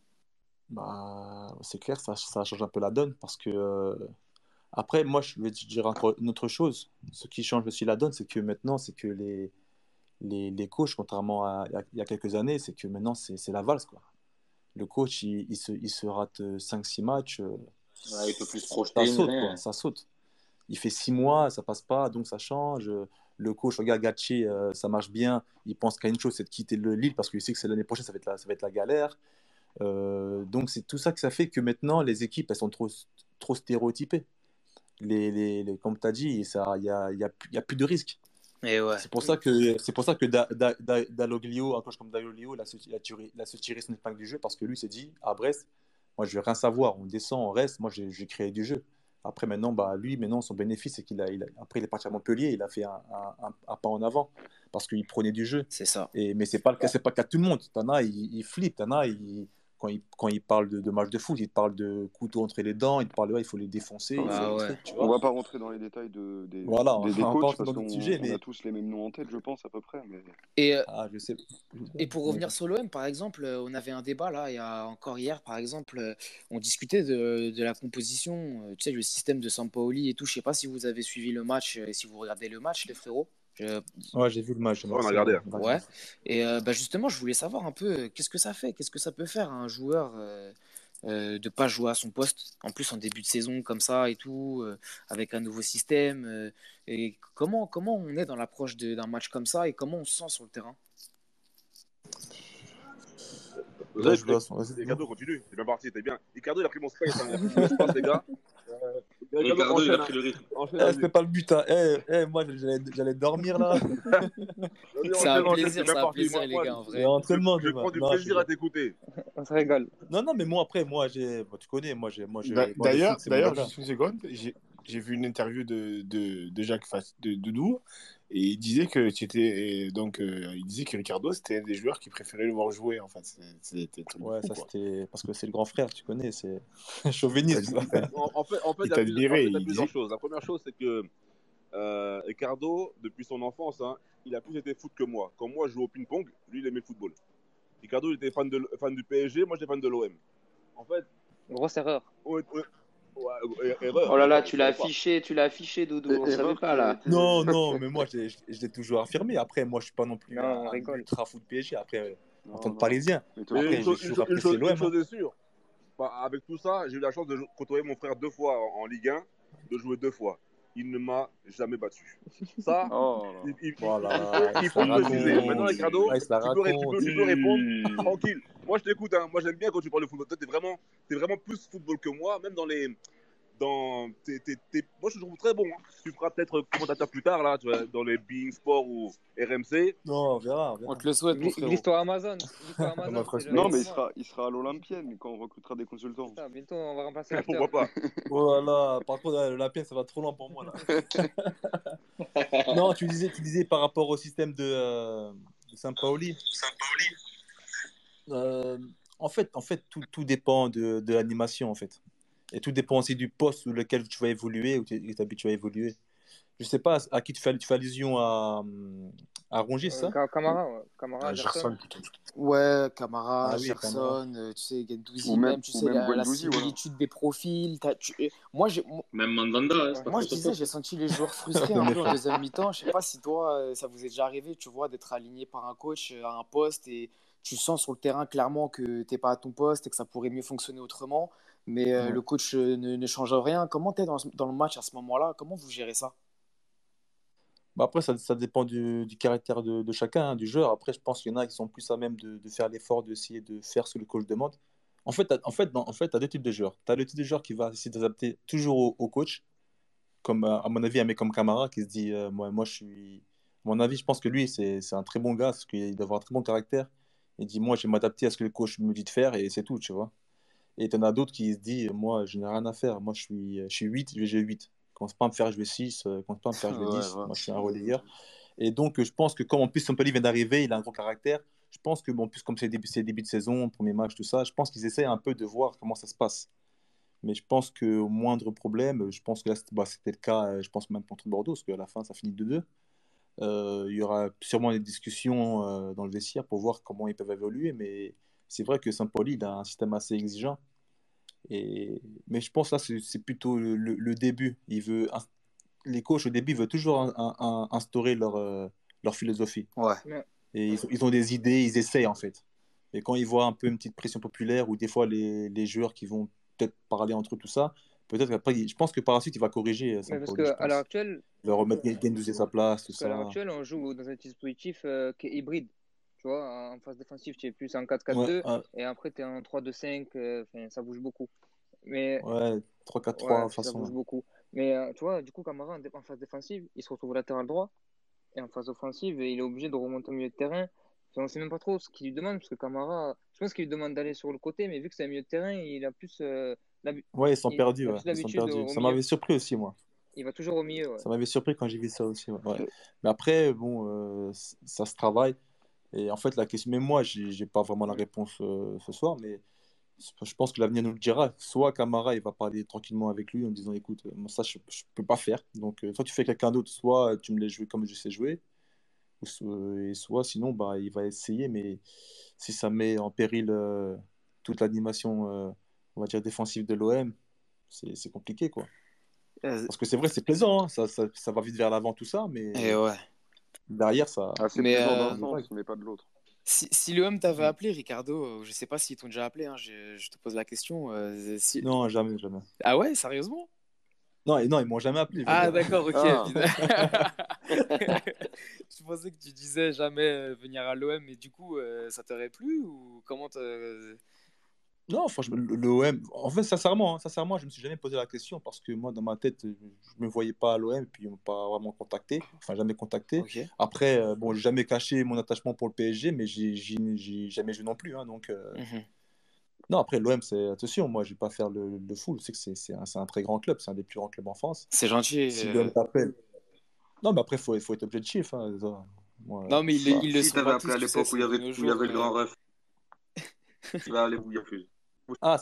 c'est clair, ça change un peu la donne parce que après, moi, je vais te dire encore une autre chose. Ce qui change aussi la donne, c'est que maintenant, c'est que les coachs, contrairement à il y a quelques années, c'est que maintenant, c'est la valse, quoi. Le coach, il se rate 5-6 matchs, Ouais, il peut plus se ça projeter, ni saute, quoi, rien. ça saute. Il fait 6 mois, ça passe pas, donc ça change. Le coach, regarde Gatchi, ça marche bien. Il pense qu'à une chose, c'est de quitter le Lille parce qu'il sait que c'est l'année prochaine, ça va être la galère. Donc c'est tout ça que ça fait que maintenant, les équipes, elles sont trop stéréotypées. Comme tu as dit, il y a plus de risques. Et ouais. C'est pour ça que Dalloglio, un coach comme Dalloglio, il a se tiré son épingle du jeu parce que lui s'est dit à Brest, moi je vais rien savoir, on descend, on reste, moi j'ai créé du jeu. Après maintenant, maintenant son bénéfice c'est après il est parti à Montpellier, il a fait un pas en avant parce qu'il prenait du jeu. C'est ça. Mais c'est pas le cas de tout le monde. T'en as, il flippe, t'en as, quand il parle de match de foot, il parle de couteau entre les dents, il parle il faut les défoncer, il faut Ah les ouais. trucs, tu On vois. va pas rentrer dans les détails Voilà, des on va pas coachs rentrer parce dans d'autres sujets, qu'on a mais tous les mêmes noms en tête, je pense, à peu près. Mais... Et, je sais. et pour revenir sur l'OM, par exemple, on avait un débat là, encore hier, par exemple, on discutait de la composition, tu sais, le système de Sampaoli et tout. Je sais pas si vous avez suivi le match et si vous regardez le match, les frérots. Ouais, j'ai vu le match de Ouais, on a Marseille. regardé. Ouais. Et justement, je voulais savoir un peu qu'est-ce que ça fait, qu'est-ce que ça peut faire à un joueur de pas jouer à son poste, en plus en début de saison comme ça et tout, avec un nouveau système. Et comment on est dans l'approche d'un match comme ça et comment on se sent sur le terrain? Vous avez, Vas-y, Ricardo, continue. C'est bien parti, t'es bien. Ricardo, il a pris mon space, hein, il a pris mon espace, les gars. Ricardo, il a enchaîne, pris le rythme. enchaîne, c'était vas-y. pas le but, hein. Moi j'allais dormir là. Vas-y, C'est un enchaîne, plaisir, c'est bien c'est un plaisir, plaisir, les gars, en Il y vrai. a entraînement je demain. prends du Non, plaisir à t'écouter. On se régale. Non, mais moi, après, tu connais, moi, le D'ailleurs, foot, c'est mon dada. juste une seconde, j'ai vu une interview de Jacques de Doudou et il disait que il disait que Ricardo c'était un des joueurs qui préférait le voir jouer. Enfin, c'était un truc de Ouais, fou, ça quoi. c'était parce que c'est le grand frère, tu connais, c'est chauviniste. Ça. En fait, Il il y a t'admirait, il plusieurs disait. choses. La première chose, c'est que Ricardo, depuis son enfance, hein, il a plus été foot que moi. Quand moi je jouais au ping-pong, lui il aimait le football. Ricardo il était fan du PSG, moi j'étais fan de l'OM. En fait, Grosse erreur. erreur. Oh là là, Je savais pas. tu l'as affiché, Doudou. On savait Erreur pas qui a là. été. Non, mais moi je l'ai toujours affirmé. Après, moi je suis pas non plus Non, on un rigole. ultra foot PSG. Après, en tant Non, que non. Parisien. Mais toi, Mais Après, j'ai toujours apprécié une l'OM. chose est sûre, avec tout ça, j'ai eu la chance de côtoyer mon frère 2 fois en Ligue 1, de jouer 2 fois. Il ne m'a jamais battu. Ça, Oh là. Voilà, il il se faut la le préciser. raconte. Maintenant, Ricardo, Ah, il se la raconte. tu peux répondre tranquille. Moi, je t'écoute. Hein. Moi, j'aime bien quand tu parles de football. Toi, t'es vraiment plus football que moi, même dans les. Moi, je te trouve très bon. Hein. Tu feras peut-être commentateur plus tard, là, tu vois, dans les Being Sport ou RMC. Non, on verra. On te le souhaite, mon frérot. Glisse-toi Amazon. Moi, franchement, Non, mais moment. il sera à l'Olympienne quand on recrutera des consultants. Ça, bientôt, on va remplacer l'acteur. Pourquoi pas? Voilà, par contre, l'Olympienne, ça va trop loin pour moi là. Non, tu disais par rapport au système de Saint-Pauli. En fait, tout dépend de l'animation, en fait. Et tout dépend aussi du poste sur lequel tu vas évoluer ou tu es habitué à évoluer. Je sais pas à qui tu fais allusion à Rungis, ça? Camara, ouais. Camara, Gerson Gerson. plutôt. Ouais, Camara, Ah oui, Camara. Gerson, tu sais, Gendouzi, Ou même même, tu sais, la Guendouzi, voilà. similitude des profils. Moi, Même Mandanda, hein, c'est pas moi, trop je son disais, poste. j'ai senti les joueurs frustrés un peu en deuxième mi-temps. Je sais pas si toi, ça vous est déjà arrivé, tu vois, d'être aligné par un coach à un poste et tu sens sur le terrain clairement que t'es pas à ton poste et que ça pourrait mieux fonctionner autrement, mais Ouais. le coach ne change rien. Comment t'es dans le match à ce moment-là? Comment vous gérez ça? Bah après, ça dépend du caractère de chacun, hein, du joueur. Après, je pense qu'il y en a qui sont plus à même de faire l'effort, d'essayer de faire ce que le coach demande. En fait, tu as deux types de joueurs. Tu as le type de joueur qui va essayer d'adapter toujours au coach, comme à mon avis, un mec comme Camara qui se dit moi, je suis. À mon avis, je pense que lui, c'est un très bon gars, parce qu'il doit avoir un très bon caractère. Il dit moi, je vais m'adapter à ce que le coach me dit de faire, et c'est tout, tu vois. Et tu en as d'autres qui se disent moi, je n'ai rien à faire. Moi, je suis 8, je vais jouer 8. Commence pas à me faire jouer 6, commence pas à me faire jouer Ouais, 10. ouais. Moi, je suis un relayeur. Et donc, je pense que comme en plus Sampoli vient d'arriver, il a un gros caractère. Je pense que, bon, en plus, comme c'est début de saison, premier match, tout ça, je pense qu'ils essaient un peu de voir comment ça se passe. Mais je pense qu'au moindre problème, je pense que là, c'était le cas, je pense même contre Bordeaux, parce qu'à la fin, ça finit 2-2. Il y aura sûrement des discussions dans le vestiaire pour voir comment ils peuvent évoluer. Mais c'est vrai que Sampoli, il a un système assez exigeant. Mais je pense là, c'est plutôt le début. Les coachs, au début, ils veulent toujours instaurer leur philosophie. Ouais. Et ils ont des idées, ils essayent en fait. Et quand ils voient un peu une petite pression populaire, ou des fois les joueurs qui vont peut-être parler entre eux, tout ça, peut-être qu'après, je pense que par la suite, il va corriger Mais parce Sampaoli, je qu'à l'heure pense. actuelle, Il va remettre Guendouzi à sa place, tout Parce qu'à l'heure ça. actuelle, on joue dans un dispositif qui est hybride. Tu vois, en phase défensive, tu es plus en Ouais, 4-4-2 et après, tu es en 3-2-5. Ça bouge beaucoup. Mais ouais, 3-4-3, ouais, de toute ça bouge façon. beaucoup. Mais tu vois, du coup, Camara, en phase défensive, il se retrouve au latéral droit. Et en phase offensive, il est obligé de remonter au milieu de terrain. Enfin, on ne sait même pas trop ce qu'il lui demande, parce que Camara, je pense qu'il lui demande d'aller sur le côté, mais vu que c'est un milieu de terrain, il a plus Ouais, ils sont perdus, il a ouais. plus Ils sont l'habitude perdus. au Ça milieu. m'avait surpris aussi, moi. Il va toujours au milieu, ouais. Ça m'avait surpris quand j'ai vu ça aussi, ouais. Ouais. Mais après, bon, ça se travaille. Et en fait, la question, même moi, j'ai pas vraiment la réponse ce soir, mais je pense que l'avenir nous le dira. Soit Camara, il va parler tranquillement avec lui en disant, écoute, moi, ça, je peux pas faire. Donc, soit tu fais quelqu'un d'autre, soit tu me laisses jouer comme je sais jouer, et soit sinon, bah, il va essayer, mais si ça met en péril toute l'animation, on va dire, défensive de l'OM, c'est compliqué, quoi. Parce que c'est vrai, c'est plaisant, hein, ça va vite vers l'avant, tout ça, mais Et ouais. derrière, ça. Ah, c'est Mais plaisant d'un c'est sens, vrai. mais pas de l'autre. si l'OM t'avait Mm. appelé, Ricardo, je sais pas s'ils t'ont déjà appelé, hein, je te pose la question. Non, jamais, jamais. Ah ouais, sérieusement? Non, non, ils m'ont jamais appelé, je veux Ah dire. d'accord, ok. Ah, Je pensais que tu disais jamais venir à l'OM, mais du coup, ça t'aurait plu ou comment Non, franchement, l'OM, en fait, sincèrement, je me suis jamais posé la question parce que moi, dans ma tête, je me voyais pas à l'OM et puis ils m'ont pas vraiment contacté, enfin, jamais contacté. Ok. Après, bon, j'ai jamais caché mon attachement pour le PSG, mais j'ai jamais joué non plus, hein, donc Mhm. Non, après, l'OM, c'est attention, moi, je vais pas faire le fou. Je sais que c'est un très grand club, c'est un des plus grands clubs en France. C'est gentil. Si l'OM t'appelle. Non, mais après, faut être objectif. Hein, ça. Moi, Non, mais bah, ils le Si sont t'avais pas appelé tous, à tu sais, l'époque où c'est de nos il y avait jours. le grand ref, tu vas aller bouillir plus. Ah,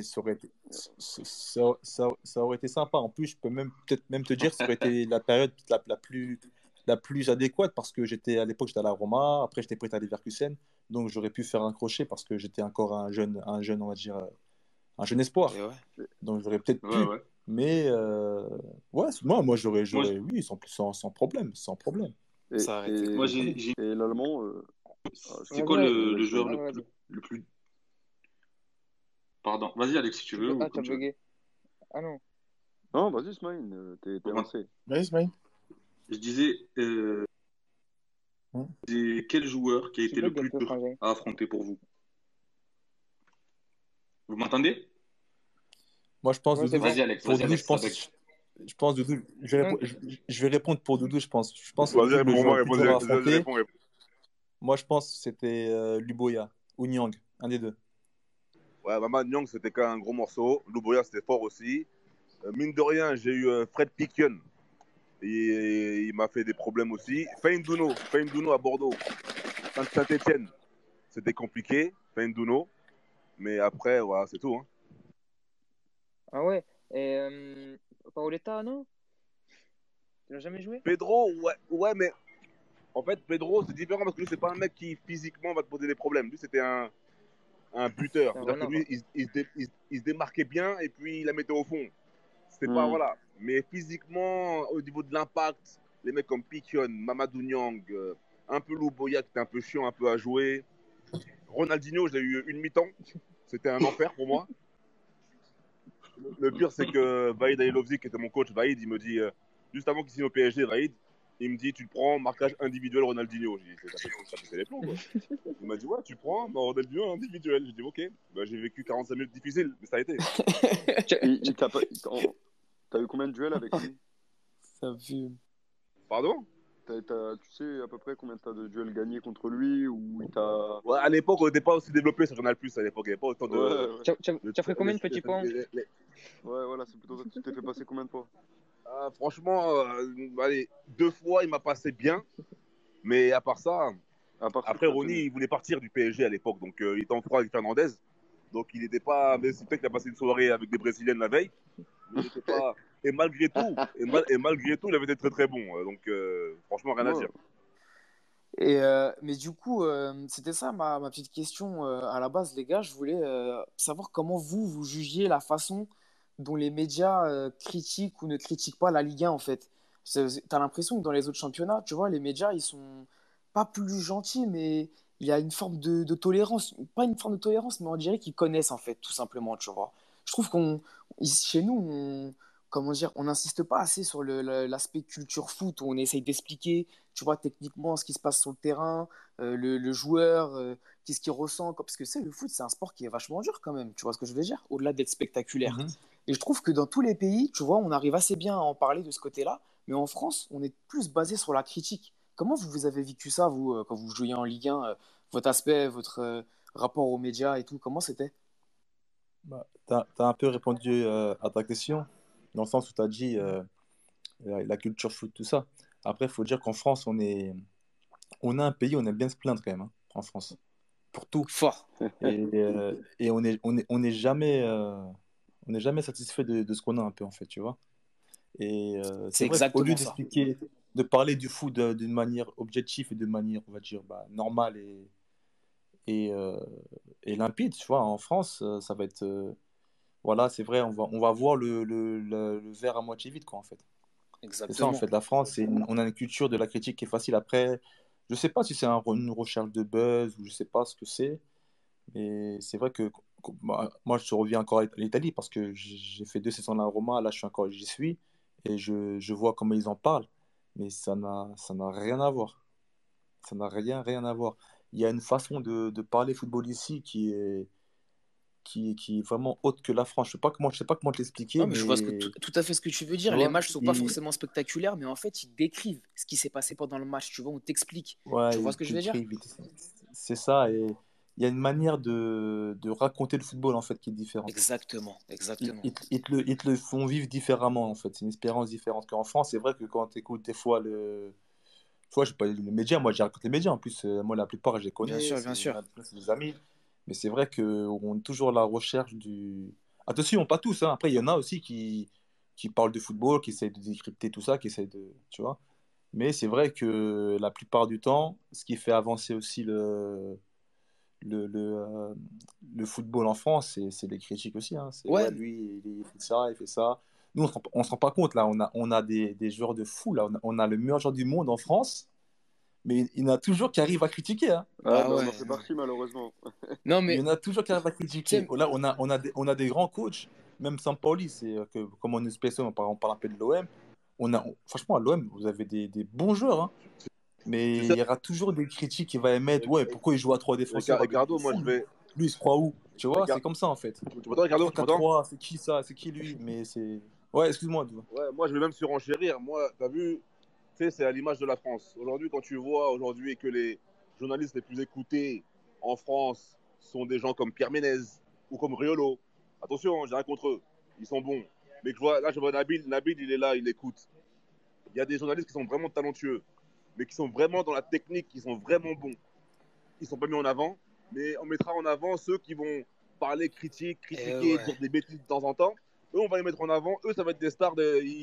ça aurait été sympa. En plus, je peux peut-être même te dire que ça aurait été la période la plus adéquate parce que à l'époque, j'étais à la Roma, après, j'étais prêt à Leverkusen, donc j'aurais pu faire un crochet parce que j'étais encore un jeune, on va dire, un jeune espoir. Et ouais. Donc, j'aurais peut-être Ouais, pu. ouais. Mais, ouais, moi, Moi, oui, sans problème, sans problème. Et, Ça arrête. et, moi j'ai. et l'Allemand, C'est quoi Vas-y, le laisse-le. joueur ah, vas-y. le plus. Pardon. Vas-y, Alex, si tu veux, ou Ah, comme t'as tu veux. bugué. Ah non. Non, vas-y, Smaïn, t'es Moi, lancé. Vas-y, Ismaël. je disais, Hein. c'est quel joueur qui a Tu été le bugs un plus peu, dur frangin. à affronter pour vous? Vous m'entendez? Moi, je pense, Ouais, c'est Doudou, bon. Vas-y, Alex, pour vas-y, Doudou, Alex, ça bec. je pense, Doudou, Non, je vais répondre pour Doudou, je pense. Je pense que Vas-y, Doudou, le pour joueur moi, le plus dur à vas-y, affronter, réponds. moi, je pense que c'était Luboya ou Nyang, un des deux. Ouais, Mama Nyang, c'était quand même un gros morceau. Louboya, c'était fort aussi. Mine de rien, j'ai eu Fred Piquion. Et il m'a fait des problèmes aussi. Feindouno à Bordeaux. Saint-Etienne, c'était compliqué. Feindouno. Mais après, voilà, c'est tout. Hein. ah ouais. Et Paoletta, non? Tu l'as jamais joué? Pedro, ouais, mais en fait, Pedro, c'est différent parce que lui, c'est pas un mec qui physiquement va te poser des problèmes. Lui, c'était un buteur. C'est un C'est-à-dire que renard. lui, il se démarquait bien et puis il la mettait au fond. C'était pas, Hmm. voilà. Mais physiquement, au niveau de l'impact, les mecs comme Piquion, Mamadou Niang, un peu Louboya qui était un peu chiant, un peu à jouer. Ronaldinho, je l'ai eu une mi-temps. C'était un enfer pour moi. Le pire, c'est que Vaïd Alilovzi, qui était mon coach, Vaïd, il me dit, juste avant qu'il signe au PSG, Vaïd, il me dit, tu prends marquage individuel Ronaldinho. J'ai dit, ça fait les plombs, quoi. Il m'a dit, ouais, tu prends Ronaldinho individuel. J'ai dit, ok. Bah, j'ai vécu 45 minutes difficiles, mais ça a été. T'as eu combien de duels avec lui? Ça fume. Pardon? Tu sais à peu près combien t'as de duels gagnés contre lui ou il t'a. Ouais, à l'époque, on n'était pas aussi développé sur Canal+. À l'époque, il n'y avait pas autant de. Ouais, Tu as fait combien de petits points? ouais, voilà, c'est plutôt ça. Tu t'es fait passer combien de fois? Franchement, allez, 2 fois, il m'a passé bien. Mais à part ça, À part après, Ronny, il voulait partir du PSG à l'époque. Donc, il était en froid avec Fernandez. Donc, il n'était pas. Mais c'est peut-être qu'il a passé une soirée avec des Brésiliennes la veille. Mais il n'était pas. Et malgré tout, il avait été très très bon. Donc, franchement, rien à Ouais. dire. Et mais du coup, c'était ça ma petite question à la base, les gars. Je voulais savoir comment vous jugiez la façon dont les médias critiquent ou ne critiquent pas la Ligue 1 en fait. T'as l'impression que dans les autres championnats, tu vois, les médias, ils sont pas plus gentils, mais il y a une forme de tolérance. Pas une forme de tolérance, mais on dirait qu'ils connaissent en fait, tout simplement, tu vois. Je trouve chez nous, comment dire, on n'insiste pas assez sur l'aspect culture foot où on essaye d'expliquer, tu vois, techniquement ce qui se passe sur le terrain, le joueur, qu'est-ce qu'il ressent. Parce que c'est le foot, c'est un sport qui est vachement dur quand même, tu vois ce que je veux dire, au-delà d'être spectaculaire. Mhm. Et je trouve que dans tous les pays, tu vois, on arrive assez bien à en parler de ce côté-là, mais en France, on est plus basé sur la critique. Comment vous avez vécu ça, vous, quand vous jouiez en Ligue 1, votre aspect, votre rapport aux médias et tout, comment c'était? Bah, t'as un peu répondu à ta question, dans le sens où tu as dit la culture foot, tout ça. Après, il faut dire qu'en France, on a un pays, on aime bien se plaindre quand même, hein, en France, pour tout. Fort. Et on n'est jamais satisfait de ce qu'on a un peu, en fait, tu vois. Et C'est c'est vrai qu'au lieu exactement ça. d'expliquer, de parler du foot d'une manière objective et de manière, on va dire, normale et, euh, et limpide, tu vois, en France, ça va être. Voilà, c'est vrai, on va voir le verre à moitié vide, quoi, en fait. C'est ça, en Exactement. fait. La France, on a une culture de la critique qui est facile. Après, je sais pas si c'est une recherche de buzz ou je sais pas ce que c'est, mais c'est vrai que moi, je reviens encore à l'Italie parce que j'ai fait 2 saisons à la Roma, là, j'y suis, et je vois comment ils en parlent, mais ça n'a rien à voir. Ça n'a rien à voir. Il y a une façon de parler football ici qui est vraiment haute que la France. Je sais pas comment te l'expliquer, Non, mais je vois mais tout à fait ce que tu veux tu dire. Les vois, matchs sont pas forcément spectaculaires, mais en fait, ils décrivent ce qui s'est passé pendant le match. Tu vois, on t'explique. ouais, Tu vois ils ce que je veux dire? t'écrivent. C'est ça. il y a une manière de raconter le football en fait qui est différente. Exactement. Ils te le font vivre différemment en fait. C'est une expérience différente. Qu'en France, c'est vrai que quand tu écoutes des fois je sais pas, les médias, moi j'écoute les médias en plus. Moi la plupart je les Bien connais, sûr, bien sûr. c'est des amis. Mais c'est vrai qu'on est toujours à la recherche du. Attention, pas tous, hein. Après, il y en a aussi qui parlent de football, qui essayent de décrypter tout ça, qui essayent de. Tu vois. Mais c'est vrai que la plupart du temps, ce qui fait avancer aussi le, le, euh, le football en France, c'est les critiques aussi, hein. C'est Ouais, ouais, lui, il fait ça, il fait ça. Nous, on se rend pas compte, là. On a des joueurs de fou, là. On a le meilleur joueur du monde en France, mais il y en a toujours qui arrivent à critiquer, hein. Ah, bah ben on ouais. en fait partie, malheureusement. Non, Il y mais en a toujours qui arrivent à tu critiquer. sais, Là, on a des grands coachs, même Sampaoli, comme on est on parle un peu de l'OM. Franchement, à l'OM, vous avez des bons joueurs, hein. Mais Tu il sais, y aura toujours des critiques qui vont émettre. Ouais, pourquoi il joue à trois défenseurs avec des Ricardo, moi fous, je lui? vais. Lui, il se croit où? Tu vois, c'est Ricardo, comme ça, en fait. tu m'entends, Ricardo? Trois Tu quatre m'entends? trois c'est qui ça? C'est qui lui? Mais c'est. Ouais, excuse-moi. Ouais, moi je vais même surenchérir. Moi, t'as vu, tu sais, c'est à l'image de la France. Aujourd'hui, quand tu vois aujourd'hui que les journalistes les plus écoutés en France sont des gens comme Pierre Ménez ou comme Riolo, attention, j'ai rien contre eux, ils sont bons. Mais je vois Nabil, il est là, il écoute. Il y a des journalistes qui sont vraiment talentueux, mais qui sont vraiment dans la technique, qui sont vraiment bons. Ils sont pas mis en avant, mais on mettra en avant ceux qui vont parler, critiquer, ouais. dire des bêtises de temps en temps. Eux, on va les mettre en avant. Eux, ça va être des stars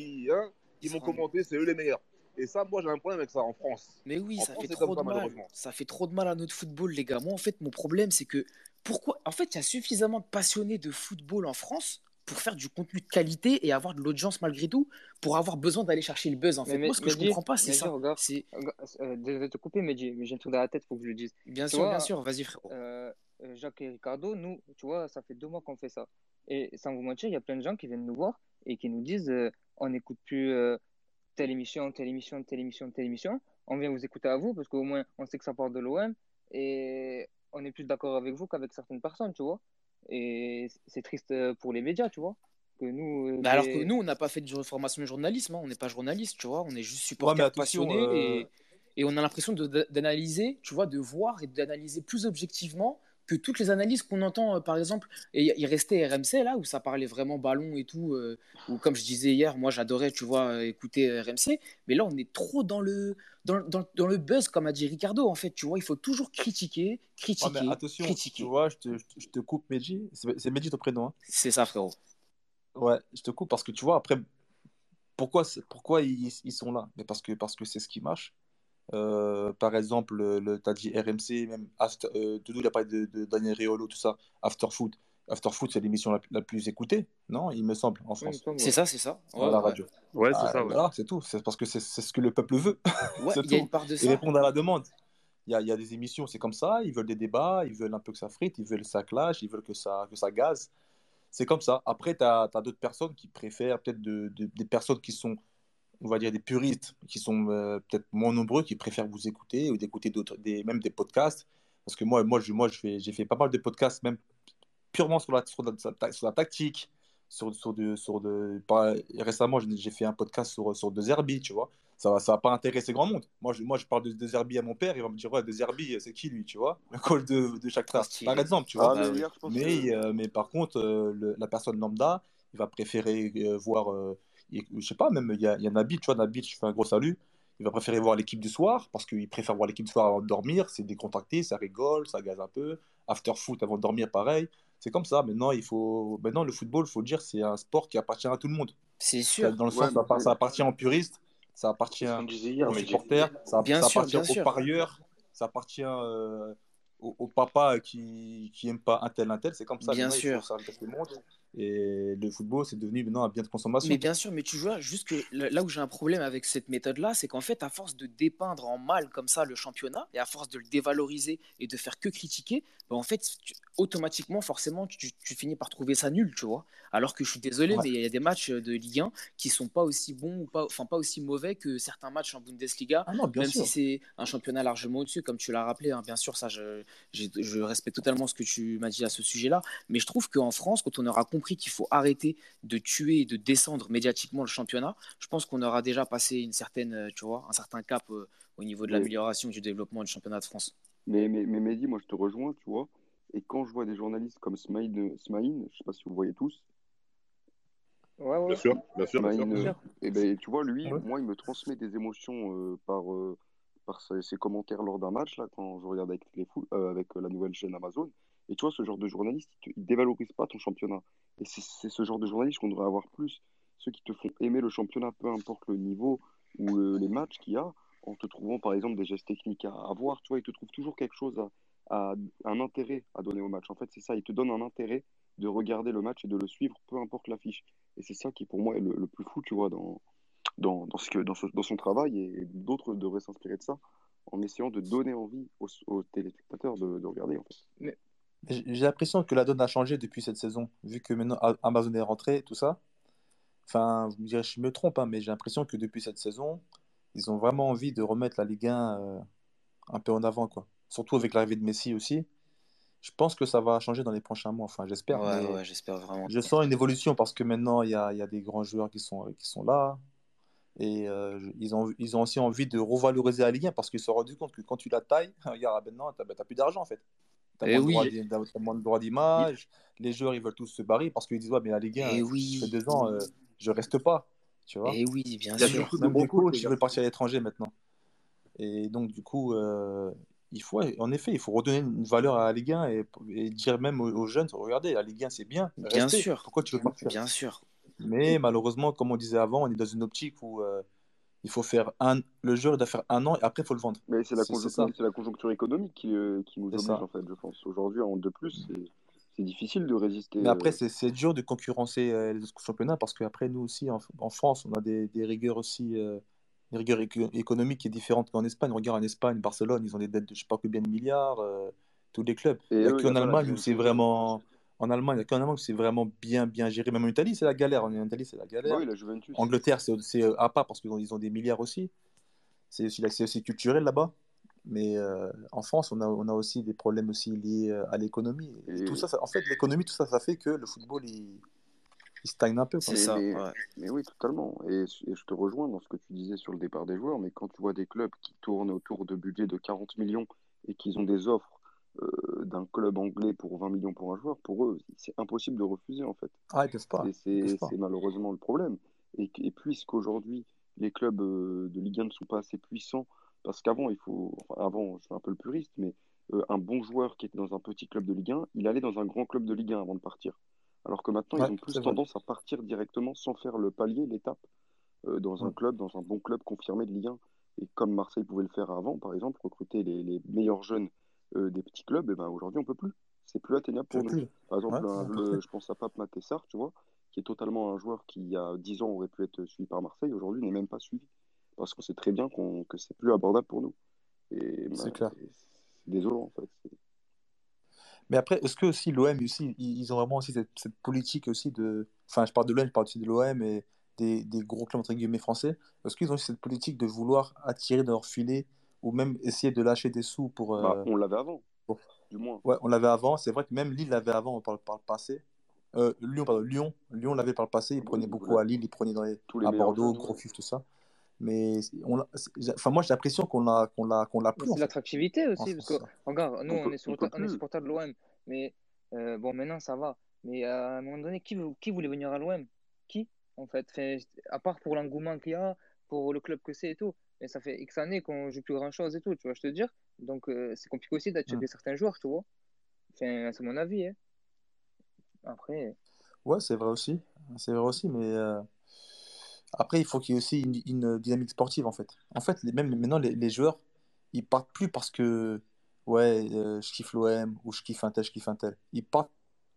Ils qui vont seront... commenter, c'est eux les meilleurs. Et ça, moi, j'ai un problème avec ça en France. Mais oui, En ça France, fait c'est comme trop ça, de mal. malheureusement. Ça fait trop de mal à notre football, les gars. Moi, en fait, mon problème, c'est que pourquoi. En fait, il y a suffisamment de passionnés de football en France pour faire du contenu de qualité et avoir de l'audience malgré tout, pour avoir besoin d'aller chercher le buzz, en fait. Moi, ce que je comprends pas, c'est Mehdi, ça. regarde, C'est. désolé de te couper, Mehdi, mais j'ai un truc dans la tête, faut que je le dise. Tu Bien vois, sûr, vas-y, frérot. Jacques et Ricardo, nous, tu vois, ça fait 2 mois qu'on fait ça. Et sans vous mentir, il y a plein de gens qui viennent nous voir et qui nous disent on n'écoute plus telle émission, telle émission, telle émission, telle émission. On vient vous écouter à vous parce qu'au moins on sait que ça part de l'OM et on est plus d'accord avec vous qu'avec certaines personnes, tu vois. Et c'est triste pour les médias, tu vois. Que nous, Mais alors que nous, on n'a pas fait de formation de journalisme, hein. On n'est pas journaliste, tu vois. On est juste Ouais, mais supporters attention. passionnés et on a l'impression d'analyser, tu vois, de voir et d'analyser plus objectivement que toutes les analyses qu'on entend, par exemple. Et il restait RMC, là, où ça parlait vraiment ballon et tout. Où, comme je disais hier, moi, j'adorais, tu vois, écouter RMC. Mais là, on est trop dans le buzz, comme a dit Ricardo, en fait. Tu vois, il faut toujours critiquer, Ouais, mais critiquer, attention, tu critiquer. vois, je te coupe, Medji. C'est Medji ton prénom, hein? C'est ça, frérot. Ouais, je te coupe parce que tu vois, après, pourquoi ils sont là? Mais parce que c'est ce qui marche. Par exemple, t'as dit RMC, même Doudou, il a parlé de Daniel Riolo, tout ça. After Foot. After Foot, c'est l'émission la plus écoutée, non? Il me semble, en oui, il me France, semble, C'est ouais. ça, c'est ça. à la Ouais. radio. Ouais, c'est ça, ouais. Voilà, c'est tout. C'est parce que c'est ce que le peuple veut. Ouais, C'est il y a une tout. part de Ils ça. répondent à la demande. Il y a des émissions, c'est comme ça. Ils veulent des débats, ils veulent un peu que ça frite, ils veulent que ça clash, ils veulent que ça gaze. C'est comme ça. Après, tu as d'autres personnes qui préfèrent, peut-être des personnes qui sont, on va dire, des puristes, qui sont peut-être moins nombreux, qui préfèrent vous écouter ou d'écouter même des podcasts. Parce que j'ai fait pas mal de podcasts, même purement sur la tactique. Récemment, j'ai fait un podcast sur De Zerbi, tu vois. Ça va pas intéresser grand monde. Moi, je parle de Zerbi à mon père, il va me dire, ouais, De Zerbi, c'est qui lui, tu vois? Le coach de Trop Shakhtar, par stylé. exemple, tu vois. Ah, Bah mais oui. hier, je pense que. Mais par contre, la personne lambda, il va préférer voir, je sais pas, même il y a Nabil, tu vois, Nabil, je fais un gros salut. Il va préférer voir l'équipe du soir parce qu'il préfère voir l'équipe du soir avant de dormir. C'est décontracté, ça rigole, ça gaze un peu. After foot avant de dormir, pareil. C'est comme ça. Maintenant, le football, il faut dire, c'est un sport qui appartient à tout le monde. C'est sûr. Dans le Ouais, sens, ça appartient aux puristes, ça appartient C'est ce qu'on disait hier, aux Mehdi. supporters, ça, Bien ça sûr, appartient bien aux sûr. parieurs, ça appartient aux papas qui aiment pas un tel. C'est comme ça. Bien Maintenant, il faut sûr. s'adapter à tout le monde. Et le football, c'est devenu maintenant un bien de Mais consommation. bien sûr, mais tu vois, juste que là où j'ai un problème avec cette méthode-là, c'est qu'en fait, à force de dépeindre en mal comme ça le championnat, et à force de le dévaloriser et de faire que critiquer, ben en fait, automatiquement, forcément, tu finis par trouver ça nul, tu vois. Alors que je suis désolé, Ouais. mais il y a des matchs de Ligue 1 qui sont pas aussi bons ou pas, enfin, pas aussi mauvais que certains matchs en Bundesliga, Ah non, bien même si sûr. c'est un championnat largement au-dessus, comme tu l'as rappelé, hein. Bien sûr, ça, je respecte totalement ce que tu m'as dit à ce sujet-là, mais je trouve qu'en France, quand on aura compris qu'il faut arrêter de tuer et de descendre médiatiquement le championnat, je pense qu'on aura déjà passé une certaine, tu vois, un certain cap au niveau de Mais, l'amélioration du développement du championnat de France. mais Mehdi, moi, je te rejoins, tu vois. Et quand je vois des journalistes comme Smaïn, je sais pas si vous le voyez tous, Ouais, Bien ouais, sûr, bien sûr, bien sûr. Smaïn, bien sûr. et ben, tu vois, lui, Ouais. moi, il me transmet des émotions par ses commentaires lors d'un match, là, quand je regarde avec, avec la nouvelle chaîne Amazon. Et tu vois, ce genre de journaliste, il dévalorise pas ton championnat. Et c'est ce genre de journaliste qu'on devrait avoir plus. Ceux qui te font aimer le championnat, peu importe le niveau ou les matchs qu'il y a, en te trouvant, par exemple, des gestes techniques à voir. Tu vois, ils te trouvent toujours quelque chose un intérêt à donner au match. En fait, c'est ça, ils te donnent un intérêt de regarder le match et de le suivre, peu importe l'affiche. Et c'est ça qui, pour moi, est le plus fou, tu vois, dans son travail. Et d'autres devraient s'inspirer de ça en essayant de donner envie aux téléspectateurs de regarder, en fait. Mais J'ai l'impression que la donne a changé depuis cette saison, vu que maintenant Amazon est rentré, tout ça. Enfin, vous me direz, je me trompe, hein, mais j'ai l'impression que depuis cette saison, ils ont vraiment envie de remettre la Ligue 1 un peu en avant, quoi. Surtout avec l'arrivée de Messi aussi. Je pense que ça va changer dans les prochains mois, enfin, j'espère. Ouais, Mais ouais, j'espère vraiment. je sens une évolution parce que maintenant, il y a des grands joueurs qui sont là. Et ils ont aussi envie de revaloriser la Ligue 1 parce qu'ils se sont rendus compte que quand tu la tailles, regarde, maintenant, t'as plus d'argent en fait. T'as Eh moins de droits oui, t'as moins de droits d'image. Les joueurs, ils veulent tous se barrer parce qu'ils disent, ouais, mais la Ligue 1, eh ça fait oui, 2 ans, je reste pas. Tu vois? eh oui, bien Il y a sûr. surtout de Même bons des coachs, coachs, les ils veulent garçons. partir à l'étranger maintenant. Et donc, du coup, en effet, il faut redonner une valeur à la Ligue 1 et dire même aux jeunes, regardez, la Ligue 1, c'est bien, Bien restez. sûr, Pourquoi tu veux partir? bien sûr. Mais malheureusement, comme on disait avant, on est dans une optique où il faut faire le joueur doit faire 1 an et après, il faut le vendre. Mais C'est ça, c'est la conjoncture économique qui nous c'est oblige, ça. en fait, je pense. Aujourd'hui, en 2+, c'est difficile de résister. Mais après, c'est dur de concurrencer les autres championnats parce qu'après, nous aussi, en France, on a des rigueurs aussi, des rigueurs économiques qui sont différentes qu'en Espagne. Regarde, en Espagne, Barcelone, ils ont des dettes de je sais pas combien de milliards, tous les clubs. Il Et n'y a eux, il n'y qu'en a pas la Allemagne où c'est Juventus. vraiment. En Allemagne, il n'y a qu'en Allemagne où c'est vraiment bien, bien géré. Même en Italie, c'est la galère. En Italie, c'est la Bah galère. oui, la Juventus. Angleterre, c'est à part parce qu'ils ont des milliards aussi. C'est aussi culturel là-bas. Mais en France, on a aussi des problèmes aussi liés à l'économie. Et tout Et, ça, en fait, l'économie, tout ça, ça fait que le football, il stagne un peu, C'est quoi. mais, ça, mais, ouais. mais oui, totalement. Et je te rejoins dans ce que tu disais sur le départ des joueurs, mais quand tu vois des clubs qui tournent autour de budgets de 40 millions et qu'ils ont des offres d'un club anglais pour 20 millions pour un joueur, pour eux, c'est impossible de refuser, en fait. Ah, ils peuvent pas. Ils peuvent pas. C'est malheureusement le problème. Et puisqu'aujourd'hui, les clubs de Ligue 1 ne sont pas assez puissants, parce qu'avant, enfin, avant, je suis un peu le puriste, mais un bon joueur qui était dans un petit club de Ligue 1, il allait dans un grand club de Ligue 1 avant de partir. Alors que maintenant, Ouais, ils ont c'est plus vrai. tendance à partir directement sans faire le palier, l'étape, dans un Mm. club, dans un bon club confirmé de Ligue 1. Et comme Marseille pouvait le faire avant, par exemple, recruter les meilleurs jeunes des petits clubs, et ben aujourd'hui, on peut plus. C'est plus atteignable Je pour peux nous. plus. Par Ouais, exemple, on peut plus. je pense à Pape Matar, tu vois, qui est totalement un joueur qui, il y a 10 ans, aurait pu être suivi par Marseille, aujourd'hui n'est même pas suivi. Parce qu'on sait très bien que c'est plus abordable pour nous. Et C'est ben, clair. c'est désolant, en fait. Mais après, est-ce que aussi l'OM, aussi, ils ont vraiment aussi cette politique aussi de. Enfin, je parle de l'OM, je parle aussi de l'OM et des gros clubs entre guillemets français. Est-ce qu'ils ont aussi cette politique de vouloir attirer dans leur filet ou même essayer de lâcher des sous pour. Bah, on l'avait avant, pour- du moins. Ouais, on l'avait avant. C'est vrai que même Lille l'avait avant par le passé. Lyon, pardon, Lyon l'avait par le passé. Ils Oui, prenaient ils beaucoup voulaient à Lille, ils prenaient tous les à meilleurs Bordeaux, jeunes, ouais. Grosfus, tout ça. Mais enfin, moi, j'ai l'impression qu'on l'a mais plus en c'est fait l'attractivité en aussi, parce que, France. regarde, nous, On peut on est plus. supporters de l'OM, mais bon, maintenant, ça va. Mais à un moment donné, qui voulait venir à l'OM? Qui, en fait? Enfin, à part pour l'engouement qu'il y a, pour le club que c'est et tout. Mais ça fait X années qu'on joue plus grand-chose et tout, tu vois, je te dire. Donc, c'est compliqué aussi Mm. d'attirer certains joueurs, tu vois. Enfin, c'est mon avis, hein. Après, Ouais, c'est vrai aussi. C'est vrai aussi, mais après, il faut qu'il y ait aussi une dynamique sportive, en fait. En fait, même maintenant, les joueurs, ils partent plus parce que, ouais, je kiffe l'OM ou je kiffe un tel, je kiffe un tel. Ils partent.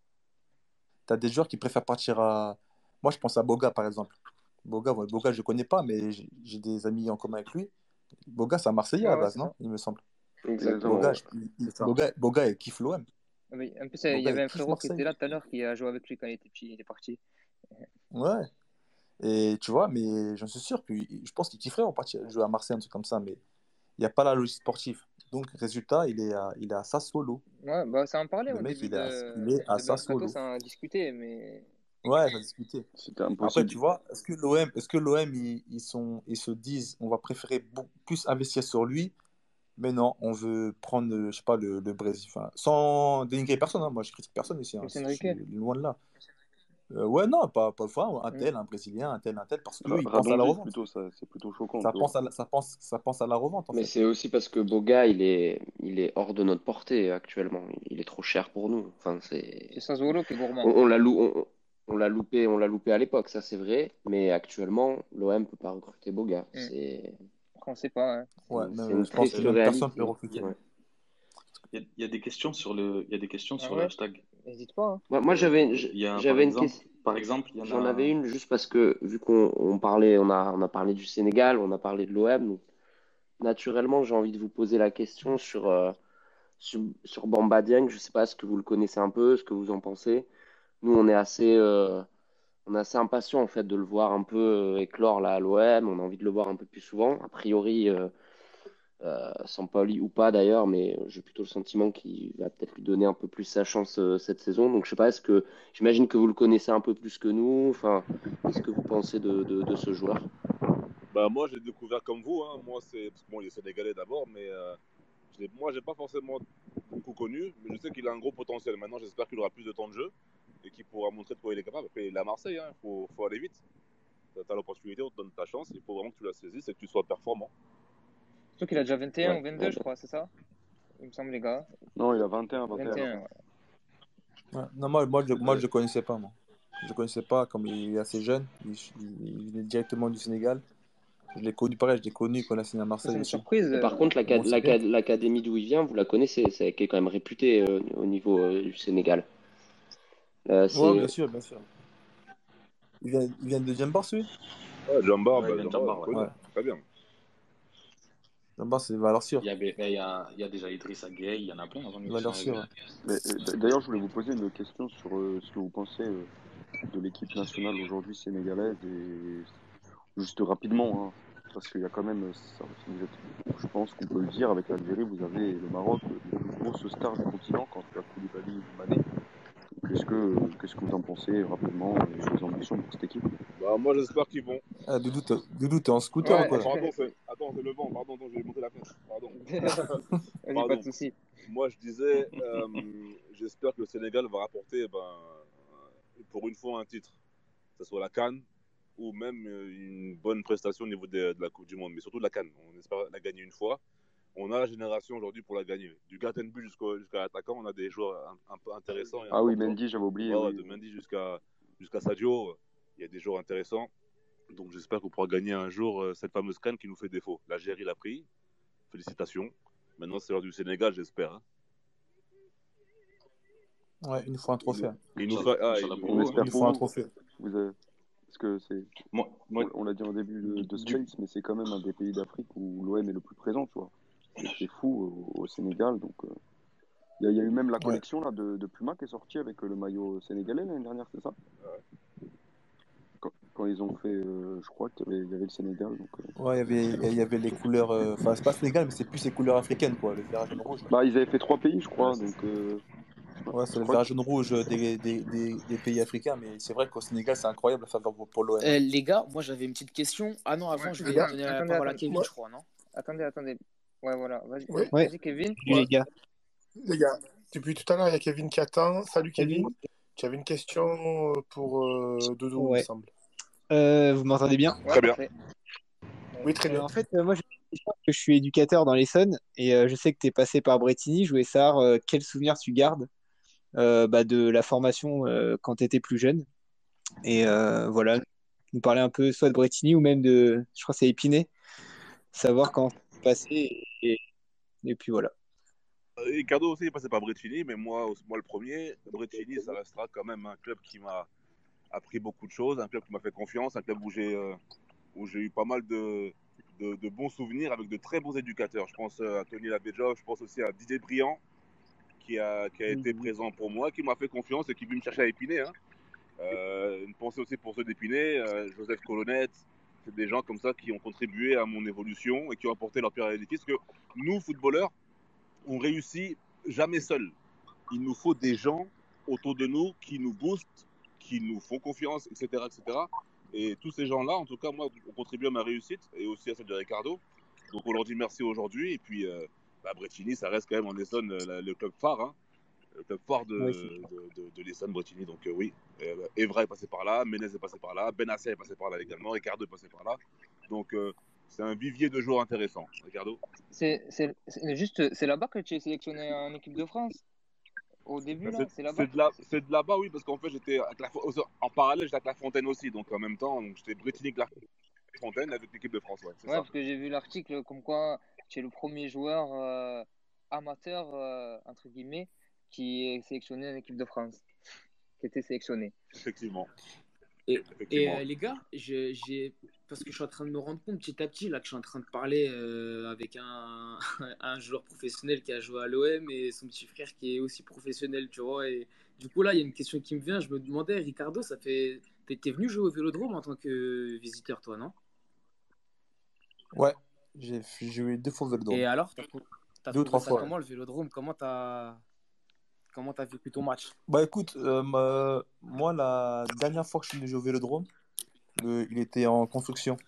T'as des joueurs qui préfèrent partir à. Moi, je pense à Boga, par exemple. Boga, ouais, Boga, je connais pas, mais j'ai des amis en commun avec lui. Boga, c'est un Marseillais à ouais, la ouais, base, c'est non? ça. Il me semble. Exactement, Boga, ouais. il- C'est ça. Boga, il kiffe l'OM. Mais en plus, il y Boga, avait il un kiffe frérot qui Marseille. était là tout à l'heure qui a joué avec lui quand il était petit, il est parti. Ouais. Et tu vois, mais j'en suis sûr que je pense qu'il kifferait en partie jouer à Marseille, un truc comme ça, mais il n'y a pas la logique sportive. Donc, résultat, il est à Sassuolo. Ouais, bah, ça en parlait Le au mec, début il est à de mercato, Sassuolo. ça en discutait, mais Ouais, ça a discuté. C'était Après, impossible. tu vois, est-ce que l'OM, ils se disent, on va préférer plus investir sur lui Mais non, on veut prendre, je sais pas, le Brésil. Enfin, sans dénigrer personne, hein. Moi, je critique personne ici, hein. Luis Je Enrique. suis loin de là. Ouais, non, pas enfin, un Mm. tel, un Brésilien, un tel, parce qu'eux, ils pensent à la Radonjic, revente. plutôt, ça, c'est plutôt choquant, Ça tu vois. pense ça pense à la revente, en Mais fait. c'est aussi parce que Boga, il est hors de notre portée actuellement. Il est trop cher pour nous. Enfin, C'est c'est, Sassuolo qui est gourmand. on on l'a loupé à l'époque, ça c'est vrai. Mais actuellement, l'OM peut pas recruter Boga. Mm. C'est, On sait pas. Hein. Ouais, c'est mais une je pense triste que même personne réalité. peut recruter. Ouais. Il y a des questions sur le, il y a des questions Ah sur ouais, le hashtag. n'hésite pas. Hein. Moi, Il y a, j'avais une question. par exemple, il y en J'en a. avais une juste parce que vu qu'on parlait, on a parlé du Sénégal, on a parlé de l'OM. Donc, naturellement, j'ai envie de vous poser la question sur Bamba Dieng. Je sais pas ce que vous le connaissez un peu, ce que vous en pensez. Nous, on est assez impatient en fait de le voir un peu éclore là à l'OM. On a envie de le voir un peu plus souvent. A priori, Sampaoli ou pas d'ailleurs, mais j'ai plutôt le sentiment qu'il va peut-être lui donner un peu plus sa chance cette saison. Donc je sais pas, j'imagine que vous le connaissez un peu plus que nous. Enfin, qu'est-ce que vous pensez de ce joueur? Bah, moi, j'ai découvert comme vous. Hein. Moi, parce que bon, il est sénégalais d'abord, mais moi, j'ai pas forcément beaucoup connu, mais je sais qu'il a un gros potentiel. Maintenant, j'espère qu'il aura plus de temps de jeu et qu'il pourra montrer de quoi il est capable. Après, il est à Marseille, hein. Faut aller vite. Tu as l'opportunité, on te donne ta chance. Il faut vraiment que tu la saisisses et que tu sois performant. Surtout qu'il a déjà 21 Ouais, ou 22, je crois, c'est ça? Il me semble, les gars. Non, il a 21, 21, ouais. Ouais. Non, moi, je le connaissais pas, moi. Je le connaissais pas, comme il est assez jeune. Il venait directement du Sénégal. Je l'ai connu, pareil, je l'ai connu quand il a signé à C'est Marseille une aussi. surprise. Mais par contre, Moi aussi bien. l'académie d'où il vient, vous la connaissez, c'est qui est quand même réputé au niveau du Sénégal. Ouais, C'est bien sûr, bien sûr. Il vient de Djembar, celui? Ouais, Jambar, Ouais, il vient de Jambar, je ouais. connais. Ouais. Très bien. Djembar, c'est valeur sûre. Il y a déjà Idrissa Gueye, il y en a plein avant lui qui sont Valeur arrivés. sûre, ouais. Mais, d'ailleurs, je voulais vous poser une question sur ce que vous pensez de l'équipe nationale aujourd'hui sénégalaise et juste rapidement, hein, parce qu'il y a quand même, je pense qu'on peut le dire, avec l'Algérie, vous avez le Maroc, les plus grosses stars du continent quand il y a Koulibaly ou Mané. Qu'est-ce que vous en pensez rapidement sur les ambitions pour cette équipe? Bah, moi, j'espère qu'ils vont. Ah, Doudou, t'es en scooter ou Ouais. quoi là? Pardon, c'est le vent. Pardon, j'ai monté la fenêtre. Pardon. Vas-y, pas Pardon. de souci. Moi, je disais, j'espère que le Sénégal va rapporter, pour une fois, un titre. Que ce soit la CAN ou même une bonne prestation au niveau de la Coupe du Monde, mais surtout de la CAN. On espère la gagner une fois. On a la génération aujourd'hui pour la gagner. Du gardien de but jusqu'à l'attaquant, on a des joueurs un peu intéressants et Ah oui, importants. Mendy, j'avais oublié. Ouais, Oui. de Mendy jusqu'à Sadio, il y a des joueurs intéressants. Donc j'espère qu'on pourra gagner un jour cette fameuse CAN qui nous fait défaut. L'Algérie l'a pris. Félicitations. Maintenant, c'est l'heure du Sénégal, j'espère. Hein. Ouais, une fois un trophée. Il nous Inch'Allah, fait. Inch'Allah pour On vous. espère Une pour fois un vous. trophée. Parce que c'est. Moi, On l'a dit en début de Space, mais c'est quand même un des pays d'Afrique où l'OM est le plus présent, tu vois. C'est fou au Sénégal. Donc, il y a eu même la Ouais. collection là, de Puma qui est sortie avec le maillot sénégalais l'année dernière, c'est ça? Quand ils ont fait, je crois qu'il y avait le Sénégal. Donc, Ouais, il y avait les couleurs. Enfin, c'est pas Sénégal, mais c'est plus les couleurs africaines, quoi. Le vert, jaune, rouge. Là. bah, ils avaient fait 3 pays, je crois. ouais, Donc, Ouais, c'est je le crois vert, que. jaune, rouge des pays africains. Mais c'est vrai qu'au Sénégal, c'est incroyable la faveur pour l'OM. Les gars, moi j'avais une petite question. Ah non, avant, Ouais, je vais donner la parole à Kevin, Ouais. je crois, non? Attendez. Ouais, voilà. Vas-y, Ouais. Ouais, vas-y, Kevin. salut les gars. Les gars, depuis tout à l'heure, il y a Kevin qui attend. Salut Salut. Kevin. Tu avais une question pour Doudou, il me Ouais. semble. Vous m'entendez bien? Ouais, Très bien. parfait. Oui, très bien. En fait, moi, je suis éducateur dans l'Essonne et je sais que tu es passé par Bretigny. Je voulais savoir quel souvenir tu gardes de la formation quand tu étais plus jeune. Et voilà, nous parler un peu soit de Bretigny ou même je crois que c'est Épinay, savoir quand c'est passé et puis voilà. Ricardo aussi est passé par Brecini, mais moi le premier. Brecini, ça restera quand même un club qui m'a appris beaucoup de choses, un club qui m'a fait confiance, un club où j'ai eu pas mal de bons souvenirs avec de très bons éducateurs. Je pense à Tony Labedjov, je pense aussi à Didier Briand, qui a été présent pour moi, qui m'a fait confiance et qui est venu me chercher à Épinay. Hein. Une pensée aussi pour ceux d'Épinay, Joseph Colonnette, c'est des gens comme ça qui ont contribué à mon évolution et qui ont apporté leur pierre à l'édifice. Parce que nous, footballeurs, on réussit jamais seul. Il nous faut des gens autour de nous qui nous boostent, qui nous font confiance, etc., etc. Et tous ces gens-là, en tout cas, moi, ont contribué à ma réussite et aussi à celle de Ricardo. Donc on leur dit merci aujourd'hui et puis Bretigny, ça reste quand même en Essonne le club phare, hein, le club phare Ouais, de l'Essonne, Bretigny. Donc oui, Evra est passé par là, Menez est passé par là, Benasser est passé par là également, Ricardo est passé par là. Donc c'est un vivier de joueurs intéressants, Ricardo. C'est là-bas que tu es sélectionné en équipe de France? Au début, là, c'est là-bas? C'est de là-bas, oui, parce qu'en fait, j'étais en parallèle, j'étais avec La Fontaine aussi, donc en même temps, j'étais Bretigny La Fontaine avec l'équipe de France, ouais, c'est ça. Parce que j'ai vu l'article comme quoi tu es le premier joueur amateur, entre guillemets, qui est sélectionné en équipe de France, qui était sélectionné. Effectivement. Et les gars, parce que je suis en train de me rendre compte petit à petit là, que je suis en train de parler avec un joueur professionnel qui a joué à l'OM et son petit frère qui est aussi professionnel, tu vois. Et du coup, là, il y a une question qui me vient. Je me demandais, Ricardo, t'es venu jouer au Vélodrome en tant que visiteur, toi, non? Ouais, j'ai joué 2 fois au Vélodrome. Et alors, t'as 2 ou trouvé 3 ça fois. comment, le Vélodrome? Comment t'as vécu ton match? Bah écoute, moi, la dernière fois que je suis venu jouer au Vélodrome, il était en construction.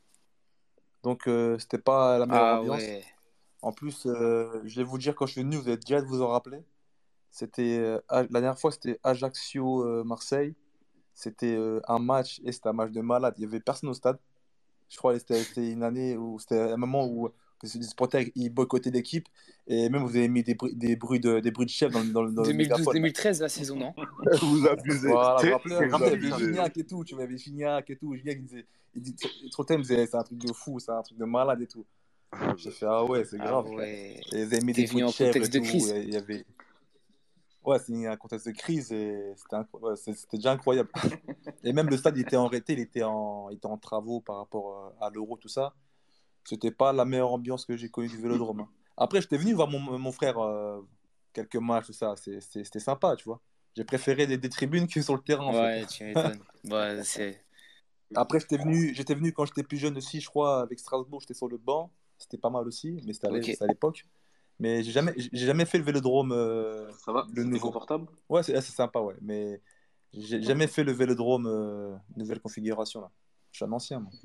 Donc, c'était pas la meilleure Ah ambiance. ouais. En plus, je vais vous dire, quand je suis venu, vous allez direct vous en rappeler. C'était, la dernière fois, c'était Ajaccio-Marseille. C'était un match, et c'était un match de malade. Il y avait personne au stade. Je crois que c'était une année où c'était un moment où les supporters ils boycottaient l'équipe. Et même vous avez mis des bruits de chef dans le mégaphone, là. 2012-2013, la saison, non? Vous abusez. Voilà, vous vous Vous rappelez, il y avait abusez. Gignac et tout. Tu vois, il y avait Gignac et tout. Gignac, il dit, trop tard, il me disait, c'est un truc de fou, c'est un truc de malade et tout. J'ai fait, ah ouais, c'est Ah grave. ouais. Et ils avaient mis T'es des bruits venu de en chèvre et contexte de tout. crise. Et il y avait... Ouais, c'est un contexte de crise et c'était déjà incroyable. Et même le stade, il était arrêté, il était en travaux par rapport à l'Euro, tout ça. C'était pas la meilleure ambiance que j'ai connue du Vélodrome, hein. Après, j'étais venu voir mon frère quelques matchs, tout ça. C'était sympa, tu vois. J'ai préféré des tribunes que sur le terrain, en fait. Ouais, tu m'étonnes. Ouais, c'est... Après, j'étais venu quand j'étais plus jeune aussi, je crois, avec Strasbourg, j'étais sur le banc. C'était pas mal aussi, mais Ok. c'était à l'époque. Mais j'ai jamais fait le Vélodrome, Ça va? le C'était nouveau. confortable? Ouais, c'est sympa, ouais. Mais j'ai jamais fait le Vélodrome nouvelle configuration, là. Je suis un ancien, moi.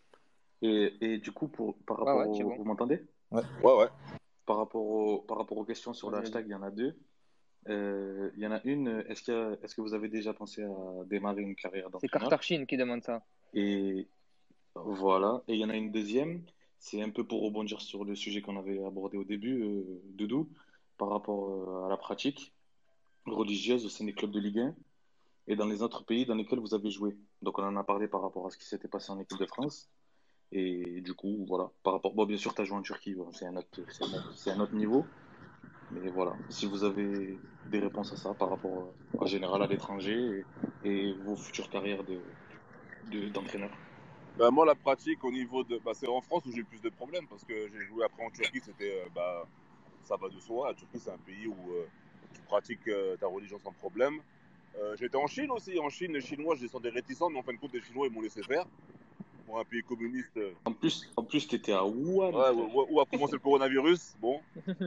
Et du coup, par rapport c'est bon. Vous m'entendez? Ouais. Ouais. Par rapport aux questions sur le Vas-y, hashtag, il y en a deux. Il y en a une, est-ce que vous avez déjà pensé à démarrer une carrière C'est d'entraîneur? Kartarchine qui demande ça. Et voilà. Et il y en a une deuxième, c'est un peu pour rebondir sur le sujet qu'on avait abordé au début, Doudou, par rapport à la pratique religieuse au sein des clubs de Ligue 1 et dans les autres pays dans lesquels vous avez joué. Donc on en a parlé par rapport à ce qui s'était passé en équipe de France. Et du coup, voilà, par rapport... Bon, bien sûr, tu as joué en Turquie, voilà, c'est un autre niveau. Mais voilà, si vous avez des réponses à ça par rapport en général à l'étranger et vos futures carrières d'entraîneur. Bah, moi, la pratique au niveau de. Bah, c'est en France où j'ai le plus de problèmes parce que j'ai joué après en Turquie, c'était. Ça va de soi. La Turquie, c'est un pays où tu pratiques ta religion sans problème. J'étais en Chine aussi. En Chine, les Chinois, je les sentais réticents, mais en fin de compte, les Chinois, ils m'ont laissé faire. Pour un pays communiste. En plus tu étais à Wuhan. Ouais, où a commencé le coronavirus. Bon.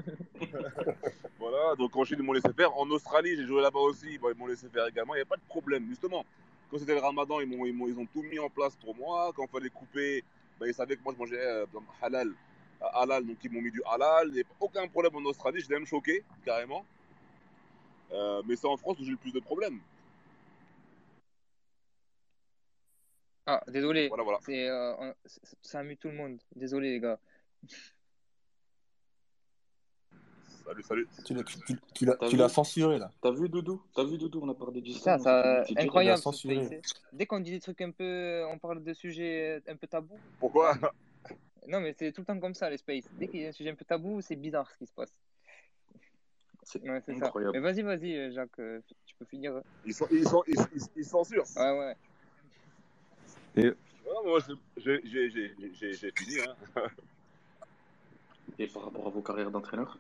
Voilà, donc en Chine, ils m'ont laissé faire. En Australie, j'ai joué là-bas aussi. Ils m'ont laissé faire également. Il n'y a pas de problème, justement. Quand c'était le ramadan, ils ont tout mis en place pour moi. Quand il fallait couper, ils savaient que moi, je mangeais halal. Halal, donc ils m'ont mis du halal. Il n'y a aucun problème en Australie. J'étais même choqué, carrément. Mais c'est en France où j'ai le plus de problèmes. Ah, désolé. Voilà. Ça a mis tout le monde. Désolé, les gars. Salut. Tu l'as censuré, là. T'as vu, Doudou, on a parlé du ça, incroyable. Dès qu'on dit des trucs un peu, on parle de sujets un peu tabous. Pourquoi? Non, mais c'est tout le temps comme ça, les Space. Dès qu'il y a un sujet un peu tabou, c'est bizarre ce qui se passe. C'est Ça. incroyable. Mais vas-y, Jacques, tu peux finir. Ils censurent. Ouais. Et... Non, moi, j'ai fini. Hein. Et par rapport à vos carrières d'entraîneur?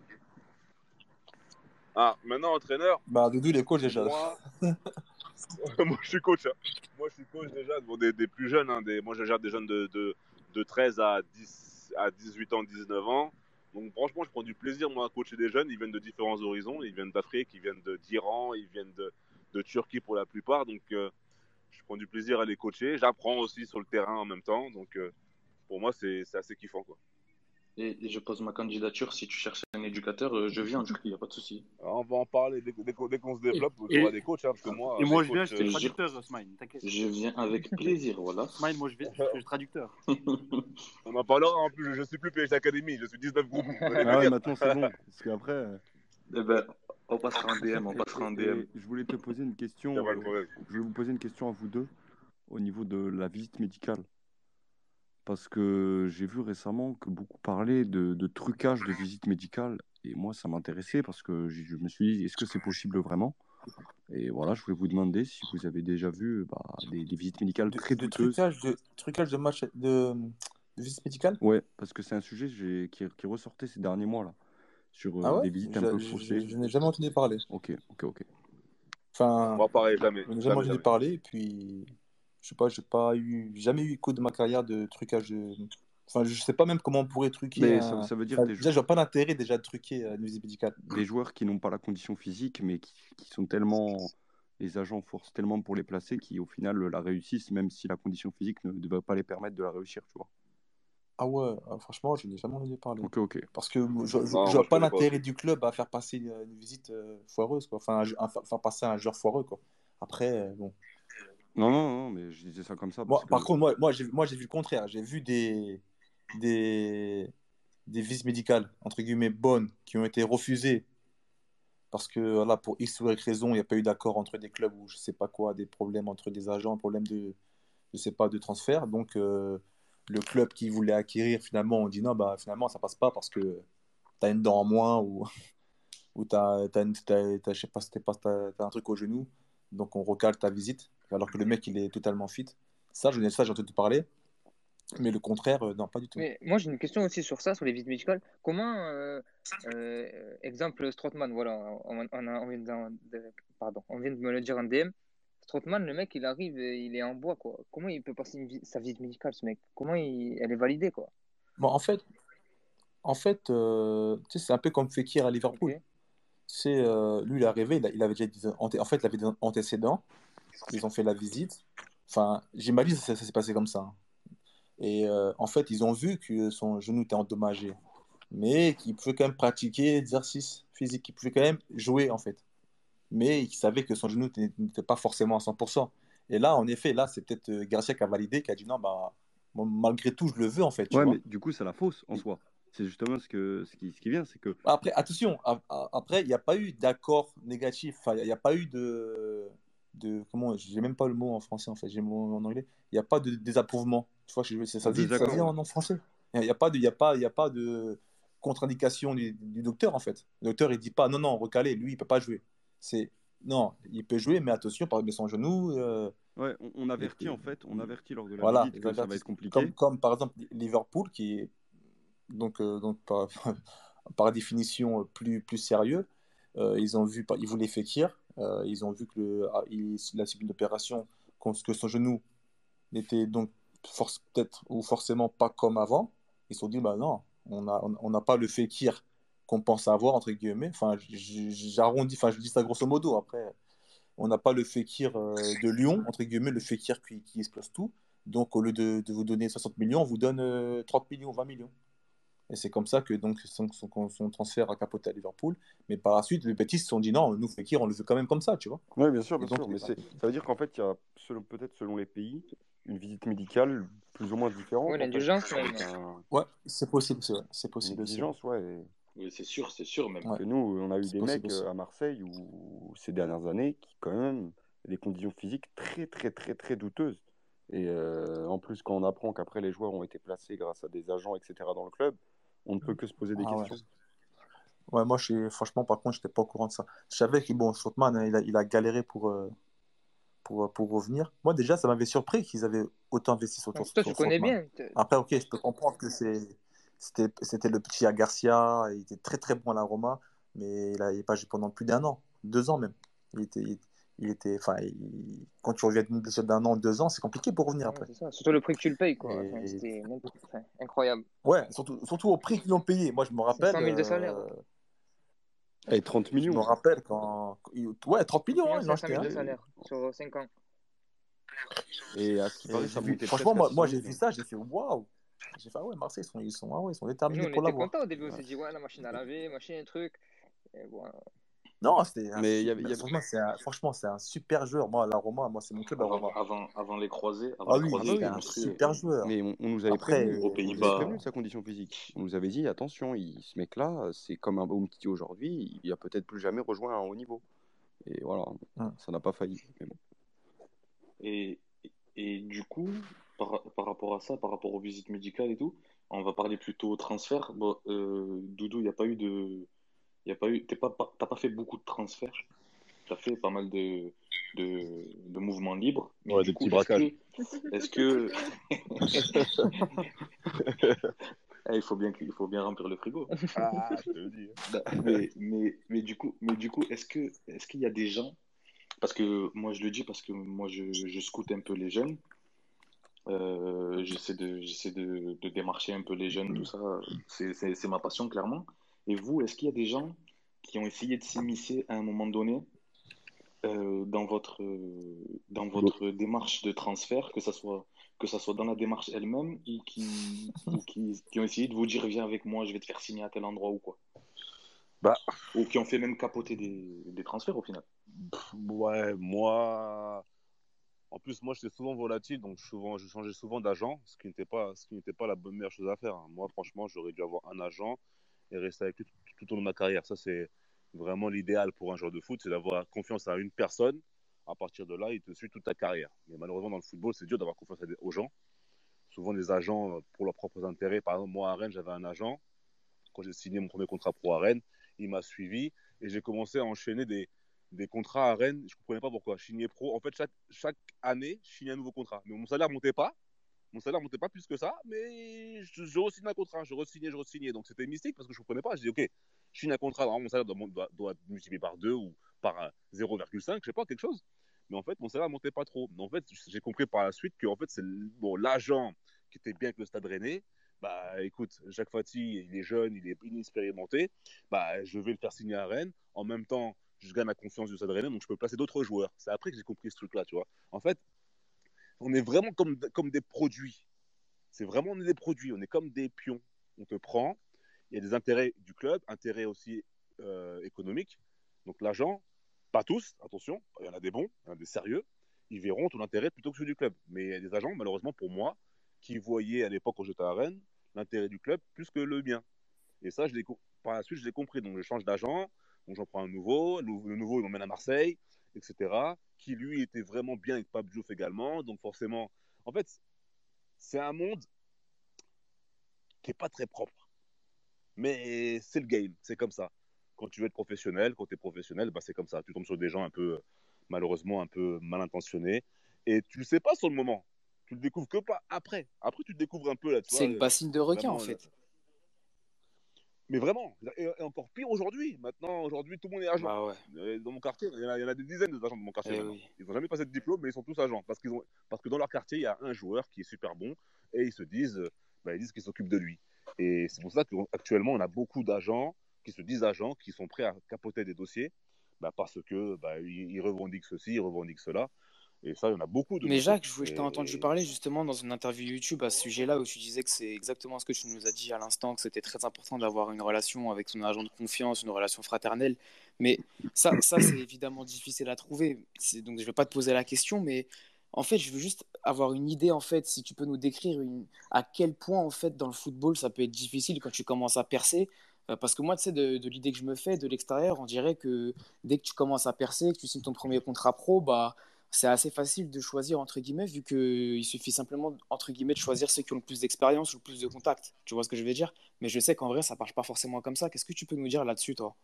Ah, maintenant, entraîneur. Doudou, il est coach déjà. Moi, je suis coach. Hein. Moi, je suis coach déjà des plus jeunes. Hein, moi, je gère des jeunes de 13 à 18 ans, 19 ans. Donc, franchement, je prends du plaisir, moi, à coacher des jeunes. Ils viennent de différents horizons. Ils viennent d'Afrique, ils viennent d'Iran, ils viennent de Turquie pour la plupart. Donc, je prends du plaisir à les coacher. J'apprends aussi sur le terrain en même temps. Donc, pour moi, c'est assez kiffant, quoi. Et je pose ma candidature. Si tu cherches un éducateur, je viens en Turquie, il n'y a pas de souci. Alors, on va en parler dès qu'on se développe. Tu Et, auras des coachs, hein, parce que moi, et moi, les je viens, coachs, je suis Je te jure, traducteur, Smile, t'inquiète. je viens avec plaisir, voilà. Smile, moi, je suis traducteur. on en parlera en plus. Je suis plus PSG Academy, je suis 19 groupes. Venez Ah me ouais, dire. maintenant c'est bon. Parce qu'après. Eh ben, on passera en DM, on Et, passera en et- DM. et je voulais te poser une Y a question. pas de problème. Je vais vous poser une question à vous deux au niveau de la visite médicale. Parce que j'ai vu récemment que beaucoup parlaient de trucage de visite médicale. Et moi, ça m'intéressait parce que je me suis dit, est-ce que c'est possible vraiment? Et voilà, je voulais vous demander si vous avez déjà vu des visites médicales très De douteuses. trucage de match de visite médicale? Ouais, parce que c'est un sujet qui ressortait ces derniers mois là, sur Ah ouais? des visites un peu faussées. Je n'ai jamais entendu parler. Ok. Enfin, Moi, pareil, jamais. je n'ai jamais Jamais, entendu jamais. parler. Et puis, je sais pas, jamais eu écho de ma carrière de trucage de. Enfin, je sais pas même comment on pourrait truquer Mais un. ça veut dire Enfin, déjà, je vois pas l'intérêt déjà de truquer une visite médicale. des joueurs qui n'ont pas la condition physique, mais qui sont tellement. Les agents forcent tellement pour les placer qui, au final, la réussissent, même si la condition physique ne devrait pas les permettre de la réussir, tu vois. Ah ouais, franchement, je n'ai jamais entendu parler. Ok. Parce que je Non, moi, vois je pas connais pas l'intérêt aussi. du club à faire passer une visite foireuse, quoi. Enfin, faire passer un joueur foireux, quoi. Après, bon. Non, mais je disais ça comme ça parce Par que. contre, moi, j'ai vu le contraire. J'ai vu des visites médicales, entre guillemets, bonnes, qui ont été refusées parce que, voilà, pour X ou Y raison, il n'y a pas eu d'accord entre des clubs ou je sais pas quoi, des problèmes entre des agents, problèmes je sais pas, de transfert. Donc, le club qui voulait acquérir, finalement, on dit non, bah, finalement, ça passe pas parce que tu as une dent en moins ou je sais pas, t'as un truc au genou. Donc, on recale ta visite alors que le mec, il est totalement fit. J'ai entendu parler. Mais le contraire, non, pas du tout. Mais moi, j'ai une question aussi sur ça, sur les visites médicales. Comment, exemple, Strootman, voilà, on vient de me le dire en DM. Strootman, le mec, il arrive, il est en bois, quoi. Comment il peut passer sa visite médicale, ce mec? Elle est validée, quoi? Bon, tu sais, c'est un peu comme Fekir à Liverpool. Ok. Lui, il est arrivé, il avait déjà en fait, il avait des antécédents. Ils ont fait la visite. Enfin, j'imagine que ça s'est passé comme ça, hein. Et en fait, ils ont vu que son genou était endommagé, mais qu'il pouvait quand même pratiquer l'exercice physique, qu'il pouvait quand même jouer, en fait. Mais il savait que son genou n'était pas forcément à 100%. Et là, en effet, là, c'est peut-être Garcia qui a validé, qui a dit non, bah, moi, malgré tout, je le veux, en fait, tu Ouais, vois. mais du coup, c'est la fausse en soi. C'est justement ce qui vient, c'est que. Après, attention, après, il n'y a pas eu d'accord négatif. Enfin, il n'y a pas eu comment, j'ai même pas le mot en français, en fait, j'ai le mot en anglais. Il n'y a pas de désapprouvement. Tu vois, ça En dit désaccord, ouais. en français. Il n'y a pas de contre-indication du docteur, en fait. Le docteur, il dit pas, non, non, recalé, lui, il peut pas jouer. Non, il peut jouer, mais attention, mais son genou. Ouais, on avertit en fait, on avertit lors de la Voilà, visite ils que ça va avertissent. être compliqué. Comme par exemple Liverpool, qui est donc par définition plus sérieux. Ils voulaient Fekir. Ils ont vu que il a subi une opération, que son genou n'était donc peut-être ou forcément pas comme avant. Ils se sont dit, bah non, on n'a pas le Fekir qu'on pense avoir, entre guillemets. Enfin, j'arrondis, enfin, je dis ça grosso modo. Après, on n'a pas le Fekir de Lyon, entre guillemets, le Fekir qui explose tout. Donc, au lieu de vous donner 60 millions, on vous donne 30 millions, 20 millions. Et c'est comme ça que donc son transfert a capoté à Liverpool. Mais par la suite, les Betis se sont dit non, nous, Fekir, on le veut quand même comme ça, tu vois. Oui, bien sûr, Et donc, mais ça veut dire qu'en fait, il y a peut-être selon les pays, une visite médicale plus ou moins différente. Ouais, En fait, l'indulgence, même. avec ouais, c'est possible, c'est une possible aussi. exigence, ouais. Oui, c'est sûr même. Parce que nous, on a eu C'est des possible mecs aussi. à Marseille où ces dernières années qui, quand même, des conditions physiques très, très, très, très douteuses. Et en plus, quand on apprend qu'après les joueurs ont été placés grâce à des agents, etc., dans le club, on ne peut que se poser des Ah ouais. questions. Ouais, moi, franchement, par contre, je n'étais pas au courant de ça. Je savais que, bon, Strootman, hein, il a galéré pour revenir. Moi, déjà, ça m'avait surpris qu'ils avaient autant investi sur Donc, toi, tu connais Strootman. bien. Après, ok, je peux comprendre que c'était le petit à Garcia, il était très très bon à la Roma, mais il n'avait pas joué pendant plus d'un an, 2 ans même. Enfin, quand tu reviens d'une blessure d'un an, 2 ans, c'est compliqué pour revenir Ouais, après. c'est ça. Surtout le prix que tu le payes, quoi. Et- C'était incroyable. Ouais, surtout au prix qu'ils l'ont payé. Moi, je me rappelle. 500 000 de salaire. Et 30 Je millions. me rappelle ouais, 30 millions, hein, ils l'ont 500 acheté. 000 Hein. de salaire sur 5 ans. Et à ce qui paraît, ça montait Franchement, presque à moi 600 j'ai 000. vu ça, j'ai fait waouh. J'ai fait, ah ouais, Marseille, ah ouais, ils sont Et nous, déterminés on pour était l'avoir. contents au début. On Ouais. s'est dit, ouais, la machine à laver, machin, un truc. Et bon, Non, c'était Mais il y avait, franchement, c'est un super joueur. Moi, la Roma, moi, c'est mon club, la Roma. Avant les croisés, Ah oui, Ah bah c'était oui, un monstrueux. super joueur. mais on nous avait Après, prévenu. Aux On nous avait Pays-Bas, prévenu de sa condition physique. On nous avait dit, attention, ce mec-là, c'est comme un Umtiti aujourd'hui, il a peut-être plus jamais rejoint un haut niveau. Et voilà, ça n'a pas failli. Mais bon. Et, et du coup, par rapport à ça, par rapport aux visites médicales et tout, on va parler plutôt transfert. Bon, Doudou, il n'y a pas eu de. T'as pas fait beaucoup de transferts. Tu as fait pas mal de mouvements libres. Mais Ouais, du des coup, petits braquages. est-ce que. Il faut bien remplir le frigo. Ah, je te le dis. Bah, mais du coup, est-ce qu'il y a des gens. Parce que moi, je le dis parce que moi, je scoute un peu les jeunes. J'essaie de démarcher un peu les jeunes, tout ça. C'est ma passion, clairement. Et vous, est-ce qu'il y a des gens qui ont essayé de s'immiscer à un moment donné dans votre démarche de transfert, que ça soit dans la démarche elle-même qui ont essayé de vous dire, viens avec moi, je vais te faire signer à tel endroit ou quoi? Bah, Ou qui ont fait même capoter des transferts au final? ouais, moi. En plus, moi, j'étais souvent volatile, donc je changeais souvent d'agent, ce qui n'était pas la bonne meilleure chose à faire, hein. Moi, franchement, j'aurais dû avoir un agent et rester avec lui tout au long de ma carrière. Ça, c'est vraiment l'idéal pour un joueur de foot, c'est d'avoir confiance à une personne. À partir de là, il te suit toute ta carrière. Mais malheureusement, dans le football, c'est dur d'avoir confiance aux gens. Souvent, les agents, pour leurs propres intérêts. Par exemple, moi, à Rennes, j'avais un agent. Quand j'ai signé mon premier contrat pro à Rennes, il m'a suivi et j'ai commencé à enchaîner des contrats à Rennes. Je ne comprenais pas pourquoi. Je signais pro. En fait, chaque année, je signais un nouveau contrat. Mais mon salaire ne montait pas. Mon salaire ne montait pas plus que ça, mais je re-signais un contrat. Je re-signais. Donc c'était mystique parce que je ne comprenais pas. Je dis, ok, je signe un contrat. Mon salaire doit être multiplié par 2 ou par 0,5, je sais pas, quelque chose. Mais en fait, mon salaire ne montait pas trop. En fait, j'ai compris par la suite que en fait, c'est bon, l'agent qui était bien avec le Stade Rennais. Bah écoute, Jacques Fati, il est jeune, il est inexpérimenté. Bah, je vais le faire signer à Rennes. En même temps, je gagne la confiance du Stade Rennais, donc je peux placer d'autres joueurs. C'est après que j'ai compris ce truc-là, tu vois. En fait, on est vraiment comme des produits. C'est vraiment, on est des produits, on est comme des pions. On te prend, il y a des intérêts du club, intérêts aussi économiques. Donc l'agent, pas tous, attention, il y en a des bons, il y en a des sérieux, ils verront ton intérêt plutôt que celui du club. Mais il y a des agents, malheureusement pour moi, qui voyaient à l'époque quand j'étais à Rennes, l'intérêt du club plus que le mien. Et ça, par la suite, je l'ai compris. Donc je change d'agent, donc j'en prends un nouveau, le nouveau, il m'emmène à Marseille, etc. Qui lui était vraiment bien avec Pape Diouf également. Donc forcément, en fait, c'est un monde qui n'est pas très propre. Mais c'est le game, c'est comme ça. Quand tu veux être professionnel, quand tu es professionnel, bah, c'est comme ça. Tu tombes sur des gens un peu, malheureusement, un peu mal intentionnés. Et tu le sais pas sur le moment. Tu le découvres que pas après. Après, tu le découvres un peu là, tu C'est vois. une bassine de requins, en Vraiment, fait. mais vraiment, et encore pire aujourd'hui. Maintenant, aujourd'hui, tout le monde est agent. Bah ouais. Dans mon quartier, il y en a des dizaines d'agents dans mon quartier maintenant. Oui. Ils n'ont jamais passé de diplôme, mais ils sont tous agents. Parce que dans leur quartier, il y a un joueur qui est super bon et ils disent qu'ils s'occupent de lui. Et c'est pour ça qu'actuellement, on a beaucoup d'agents qui se disent agents, qui sont prêts à capoter des dossiers parce que ils revendiquent ceci, ils revendiquent cela. Et ça, il y en a beaucoup de Mais nos jours. Jacques, je t'ai entendu parler justement dans une interview YouTube à ce sujet-là où tu disais que c'est exactement ce que tu nous as dit à l'instant, que c'était très important d'avoir une relation avec son agent de confiance, une relation fraternelle. Mais ça c'est évidemment difficile à trouver. Donc je ne vais pas te poser la question, mais en fait, je veux juste avoir une idée, en fait, si tu peux nous décrire à quel point, en fait, dans le football, ça peut être difficile quand tu commences à percer. Parce que moi, tu sais, de l'idée que je me fais de l'extérieur, on dirait que dès que tu commences à percer, que tu signes ton premier contrat pro, bah c'est assez facile de choisir, entre guillemets, vu qu'il suffit simplement, entre guillemets, de choisir ceux qui ont le plus d'expérience ou le plus de contacts. Tu vois ce que je veux dire? Mais je sais qu'en vrai, ça marche pas forcément comme ça. Qu'est-ce que tu peux nous dire là-dessus, toi?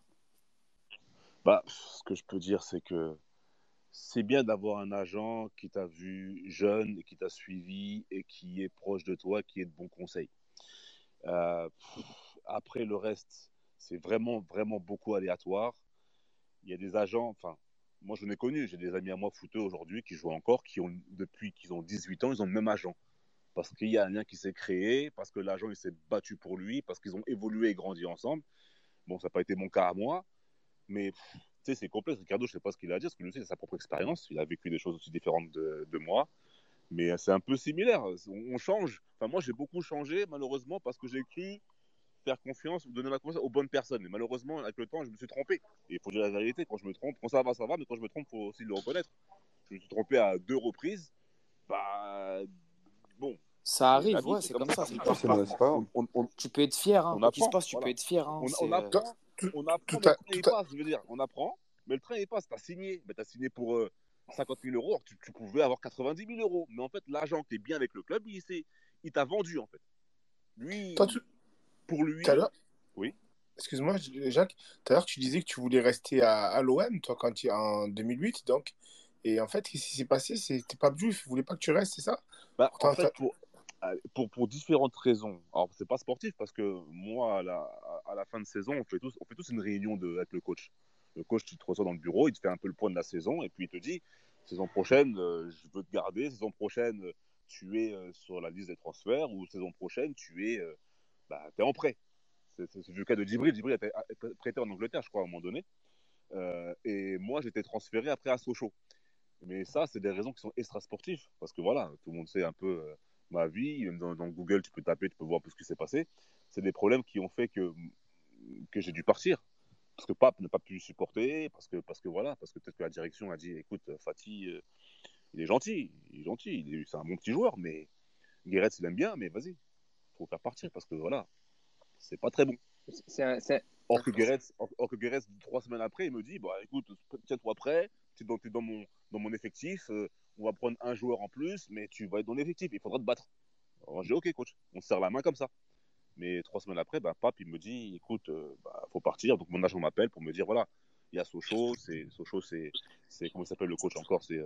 Ce que je peux dire, c'est que c'est bien d'avoir un agent qui t'a vu jeune et qui t'a suivi et qui est proche de toi, qui est de bons conseils. Euh, Après, le reste, c'est vraiment, vraiment beaucoup aléatoire. Il y a des agents, enfin, moi je l'ai connu, j'ai des amis à moi footeux aujourd'hui qui jouent encore, depuis qu'ils ont 18 ans, ils ont le même agent. Parce qu'il y a un lien qui s'est créé, parce que l'agent il s'est battu pour lui, parce qu'ils ont évolué et grandi ensemble. Bon, ça n'a pas été mon cas à moi, mais tu sais, c'est complexe. Ricardo, je ne sais pas ce qu'il a à dire, parce que lui aussi, c'est sa propre expérience. Il a vécu des choses aussi différentes de moi. Mais c'est un peu similaire. On change. Enfin, moi, j'ai beaucoup changé, malheureusement, parce que j'ai cru faire confiance ou donner ma confiance aux bonnes personnes. Et malheureusement, avec le temps, je me suis trompé. Et il faut dire la vérité. Quand je me trompe, quand ça va, mais quand je me trompe, il faut aussi le reconnaître. Je me suis trompé à 2 reprises. Bah, bon. Ça C'est la arrive, vie, ouais, c'est c'est comme comme ça. ça. C'est pas grave. Tu peux être fier, hein. On Quoi qu'il se apprend, passe, tu peux voilà. être fier. Hein. On C'est, apprend, Tout, on apprend, tout mais le à, train il tout à- passe. Je veux dire, on apprend, mais le train il passe. T'as signé, mais t'as signé pour 50 000 euros. Alors tu pouvais avoir 90 000 euros. Mais en fait, l'agent qui est bien avec le club, il t'a vendu en fait. toi, Lui, pour tout à lui, l'heure, oui. excuse-moi, Jacques, tout à l'heure, tu disais que tu voulais rester à l'OM, toi, en 2008, donc. Et en fait, qu'est-ce qui s'est passé? C'était pas Diouf, il voulait pas que tu restes, c'est ça? Bah, en Pourtant, fait, pour différentes raisons. Alors, c'est pas sportif parce que moi, à la fin de saison, on fait tous une réunion avec le coach. Le coach, il te reçoit dans le bureau, il te fait un peu le point de la saison et puis il te dit saison prochaine, je veux te garder. Saison prochaine, tu es sur la liste des transferts ou saison prochaine, t'es en prêt. C'est le cas de Djibril. Djibril a été prêté en Angleterre, je crois, à un moment donné. Et moi, j'étais transféré après à Sochaux. Mais ça, c'est des raisons qui sont extra-sportives. Parce que voilà, tout le monde sait un peu ma vie. Même dans Google, tu peux taper, tu peux voir un peu ce qui s'est passé. C'est des problèmes qui ont fait que j'ai dû partir. Parce que Pape n'a pas pu supporter. Parce que peut-être que la direction a dit écoute, Fati, il est gentil. C'est un bon petit joueur. Mais Guéret, il aime bien. Mais vas-y, il faut faire partir. Parce que voilà, c'est pas très bon. Or que Guéret, 3 semaines après, il me dit bah écoute, tiens-toi prêt, tu es dans mon effectif, on va prendre un joueur en plus, mais tu vas être dans l'effectif, il faudra te battre. Alors j'ai ok coach, on se serre la main comme ça. Mais 3 semaines après, Pape il me dit écoute, faut partir. Donc mon agent m'appelle pour me dire voilà, il y a Sochaux, c'est comment il s'appelle le coach encore, c'est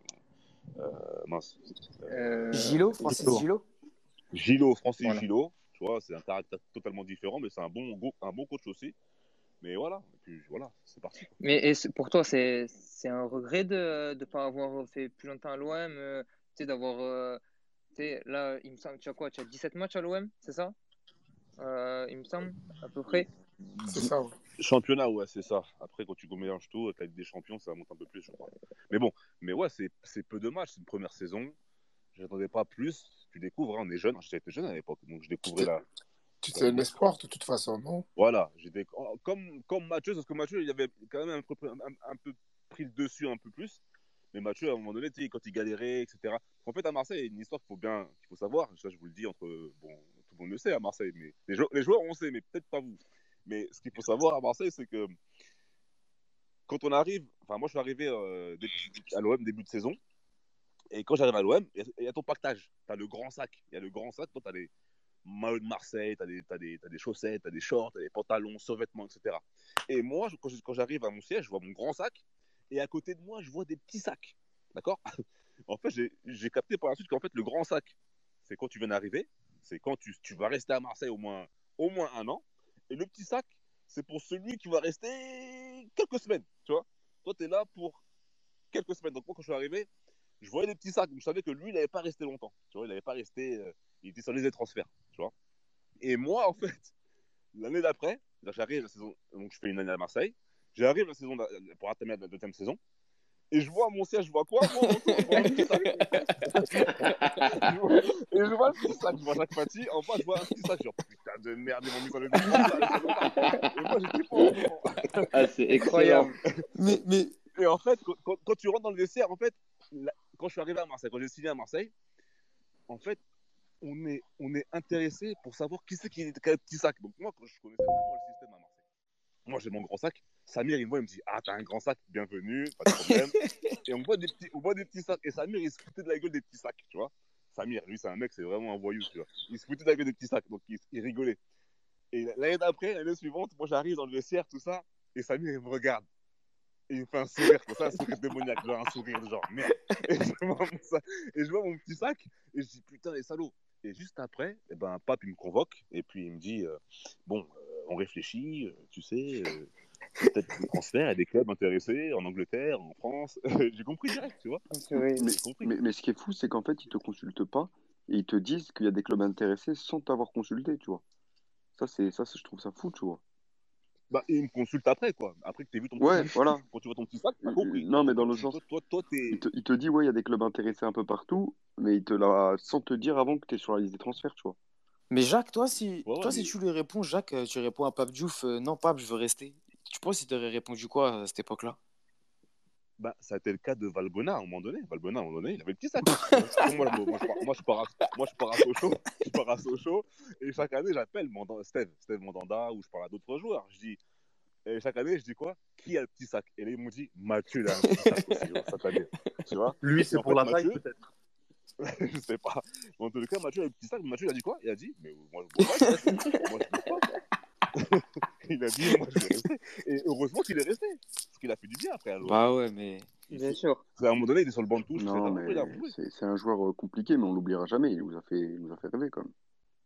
mince. Gilo, Francis Gilo. Francis Voilà. Gilo, tu vois, c'est un caractère totalement différent, mais c'est un bon coach aussi. Mais voilà, et puis voilà, c'est parti. Mais pour toi, c'est un regret de ne pas avoir fait plus longtemps à l'OM, tu sais, d'avoir. Tu sais, là, il me semble, tu as quoi? Tu as 17 matchs à l'OM, c'est ça? Il me semble, à peu près. c'est ça, ouais. Championnat, ouais, c'est ça. Après, quand tu mélanges tout, avec des champions, ça monte un peu plus, je crois. Mais bon, ouais, c'est peu de matchs, c'est une première saison. Je n'attendais pas plus. Tu découvres, hein, on est jeune. J'étais jeune à l'époque, donc je découvrais Tu t'es un espoir de toute façon, non? Voilà, j'étais comme Mathieu, parce que Mathieu, il avait quand même un peu pris le dessus un peu plus. Mais Mathieu, à un moment donné, quand il galérait, etc. En fait, à Marseille, il y a une histoire qu'il faut savoir. Ça, je vous le dis bon, tout le monde le sait à Marseille, mais les joueurs, on sait, mais peut-être pas vous. Mais ce qu'il faut savoir à Marseille, c'est que quand on arrive, enfin, moi, je suis arrivé à l'OM début de saison. Et quand j'arrive à l'OM, il y a ton pactage. Tu as le grand sac. Il y a le grand sac, toi, tu as des maillots de Marseille, t'as des chaussettes, t'as des shorts, t'as des pantalons, survêtements, etc. Et moi, quand j'arrive à mon siège, je vois mon grand sac, et à côté de moi, je vois des petits sacs. D'accord? En fait, j'ai capté par la suite qu'en fait, le grand sac, c'est quand tu viens d'arriver, c'est quand tu vas rester à Marseille au moins 1 an, et le petit sac, c'est pour celui qui va rester quelques semaines, tu vois? Toi, tu es là pour quelques semaines. Donc moi, quand je suis arrivé, je voyais des petits sacs, donc je savais que lui, il n'avait pas resté longtemps. Tu vois, il n'avait pas resté, il était sur les transferts, tu vois. Et moi, en fait, l'année d'après, j'arrive la saison, donc je fais une année à Marseille, j'arrive la saison pour atteindre la deuxième saison, et je vois mon siège, je vois quoi? Moi, je vois un petit sac. Et je vois le petit sac, je vois Jacques Fati, en bas, je vois un petit sac, genre putain de merde, ils m'ont mis sur le dos. Et moi, j'étais pas au courant. Ah, c'est excellent. Mais Et en fait, quand tu rentres dans le vestiaire, en fait, quand je suis arrivé à Marseille, quand j'ai signé à Marseille, en fait, on est intéressé pour savoir qui c'est qui a le petit sac. Donc moi, quand je connaissais vraiment le système à Marseille, moi j'ai mon grand sac. Samir, il me voit, il me dit ah, t'as un grand sac, bienvenue, pas de problème. Et on voit des petits sacs. Et Samir, il se foutait de la gueule des petits sacs, tu vois. Samir, lui, c'est un mec, c'est vraiment un voyou, tu vois. Il se foutait de la gueule des petits sacs, donc il rigolait. Et l'année d'après, l'année suivante, moi j'arrive dans le vestiaire, tout ça, et Samir, il me regarde. Et il me fait un sourire, comme ça, un sourire démoniaque, genre un sourire de genre merde. Et je vois mon petit sac, et je dis putain, les salauds. Et juste après, Pape, il me convoque, et puis il me dit bon, on réfléchit, tu sais, peut-être des transferts à des clubs intéressés en Angleterre, en France. J'ai compris direct, tu vois. Mais ce qui est fou, c'est qu'en fait, ils te consultent pas et ils te disent qu'il y a des clubs intéressés sans t'avoir consulté, tu vois. Ça, je trouve ça fou, tu vois. Bah, il me consulte après, quoi. Après que tu aies vu ton Ouais, petit sac. voilà. Quand tu vois ton petit sac, t'as compris. Non, mais dans le sens, Toi, il te dit, ouais, il y a des clubs intéressés un peu partout, Mais il te l'a sans te dire avant que tu es sur la liste des transferts, tu vois. Mais Jacques, toi, si, Ouais, ouais, toi, si mais tu lui réponds, Jacques, tu réponds à Pape Diouf, non, Pape, je veux rester. Tu penses qu'il t'aurait répondu quoi à cette époque-là? bah, ça a été le cas de Valbuena à un moment donné. Valbuena, à un moment donné, il avait le petit sac. Tu vois. Comme je pars à Sochaux. Je pars à Sochaux. Et chaque année, j'appelle Steve Mandanda ou je parle à d'autres joueurs. Et chaque année, je dis quoi? Qui a le petit sac? Et là, ils m'ont dit Mathieu, il a un petit sac aussi cette année. Tu vois? Lui, Et c'est en pour fait, la taille, Mathieu, peut-être. je sais pas. En tout cas, Mathieu a le petit sac. Mathieu, il a dit quoi? Il a dit mais moi, je bouge pas, je reste. Moi, je bouge pas. Il a dit moi, je vais rester. Et heureusement qu'il est resté. Parce qu'il a fait du bien après à l'OM. Bah ouais, mais. Bien sûr. À un moment donné, il est sur le banc de touche, etc. Non, Après, il a mais joué. c'est un joueur compliqué, mais on l'oubliera jamais. Il nous a fait rêver quand même.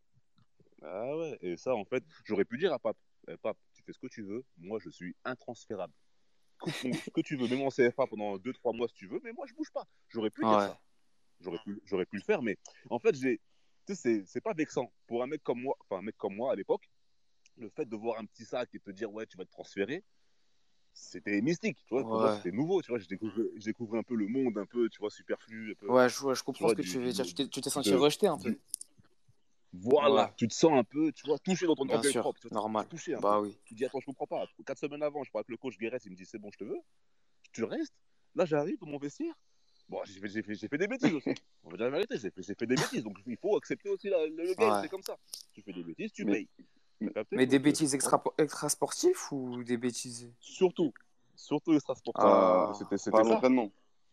Ah ouais, et ça, en fait, j'aurais pu dire à Pape, Pape, tu fais ce que tu veux, moi, je suis intransférable. Coupe ce que tu veux, même en CFA pendant 2-3 mois si tu veux, mais moi, je bouge pas. J'aurais pu dire Ouais. ça. J'aurais pu le faire, mais en fait, tu sais, c'est pas vexant. Pour un mec comme moi, à l'époque, le fait de voir un petit sac et te dire, ouais, tu vas te transférer, c'était mystique, tu vois. Pour moi, Ouais. c'était nouveau, tu vois. Je découvrais un peu le monde, un peu, tu vois, superflu, un peu, Ouais, je tu comprends vois, ce que tu veux dire. Tu t'es senti de- rejeté un peu. du- Voilà, Ouais, tu te sens un peu, tu vois, touché dans ton bien orgueil sûr, propre, tu vois, normal. touché un peu. Bah oui. Tu dis, attends, je comprends pas. 4 semaines avant, je parle avec le coach Guéret, il me dit, c'est bon, je te veux. Tu restes. Là, j'arrive dans mon vestiaire. Bon, j'ai fait des bêtises aussi. On va dire la vérité, j'ai fait des bêtises. Donc, il faut accepter aussi le game, Ouais. c'est comme ça. Tu fais des bêtises, tu Mais, payes. T'as capté? Mais des Donc, bêtises voilà. extra sportives ou des bêtises. Surtout extra sportif. Ah, pas C'était à ça. l'entraînement.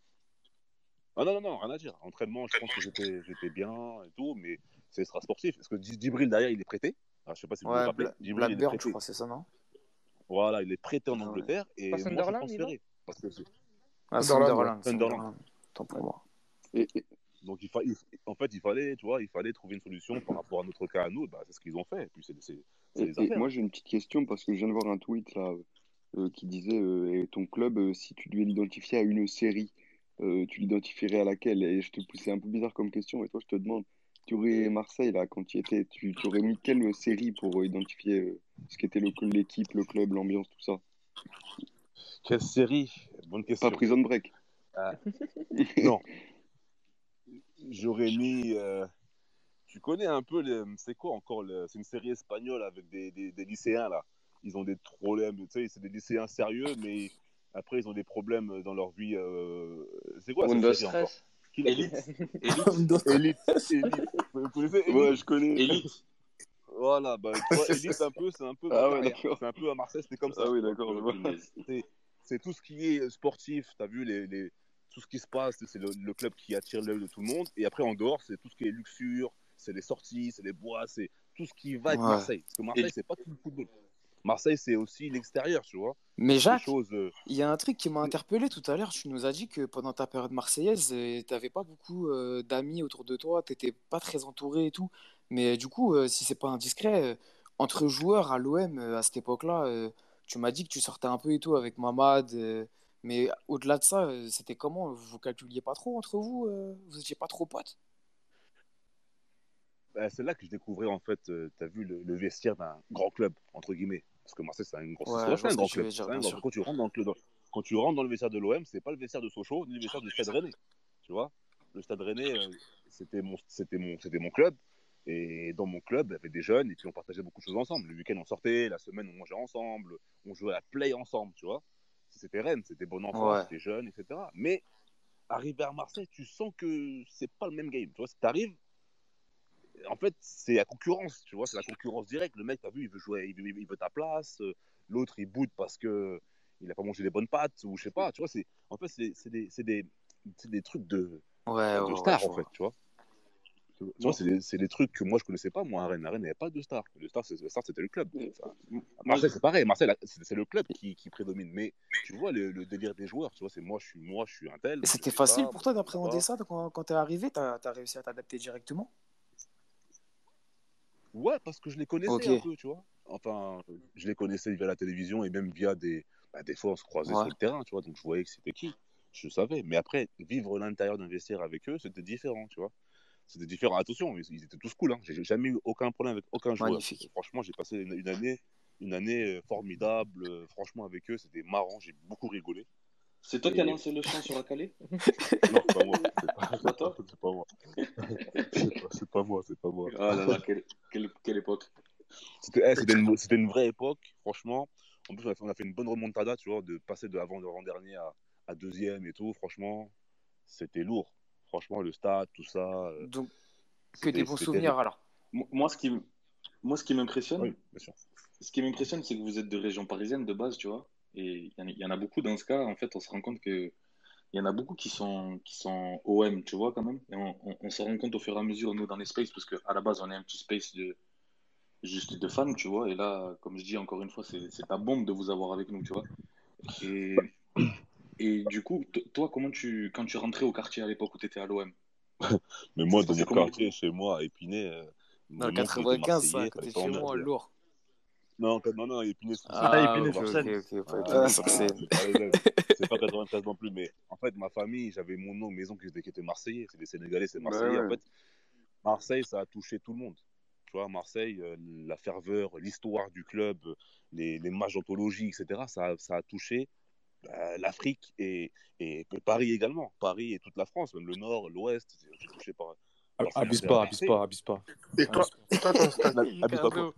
Ah non, rien à dire. Entraînement, je pense que j'étais bien et tout, mais c'est extra sportif. Parce que Djibril, derrière, il est prêté. Alors, je sais pas si vous vous ouais, rappelez. Djibril, il est Blackburn, je prêté. crois, c'est ça, non? Voilà, il est prêté en Ah ouais. Angleterre Pas et moi je suis Sunderland, il va? transféré. Parce que c'est Ah, Sunderland, ouais. Sunderland. Tant pour moi. Et, Donc en fait, il fallait, tu vois, il fallait trouver une solution par rapport à notre cas à nous. Bah, c'est ce qu'ils ont fait. Et puis c'est les et affaires. moi, Hein. j'ai une petite question parce que je viens de voir un tweet là qui disait et ton club, si tu devais l'identifier à une série, tu l'identifierais à laquelle? Et c'est un peu bizarre comme question. Et toi, je te demande, tu aurais Marseille là quand tu y étais, tu aurais mis quelle série pour identifier ce qu'était l'équipe, le club, l'ambiance, tout ça? Quelle série? Bonne Pas question. Prison Break. Non, j'aurais mis. Tu connais un peu, c'est quoi encore c'est une série espagnole avec des lycéens là. Ils ont des problèmes, tu sais, c'est des lycéens sérieux, mais après ils ont des problèmes dans leur vie. C'est quoi cette Windows série encore? Stress. Qui l'a Élite. Élite. Vous connaissez Élite? Ouais, je connais. Élite. Voilà, bah, tu vois, Élite, c'est un peu ma Ah ouais, carrière. d'accord. C'est un peu à Marseille, c'était comme ça. Ah oui, Donc, d'accord, je vois. c'est tout ce qui est sportif, tu as vu, tout ce qui se passe, c'est le club qui attire l'œil de tout le monde. Et après, en dehors, c'est tout ce qui est luxure, c'est les sorties, c'est les bois, c'est tout ce qui va avec Ouais. Marseille. Parce que Marseille, c'est pas tout le football. Marseille, c'est aussi l'extérieur, tu vois. Mais Des Jacques, choses. il y a un truc qui m'a interpellé tout à l'heure. Tu nous as dit que pendant ta période marseillaise, tu n'avais pas beaucoup d'amis autour de toi, tu n'étais pas très entouré et tout. Mais du coup, si c'est pas indiscret, entre joueurs à l'OM à cette époque-là, tu m'as dit que tu sortais un peu et tout avec Mamad. Mais au-delà de ça, c'était comment? Vous calculiez pas trop entre vous? Vous étiez pas trop potes? Bah, c'est là que je découvrais, en fait, tu as vu le vestiaire d'un grand club, entre guillemets. Parce que Marseille, c'est un Ouais, je c'est vois un ce que grand tu veux club. dire, C'est un bien grand sûr. Quand tu rentres quand tu rentres dans le vestiaire de l'OM, c'est pas le vestiaire de Sochaux, ni le vestiaire du Stade Rennais. Tu vois, le Stade Rennais, c'était mon club. Et dans mon club, il y avait des jeunes, et puis on partageait beaucoup de choses ensemble. Le week-end, on sortait, la semaine, on mangeait ensemble, on jouait à la play ensemble, tu vois. C'était Rennes, c'était bon enfant, Ouais. c'était jeune, etc. Mais arrivé à Marseille, tu sens que c'est pas le même game. Tu vois, si t'arrives, en fait, c'est la concurrence, tu vois, c'est la concurrence directe. Le mec, t'as vu, il veut jouer, il veut ta place. L'autre, il boude parce que il a pas mangé les bonnes pâtes, ou je sais pas, tu vois. En fait, c'est des trucs Ouais, de ouais, stars, je en fait, vois. tu vois. Tu vois, c'est des trucs que moi, je connaissais pas. Moi, à Rennes, il n'y avait pas de stars. Le star, c'était le club. Enfin, à Moi, Marseille, c'est pareil. Marseille, c'est le club qui prédomine. Mais tu vois, le délire des joueurs, tu vois, c'est moi, je suis un tel, Et moi, je c'était fais facile ça, pour moi, toi je vais d'appréhender là-bas. ça quand t'es arrivé? T'as réussi à t'adapter directement? Ouais, parce que je les connaissais Ok, un peu, tu vois. Enfin, je les connaissais via la télévision et même via des fois, on se croisait ouais. sur le terrain, tu vois. Donc, je voyais que c'était qui. Je savais. Mais après, vivre l'intérieur d'un vestiaire avec eux, c'était différent, tu vois. C'était différent. Attention, ils étaient tous cool. Hein. J'ai jamais eu aucun problème avec aucun joueur. Magnifique. Franchement, j'ai passé une année formidable. Franchement, avec eux, c'était marrant. J'ai beaucoup rigolé. C'est toi qui as Et lancé le chant sur Akale? Non, c'est pas moi. C'est pas toi? C'est pas moi. C'est pas moi. C'est pas moi. Ah là là, quelle époque. C'était une vraie époque, franchement. En plus, on a fait une bonne remontada, tu vois, de passer de avant-dernier à deuxième et tout. Franchement, c'était lourd. Franchement, le stade, tout ça, Donc, que des bons c'était souvenirs terrible. alors. Moi, ce qui m'impressionne, Oui, bien sûr. c'est que vous êtes de région parisienne de base, tu vois. Et il y en a beaucoup dans ce cas, en fait, on se rend compte que il y en a beaucoup qui sont OM, tu vois, quand même. Et on se rend compte au fur et à mesure, nous, dans les spaces, parce qu'à la base, on est un petit space juste de fans, tu vois. Et là, comme je dis encore une fois, c'est ta bombe de vous avoir avec nous, tu vois. Et, et du coup, toi, quand tu rentrais au quartier à l'époque où tu étais à l'OM, Mais ça moi, se dans passait mon comment? quartier, chez moi, à Épinay, Dans le mon oncle était 95, ça, à marseillais, côté fallait de pas chez moi, emmerder. lourd. Non, Épinay sur Seine. Ah, Ah, Épinay ok, sur ok, scène. ok, pas Ah, Épinay c'est sur pas, Seine. c'est pas les mêmes. C'est pas 93 non plus, mais en fait, ma famille, j'avais mon oncle, mes oncles qui étaient marseillais. C'est des Sénégalais, c'est bah marseillais. En ouais. fait, Marseille, ça a touché tout le monde. Tu vois, Marseille, la ferveur, l'histoire du club, les matchs d'anthologie, etc., ça a touché l'Afrique et Paris également. Paris et toute la France, même le Nord, l'Ouest, c'est touché par ces Abuse affaires à pas, abuse Marseille. pas, abuse pas. Et toi, Abuse pas. ton statut, Abuse pas quoi.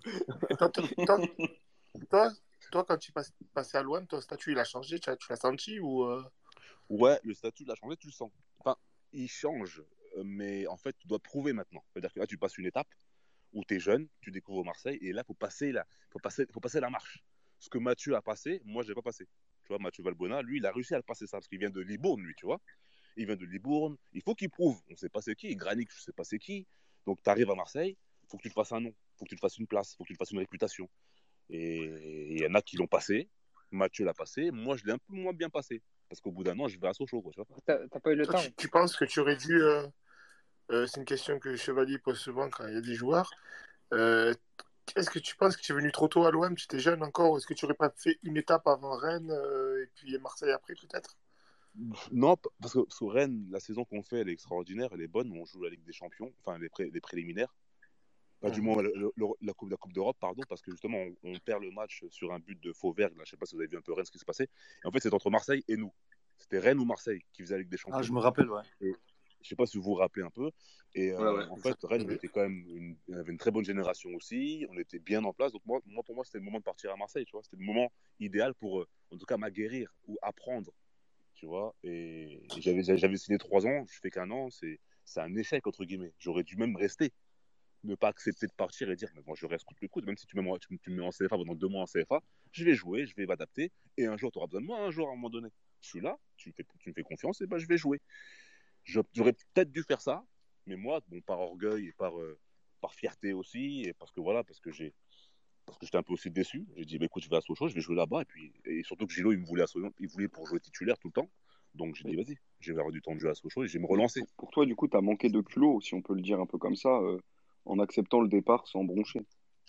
toi, quand tu passais à l'OM, ton statut, il a changé, tu l'as senti ou Ouais, le statut de la changé, tu le sens. Enfin, il change, mais en fait, tu dois prouver maintenant. C'est-à-dire que là, tu passes une étape où tu es jeune, tu découvres Marseille, et là, faut passer la marche. Ce que Mathieu a passé, moi, je l'ai pas passé. Tu vois, Mathieu Valbuena, lui, il a réussi à le passer ça, parce qu'il vient de Libourne, lui, tu vois. Il vient de Libourne, il faut qu'il prouve. On ne sait pas c'est qui, Granic, je ne sais pas c'est qui. Donc, tu arrives à Marseille, il faut que tu te fasses un nom, il faut que tu te fasses une place, il faut que tu te fasses une réputation. Et il y en a qui l'ont passé, Mathieu l'a passé, moi, je l'ai un peu moins bien passé. Parce qu'au bout d'un an, je vais à Sochaux, quoi, tu vois. T'as pas eu le toi, temps. tu penses que tu aurais dû. C'est une question que Chevalier pose souvent quand il y a des joueurs. Euh, Est-ce que tu penses que tu es venu trop tôt à l'OM, tu étais jeune encore, ou est-ce que tu n'aurais pas fait une étape avant Rennes et puis Marseille après peut-être? Non, parce que sous Rennes, la saison qu'on fait, elle est extraordinaire, elle est bonne. On joue la Ligue des Champions, enfin les préliminaires. Pas du moins la Coupe d'Europe, pardon, parce que justement, on perd le match sur un but de Fauvergue. Là, je ne sais pas si vous avez vu un peu Rennes, ce qui se passait. Et en fait, c'est entre Marseille et nous. C'était Rennes ou Marseille qui faisait la Ligue des Ah, Champions. je me rappelle, ouais. Et je ne sais pas si vous vous rappelez un peu. Et Ouais, en fait, Rennes, on était quand même il y avait une très bonne génération aussi. On était bien en place. Donc pour moi, c'était le moment de partir à Marseille. Tu vois, c'était le moment idéal pour, en tout cas, m'aguerrir ou apprendre. Tu vois, et j'avais signé 3 ans. Je fais qu'un an. C'est un échec entre guillemets. J'aurais dû même rester, ne pas accepter de partir et dire mais bon, je reste coûte que coûte. Même si tu me mets en CFA pendant 2 mois en CFA, je vais jouer, je vais m'adapter. Et un jour, tu auras besoin de moi. Un jour, à un moment donné, je suis là. Tu me fais confiance et ben je vais jouer. J'aurais peut-être dû faire ça, mais moi, bon, par orgueil et par fierté aussi, et parce que voilà, parce que j'étais un peu aussi déçu. J'ai dit, bah, écoute, je vais à Sochaux, je vais jouer là-bas, et surtout que Gilo, il me voulait à Sochaux, il voulait pour jouer titulaire tout le temps. Donc j'ai dit, vas-y, je vais avoir du temps de jeu à Sochaux et je vais me relancer. Pour toi, du coup, tu as manqué de culot, si on peut le dire un peu comme ça, en acceptant le départ sans broncher.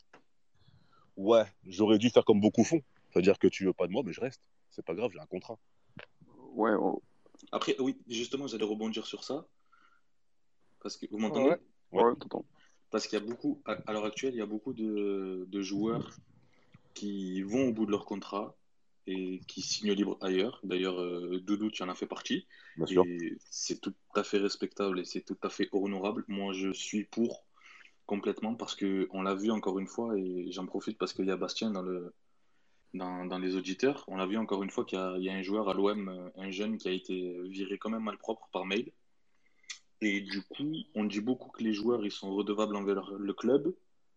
Ouais, j'aurais dû faire comme beaucoup font. C'est-à-dire que tu veux pas de moi, mais je reste. C'est pas grave, j'ai un contrat. Ouais, Après, oui, justement, j'allais rebondir sur ça. Parce que vous Ouais, m'entendez? ouais. ouais, t'entends. Parce qu'il y a beaucoup, à l'heure actuelle, il y a beaucoup de joueurs qui vont au bout de leur contrat et qui signent libre ailleurs. D'ailleurs, Doudou, tu en as fait partie. Bien sûr. Et c'est tout à fait respectable et c'est tout à fait honorable. Moi, je suis pour complètement parce que on l'a vu encore une fois et j'en profite parce qu'il y a Bastien dans les auditeurs. On l'a vu encore une fois qu'il y a un joueur à l'OM, un jeune qui a été viré quand même malpropre par mail. Et du coup, on dit beaucoup que les joueurs ils sont redevables envers le club.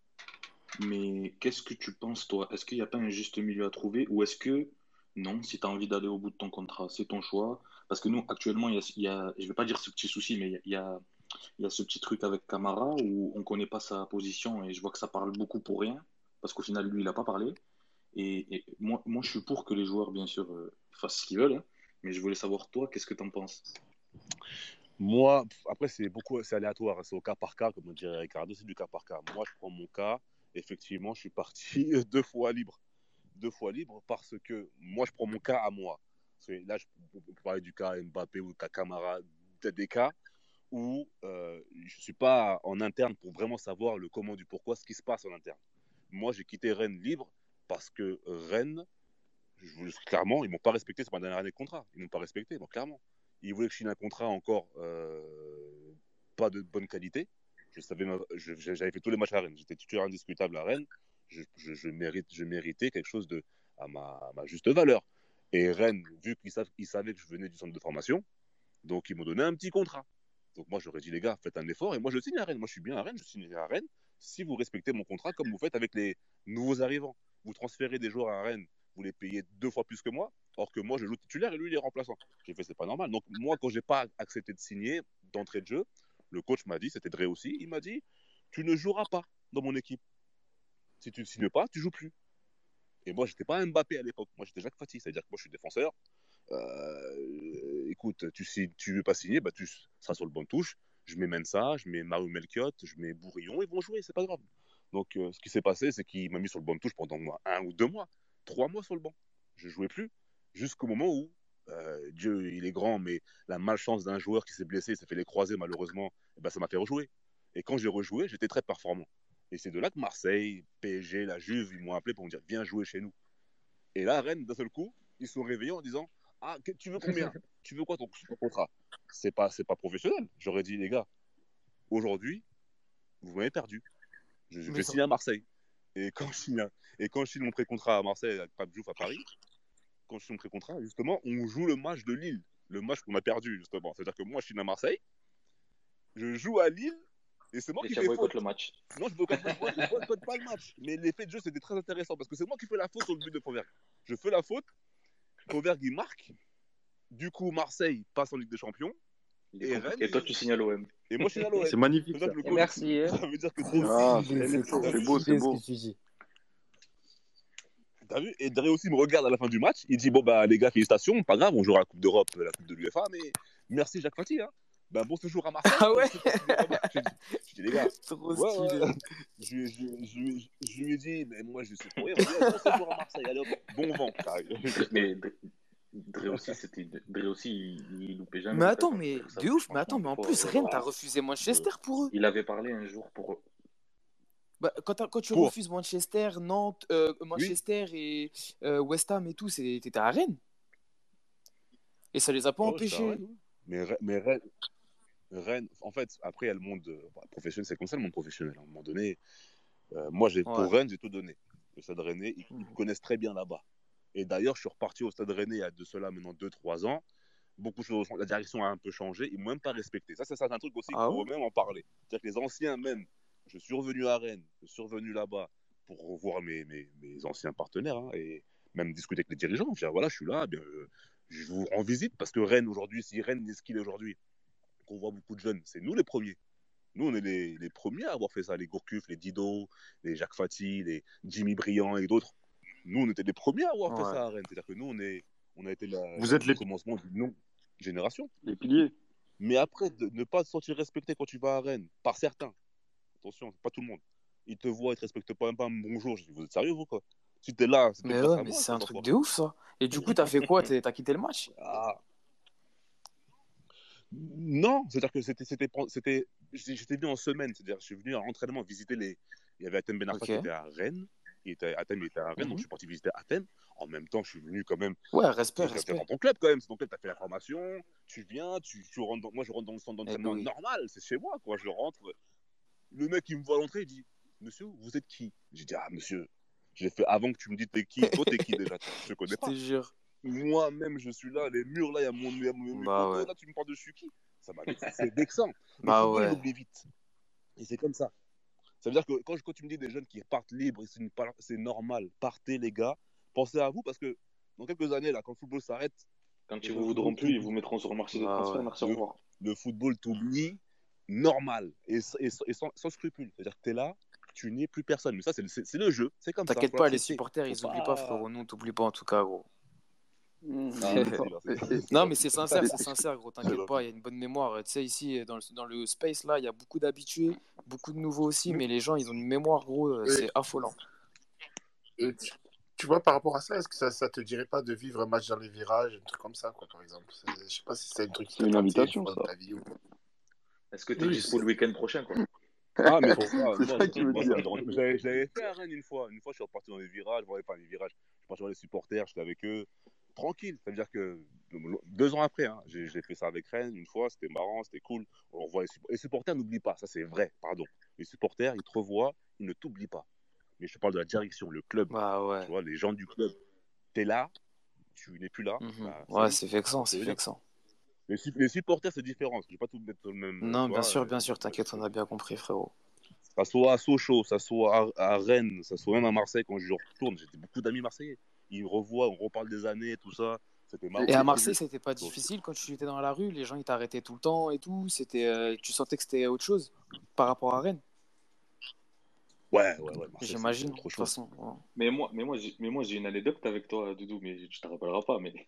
Mais qu'est-ce que tu penses, toi? Est-ce qu'il n'y a pas un juste milieu à trouver? Ou est-ce que non, si tu as envie d'aller au bout de ton contrat, c'est ton choix? Parce que nous, actuellement, je ne vais pas dire ce petit souci, mais il y a ce petit truc avec Camara où on ne connaît pas sa position et je vois que ça parle beaucoup pour rien. Parce qu'au final, lui, il n'a pas parlé. Et moi, je suis pour que les joueurs, bien sûr, fassent ce qu'ils veulent, hein. Mais je voulais savoir, toi, qu'est-ce que tu en penses? Moi, après, c'est aléatoire, c'est au cas par cas, comme on dirait Ricardo, c'est du cas par cas. Moi, je prends mon cas, effectivement, je suis parti 2 fois libre. 2 fois libre parce que moi, je prends mon cas à moi. Parce que là, on peut parler du cas Mbappé ou du cas Camara, peut-être des cas où je ne suis pas en interne pour vraiment savoir le comment du pourquoi, ce qui se passe en interne. Moi, j'ai quitté Rennes libre parce que Rennes, clairement, ils m'ont pas respecté sur ma dernière année de contrat. Ils m'ont pas respecté, donc clairement. Ils voulaient que je signe un contrat encore pas de bonne qualité. J'avais fait tous les matchs à Rennes. J'étais titulaire indiscutable à Rennes. Je méritais quelque chose à ma juste valeur. Et Rennes, vu qu'ils savaient que je venais du centre de formation, donc ils m'ont donné un petit contrat. Donc moi, j'aurais dit, les gars, faites un effort. Et moi, je signe à Rennes. Moi, je suis bien à Rennes. Je signe à Rennes si vous respectez mon contrat comme vous faites avec les nouveaux arrivants. Vous transférez des joueurs à Rennes, vous les payez 2 fois plus que moi, or que moi, je joue titulaire et lui, il est remplaçant. J'ai fait, c'est pas normal. Donc moi, quand j'ai pas accepté de signer d'entrée de jeu, le coach m'a dit, c'était Dre aussi, il m'a dit, tu ne joueras pas dans mon équipe. Si tu ne signes pas, tu joues plus. Et moi, j'étais pas Mbappé à l'époque. Moi, j'étais Jacques Fati. C'est-à-dire que moi, je suis défenseur. Écoute, tu veux pas signer, bah, tu seras sur le banc de touche. Je mets Mensa, je mets Mario Melchiot, je mets Bourillon, ils vont jouer, c'est pas grave. Donc, ce qui s'est passé, c'est qu'il m'a mis sur le banc de touche pendant 1 ou 2 mois, 3 mois sur le banc. Je jouais plus, jusqu'au moment où, Dieu, il est grand, mais la malchance d'un joueur qui s'est blessé, il s'est fait les croisés malheureusement, et ben, ça m'a fait rejouer. Et quand j'ai rejoué, j'étais très performant. Et c'est de là que Marseille, PSG, la Juve, ils m'ont appelé pour me dire, viens jouer chez nous. Et là, Rennes, d'un seul coup, ils se sont réveillés en disant, ah, tu veux combien? Tu veux quoi ton contrat? C'est pas professionnel. J'aurais dit, les gars, aujourd'hui, vous m'avez perdu. Je vais signer à Marseille. Et quand je signe mon pré-contrat à Marseille, avec Pape Diouf à Paris, quand je signe mon pré-contrat, justement, on joue le match de Lille. Le match qu'on a perdu, justement. C'est-à-dire que moi, je signe à Marseille, je joue à Lille, et c'est moi qui fais faute. Le match. Non, je boycotte pas le match. Mais l'effet de jeu, c'était très intéressant, parce que c'est moi qui fais la faute sur le but de Fauvergue. Je fais la faute, Fauvergue, il marque. Du coup, Marseille passe en Ligue des Champions. Et toi, tu signes à l'OM. Et moi, je suis à l'OM. C'est magnifique. Merci. Ça veut dire que c'est beau, c'est beau. T'as vu? Et Dre aussi me regarde à la fin du match. Il dit, bon, bah, les gars, félicitations. Pas grave, on jouera la Coupe d'Europe, la Coupe de l'UEFA. Mais merci, Jacques Fati. Hein. Ben, bon séjour à Marseille. Ah ouais? Je dis, les gars. Trop stylé. Ouais. Je lui ai dit, mais moi, je sais pas. On dit, bon séjour à Marseille. Allez, hop, bon vent. Mais Dre aussi, il loupait jamais. Mais attends, mais de ouf. Mais attends, mais en plus, Rennes, t'as refusé Manchester pour eux. Il avait parlé un jour pour eux. Bah, quand tu refuses Manchester, Nantes, Manchester et West Ham et tout, t'étais à Rennes. Et ça les a pas empêchés. Mais Rennes, en fait, après, il y a le monde professionnel, c'est comme ça le monde professionnel. À un moment donné, moi, pour Rennes, j'ai tout donné. Le Stade Rennais, ils me connaissent très bien là-bas. Et d'ailleurs, je suis reparti au Stade Rennais il y a de cela maintenant 2-3 ans. Beaucoup de choses, la direction a un peu changé. Ils ne m'ont même pas respecté. Ça, c'est un truc aussi qu'il faut même en parler. C'est-à-dire que les anciens, même, je suis revenu à Rennes, je suis revenu là-bas pour revoir mes anciens partenaires hein, et même discuter avec les dirigeants. Dire, voilà, je suis là, bien, je vous rends visite parce que Rennes, aujourd'hui, si Rennes est ce qu'il est aujourd'hui, qu'on voit beaucoup de jeunes, c'est nous les premiers. Nous, on est les premiers à avoir fait ça. Les Gourcuff, les Dido, les Jacques Fati, les Jimmy Briand et d'autres. Nous, on était les premiers à avoir fait ça à Rennes. C'est-à-dire que nous, on a été le commencement d'une longue génération. Les piliers. Mais après, de ne pas te sentir respecté quand tu vas à Rennes, par certains, attention, pas tout le monde, ils te voient, ils te respectent pas même pas un bonjour. Je dis, vous êtes sérieux, vous, quoi? Si t'es là, c'est mais c'est un truc de ouf, ça. Et du coup, t'as fait quoi? T'as quitté le match? Non, c'est-à-dire que j'étais venu en semaine. C'est-à-dire je suis venu à l'entraînement visiter Il y avait Athènes Ben Arfa qui était à Rennes. Athènes était à Rennes, donc je suis parti visiter Athènes. En même temps, je suis venu quand même. Ouais, respect. T'es dans ton club quand même. C'est ton club, t'as fait la formation. Tu viens, tu rentres. Moi, je rentre dans le centre d'entraînement normal. C'est chez moi, quoi. Je rentre. Le mec, il me voit à l'entrée, il dit, monsieur, vous êtes qui? J'ai dit, ah, monsieur, j'ai fait avant que tu me dises t'es qui. Toi, t'es qui déjà? Je te connais pas. Je te jure. Moi-même, je suis là, les murs là, il y a mon ouais. Là, tu me parles de je suis qui? C'est vexant. Ouais. Il oublie vite. Et c'est comme ça. Ça veut dire que quand tu me dis des jeunes qui partent libres, c'est normal. Partez, les gars. Pensez à vous parce que dans quelques années, là, quand le football s'arrête. Quand ils vous voudront plus, ils vous mettront sur le marché des transferts. Merci, au revoir. Le football t'oublie normal et sans scrupule. C'est-à-dire que tu es là, tu n'es plus personne. Mais ça, c'est le jeu. C'est comme ça. T'inquiète pas, les supporters, ils n'oublient pas, frérot. Nous, on t'oublie pas en tout cas, gros. Non, mais c'est sincère, gros. T'inquiète pas, il y a une bonne mémoire. Tu sais, ici, dans le space, là, il y a beaucoup d'habitués, beaucoup de nouveaux aussi, mais les gens, ils ont une mémoire, gros, c'est affolant. Tu vois, par rapport à ça, est-ce que ça te dirait pas de vivre un match dans les virages, un truc comme ça, quoi, par exemple? Je sais pas si c'est un truc qui c'est une invitation, ça. Ta vie, ou... Est-ce que tu es dispo le week-end prochain, quoi? Ah, mais pour ça, c'est ça qui veut dire. J'avais fait à Rennes une fois. Une fois, je suis reparti dans les virages. Enfin, les virages. Je suis parti dans voir les supporters, j'étais avec eux, tranquille. C'est-à-dire que 2 ans après, hein, j'ai fait ça avec Rennes une fois, c'était marrant, c'était cool. On revoit les supporters n'oublient pas, ça c'est vrai, pardon. Les supporters, ils te revoient, ils ne t'oublient pas. Mais je parle de la direction, le club, Bah ouais. tu vois, les gens du club. T'es là, tu n'es plus là. Bah, Ouais, c'est vexant, c'est vexant. Les supporters, c'est différent, parce que je ne vais pas tout mettre sur le même. Non, bien sûr, t'inquiète, on a bien compris, frérot. Ça soit à Sochaux, ça soit à Rennes, ça soit même à Marseille, quand je retourne, j'ai beaucoup d'amis marseillais. Ils me revoient, on reparle des années, tout ça. C'était marrant. Et à Marseille, c'était pas difficile quand tu étais dans la rue, les gens ils t'arrêtaient tout le temps et tout. Tu sentais que c'était autre chose par rapport à Rennes. Ouais. J'imagine, de toute façon. Ouais. Mais moi, j'ai une anecdote avec toi, Doudou, mais tu t'en rappelleras pas. Mais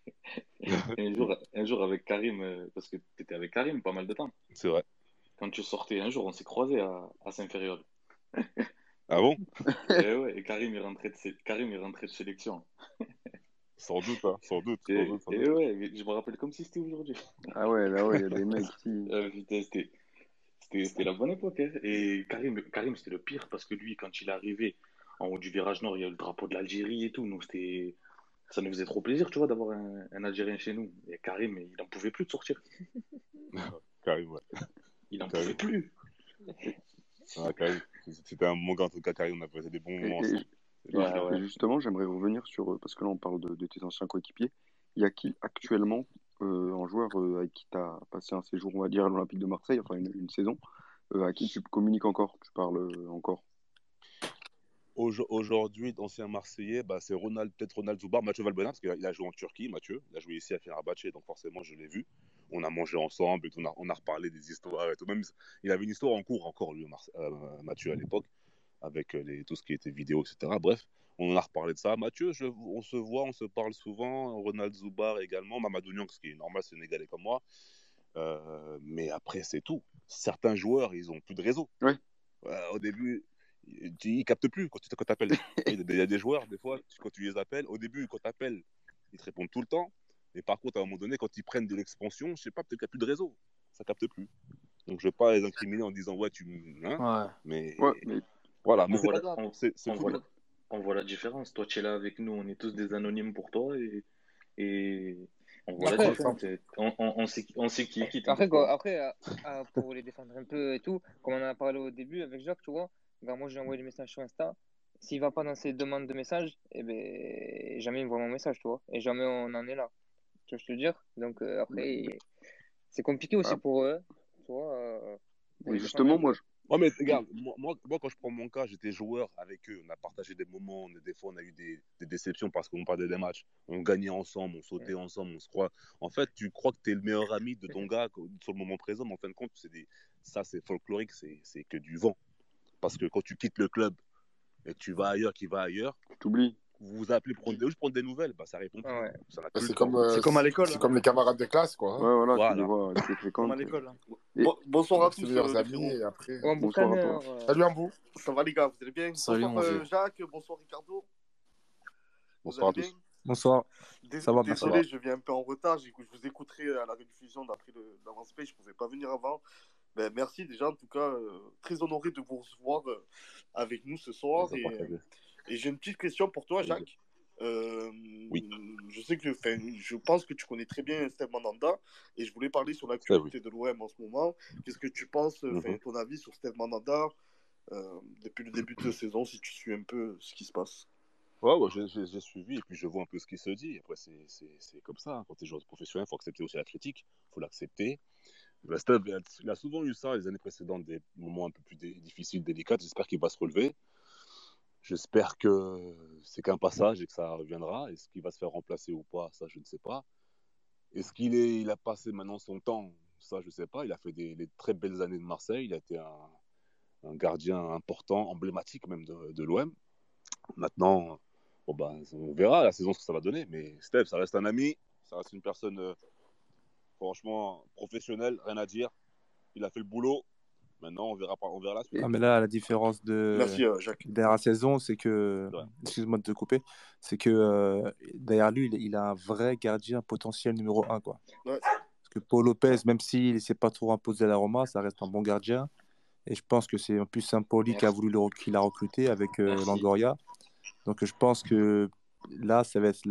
un jour avec Karim, parce que tu étais avec Karim pas mal de temps. C'est vrai. Quand tu sortais, un jour, on s'est croisés à Saint-Féréol. Ah bon? Et ouais, et Karim est rentré de sélection. Sans doute, hein, sans doute. Et ouais, mais je me rappelle comme si c'était aujourd'hui. Ah ouais, là, ouais, il y a des mecs qui. Putain, c'était la bonne époque. Hein. Et Karim, c'était le pire parce que lui, quand il est arrivé en haut du virage nord, il y a le drapeau de l'Algérie et tout. Donc ça nous faisait trop plaisir, tu vois, d'avoir un Algérien chez nous. Et Karim, il n'en pouvait plus de sortir. Karim, ouais. Il n'en pouvait plus. Ah, Karim. C'était un moment, en tout cas, Karim, on a passé des bons moments ensemble. Et justement, j'aimerais revenir sur, parce que là on parle de tes anciens coéquipiers, il y a qui actuellement en joueur avec qui tu as passé un séjour, on va dire, à l'Olympique de Marseille, enfin une saison, à qui tu communiques encore, tu parles encore? Aujourd'hui, d'ancien Marseillais, bah, c'est peut-être Ronald Zubar, Mathieu Valbuena, parce qu'il a joué en Turquie, Mathieu. Il a joué ici à Fenerbahçe, donc forcément, je l'ai vu. On a mangé ensemble, et tout, on a reparlé des histoires. Et tout. Même, il avait une histoire en cours encore, lui, Mathieu, à l'époque, avec tout ce qui était vidéo, etc. Bref, on en a reparlé de ça. Mathieu, on se voit, on se parle souvent. Ronald Zubar également, Mamadou Niang, ce qui est normal, sénégalais comme moi. Mais après, c'est tout. Certains joueurs, ils n'ont plus de réseau. Oui. Au début, ils captent plus quand tu appelles. Il y a des joueurs, des fois, quand tu les appelles, au début, quand tu appelles, ils te répondent tout le temps. Mais par contre, à un moment donné, quand ils prennent de l'expansion, je sais pas, peut-être qu'il n'y a plus de réseau. Ça capte plus. Donc, je ne vais pas les incriminer en disant, ouais, Ouais. Mais Voilà, mais c'est pas grave. On voit la différence. Toi, tu es là avec nous, on est tous des anonymes pour toi et on voit la différence. On sait qui est qui. Après, pour les défendre un peu et tout, comme on en a parlé au début avec Jacques, tu vois, moi j'ai envoyé des messages sur Insta. S'il va pas dans ses demandes de messages, jamais il me voit mon message, tu vois, et jamais on en est là. Tu vois ce que je veux dire? Donc après, c'est compliqué aussi pour eux, tu vois. Oui, justement, moi. Ouais, mais regarde, moi, quand je prends mon cas, j'étais joueur avec eux. On a partagé des moments. Des fois, on a eu des déceptions parce qu'on perdait des matchs. On gagnait ensemble, on sautait ensemble, on se croit. En fait, tu crois que tu es le meilleur ami de ton gars sur le moment présent, mais en fin de compte, ça, c'est folklorique, c'est que du vent. Parce que quand tu quittes le club et que tu vas ailleurs, qu'il va ailleurs, tu oublies. Vous vous appelez pour prendre des nouvelles, ça répond plus. Ouais. C'est comme à l'école. C'est comme les camarades de classe, quoi. Ouais, voilà. Tu les vois, tu les fréquentes. Comme à l'école. Bonsoir à tous. Meilleurs amis, et après. Bonsoir à toi. Salut Ambou. Ça va les gars, vous allez bien? Salut, bonsoir Jacques, bonsoir Ricardo. Bonsoir à tous. Bonsoir. Désolé, je viens un peu en retard. Je vous écouterai à la rediffusion d'après l'avant-space. Je ne pouvais pas venir avant. Ben, merci déjà, en tout cas, très honoré de vous recevoir avec nous ce soir. Et j'ai une petite question pour toi, Jacques. Oui. Je pense que tu connais très bien Steve Mandanda et je voulais parler sur l'actualité de l'OM en ce moment. Qu'est-ce que tu penses, ton avis sur Steve Mandanda depuis le début de saison, si tu suis un peu ce qui se passe? Ouais, j'ai suivi et puis je vois un peu ce qui se dit. Après, c'est comme ça. Hein. Quand tu es joueur professionnel, il faut accepter aussi la critique. Il faut l'accepter. Steve, il a souvent eu ça les années précédentes, des moments un peu plus difficiles, délicats. J'espère qu'il va se relever. J'espère que c'est qu'un passage et que ça reviendra. Est-ce qu'il va se faire remplacer ou pas? Ça, je ne sais pas. Est-ce il a passé maintenant son temps? Ça, je ne sais pas. Il a fait des très belles années de Marseille. Il a été un gardien important, emblématique même de l'OM. Maintenant, on verra la saison ce que ça va donner. Mais Steve, ça reste un ami. Ça reste une personne franchement professionnelle, rien à dire. Il a fait le boulot. Maintenant, on verra la suite. Ah, mais là, la différence Merci, Jacques. derrière la saison, c'est que, excuse-moi de te couper, c'est que derrière lui, il a un vrai gardien potentiel numéro 1, quoi. Ouais. Parce que Paul Lopez, même s'il ne s'est pas trop imposé à la Roma, ça reste un bon gardien. Et je pense que c'est en plus Saint-Pauli qui a voulu qu'il a recruté avec Longoria. Donc je pense que là, ça va être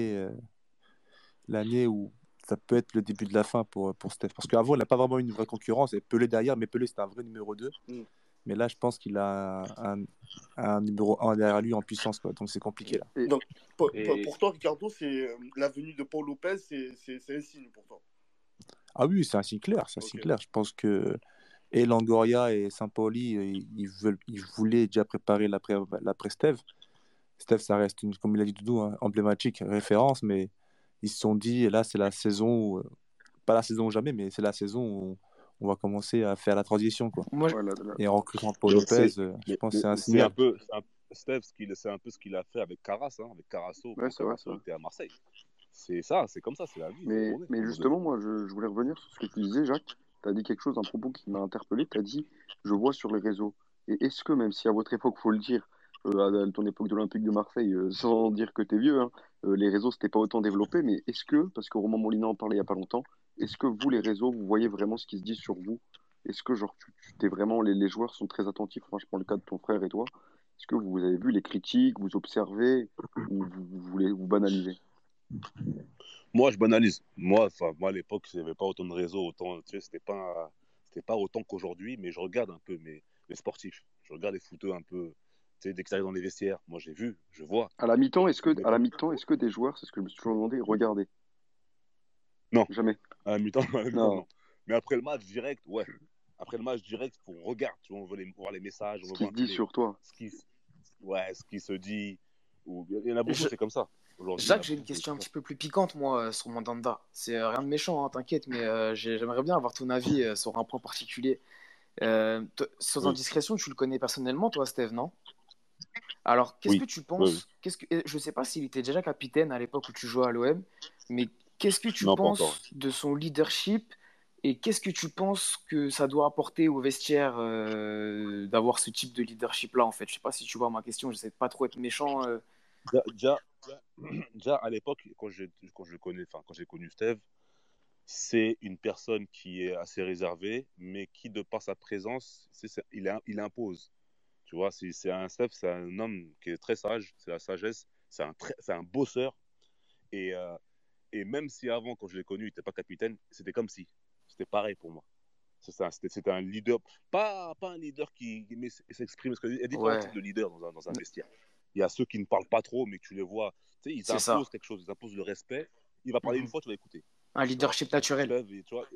l'année où ça peut être le début de la fin pour Steph. Parce qu'avant, il n'a pas vraiment une vraie concurrence. Et Pelé derrière, mais Pelé, c'était un vrai numéro 2. Mais là, je pense qu'il a un numéro 1 derrière lui en puissance, quoi. Donc, c'est compliqué, là. Donc, pour toi, Ricardo, la venue de Paul Lopez, c'est un signe pour toi. Ah oui, c'est un signe clair. C'est un signe clair. Je pense que et Longoria et Sampaoli, ils voulaient déjà préparer l'après Steph. Steph, ça reste, comme il a dit Doudou, emblématique, référence, mais ils se sont dit, là, c'est la saison où, pas la saison jamais, mais c'est la saison où on va commencer à faire la transition, quoi. Et en recrutant Paul Lopez, je pense que c'est un signal. Steph, c'est un peu ce qu'il a fait avec Carras, avec Carasso, quand Carasso était à Marseille. C'est ça, c'est comme ça, c'est la vie. Mais justement, moi, je voulais revenir sur ce que tu disais, Jacques. Tu as dit quelque chose, un propos qui m'a interpellé. Tu as dit, je vois sur les réseaux. Et est-ce que, même si à votre époque, faut le dire, à ton époque de l'Olympique de Marseille, sans dire que tu es vieux, les réseaux, c'était pas autant développé, mais est-ce que, parce que Romain Molina en parlait il y a pas longtemps, est-ce que vous, les réseaux, vous voyez vraiment ce qui se dit sur vous? Est-ce que, genre, t'es vraiment, les joueurs sont très attentifs, je prends le cas de ton frère et toi. Est-ce que vous avez vu les critiques, vous observez, ou vous banalisez? Moi, je banalise. Moi, à l'époque, il n'y avait pas autant de réseaux, c'était pas autant qu'aujourd'hui, mais je regarde un peu les sportifs. Je regarde les footeux un peu, dès qu'ils arrivent dans les vestiaires. Moi, j'ai vu, je vois. À la mi-temps, est-ce que des joueurs, c'est ce que je me suis toujours demandé, regardaient? Non. Jamais. À la mi-temps, non. Mais après le match direct, ouais. Après le match direct, on regarde, on veut voir les messages. Ce qui se dit sur toi. Ce qui se dit. Il y en a beaucoup, c'est comme ça. Jacques, j'ai une question un petit peu plus piquante, moi, sur Mandanda. C'est rien de méchant, t'inquiète, mais j'aimerais bien avoir ton avis sur un point particulier. Sans indiscrétion, tu le connais personnellement, toi, Steve, non? Alors, qu'est-ce que tu penses? Je ne sais pas s'il était déjà capitaine à l'époque où tu jouais à l'OM, mais qu'est-ce que tu penses de son leadership et qu'est-ce que tu penses que ça doit apporter au vestiaire d'avoir ce type de leadership-là, en fait? Je ne sais pas si tu vois ma question, j'essaie de pas trop être méchant. Déjà, à l'époque, quand j'ai connu Steve, c'est une personne qui est assez réservée, mais qui, de par sa présence, il impose. Tu vois, c'est un homme qui est très sage, c'est la sagesse, c'est un bosseur. Et même si avant, quand je l'ai connu, il n'était pas capitaine, c'était comme si. C'était pareil pour moi. C'était un leader, pas un leader qui s'exprime, parce qu'il y a différents types de leaders dans un vestiaire. Il y a ceux qui ne parlent pas trop, mais tu les vois, ils imposent quelque chose, ils imposent le respect. Il va parler une fois, tu vas écouter. Un leadership naturel.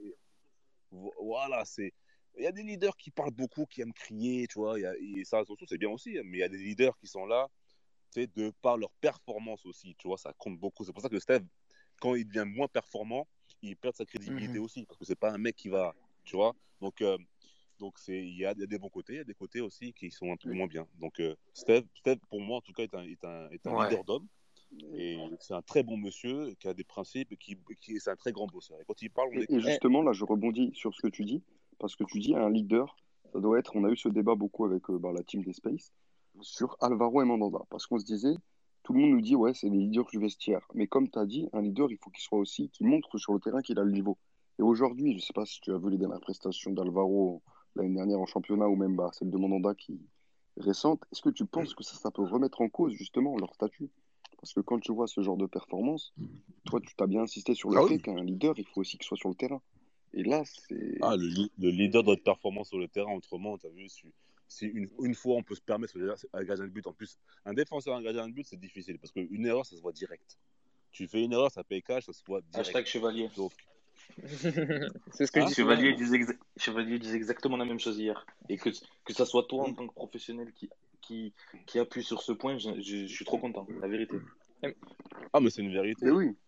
Voilà, il y a des leaders qui parlent beaucoup, qui aiment crier, tu vois, et ça, c'est bien aussi, mais il y a des leaders qui sont là, de par leur performance aussi, tu vois, ça compte beaucoup. C'est pour ça que Steve, quand il devient moins performant, il perd sa crédibilité aussi, parce que c'est pas un mec qui va, tu vois, donc il y a des bons côtés, il y a des côtés aussi qui sont un peu moins bien. Donc Steve, pour moi en tout cas, est un leader d'homme. Et c'est un très bon monsieur qui a des principes et c'est un très grand bosseur. Et quand il parle, et justement, là, je rebondis sur ce que tu dis, parce que tu dis un leader, ça doit être. On a eu ce débat beaucoup avec la team des Space sur Alvaro et Mandanda, parce qu'on se disait, tout le monde nous dit, ouais, c'est les leaders du vestiaire. Mais comme tu as dit, un leader, il faut qu'il soit aussi, qu'il montre sur le terrain qu'il a le niveau. Et aujourd'hui, je ne sais pas si tu as vu les dernières prestations d'Alvaro l'année dernière en championnat ou même celle de Mandanda qui est récente. Est-ce que tu penses que ça peut remettre en cause justement leur statut? Parce que quand tu vois ce genre de performance, toi, tu t'as bien insisté sur le fait qu'un leader, il faut aussi qu'il soit sur le terrain. Et là, c'est... le leader doit être performant sur le terrain. Autrement, tu as vu, si une fois on peut se permettre un gardien de but, en plus, un défenseur, un gardien de but, c'est difficile. Parce qu'une erreur, ça se voit direct. Tu fais une erreur, ça paye cash, ça se voit direct. Hashtag Chevalier. Donc... c'est ce que je dis. Chevalier disait exactement la même chose hier. Et que ça soit toi en tant que professionnel qui appuie sur ce point, je suis trop content, la vérité. Ah, mais c'est une vérité. Mais oui.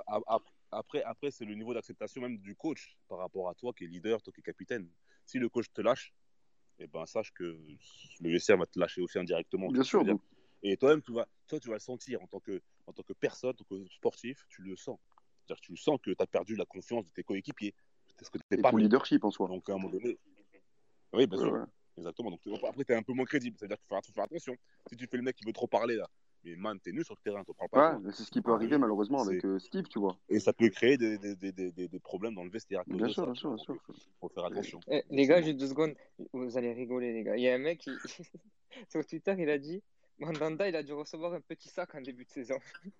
Après, c'est le niveau d'acceptation même du coach par rapport à toi qui est leader, toi qui es capitaine. Si le coach te lâche, eh ben, sache que le vestiaire va te lâcher aussi indirectement. Bien sûr. Et toi-même, tu vas le sentir en tant que personne, en tant que sportif, tu le sens. C'est-à-dire que tu sens que tu as perdu la confiance de tes coéquipiers. Parce que t'es pas ton leadership en soi. Donc, à un moment donné. Oui, bien sûr. Ouais. Exactement. Donc, après, tu es un peu moins crédible. C'est-à-dire qu'il faut faire attention. Si tu fais le mec qui veut trop parler, là, mais man, t'es nul sur le terrain, t'en parles pas. Ouais, c'est ce qui peut arriver malheureusement avec Steve, tu vois. Et ça peut créer des problèmes dans le vestiaire. Bien sûr. Faut faire attention. Les gars, juste 2 secondes, vous allez rigoler, les gars. Il y a un mec qui, sur Twitter, il a dit, Mandanda, il a dû recevoir un petit sac en début de saison.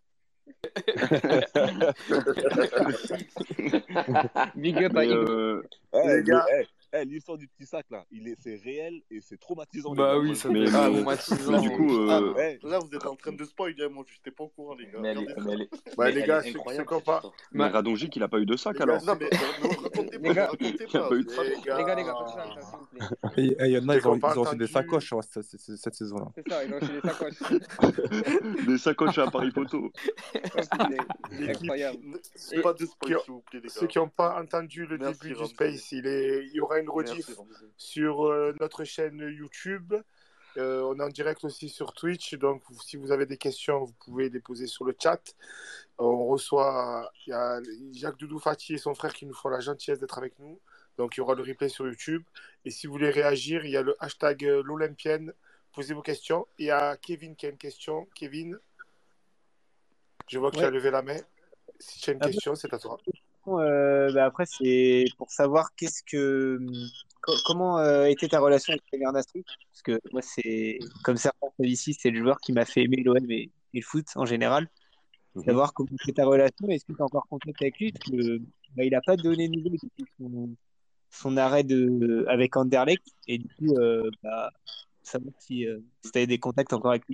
Big up à Igo. Les gars, l'histoire du petit sac là, c'est réel et c'est traumatisant. Bah les gars. oui, ça doit être traumatisant. Mais du coup, là vous êtes en train de spoiler, moi je n'étais pas au courant, les gars. Les gars, ceux qui ont pas. Mais Radonjic, il a pas eu de sac alors. Non, mais racontez Les gars, pas. Les gars, pas de s'il vous plaît. Il y en a, ils ont reçu des sacoches cette saison-là. C'est ça, ils ont reçu des sacoches. Des sacoches à Paris Photo. Incroyable. Pas de spoil, s'il vous plaît, les gars. Ceux qui n'ont pas entendu le début du Space, il y aura une rediff sur notre chaîne YouTube. On est en direct aussi sur Twitch, donc si vous avez des questions, vous pouvez les poser sur le chat. On reçoit, il y a Jacques Doudou Fati et son frère qui nous font la gentillesse d'être avec nous. Donc il y aura le replay sur YouTube. Et si vous voulez réagir, il y a le hashtag l'Olympienne. Posez vos questions. Il y a Kevin qui a une question. Kevin, je vois que tu as levé la main. Si tu as une question, c'est à toi. Après, c'est pour savoir comment était ta relation avec Samir Nasri, parce que moi, c'est comme certains ici, c'est le joueur qui m'a fait aimer l'OM et le foot en général. Savoir comment était ta relation, est-ce que tu as encore contact avec lui, parce que il n'a pas donné de nouvelles depuis son arrêt avec Anderlecht, et du coup, savoir si tu avais des contacts encore avec lui.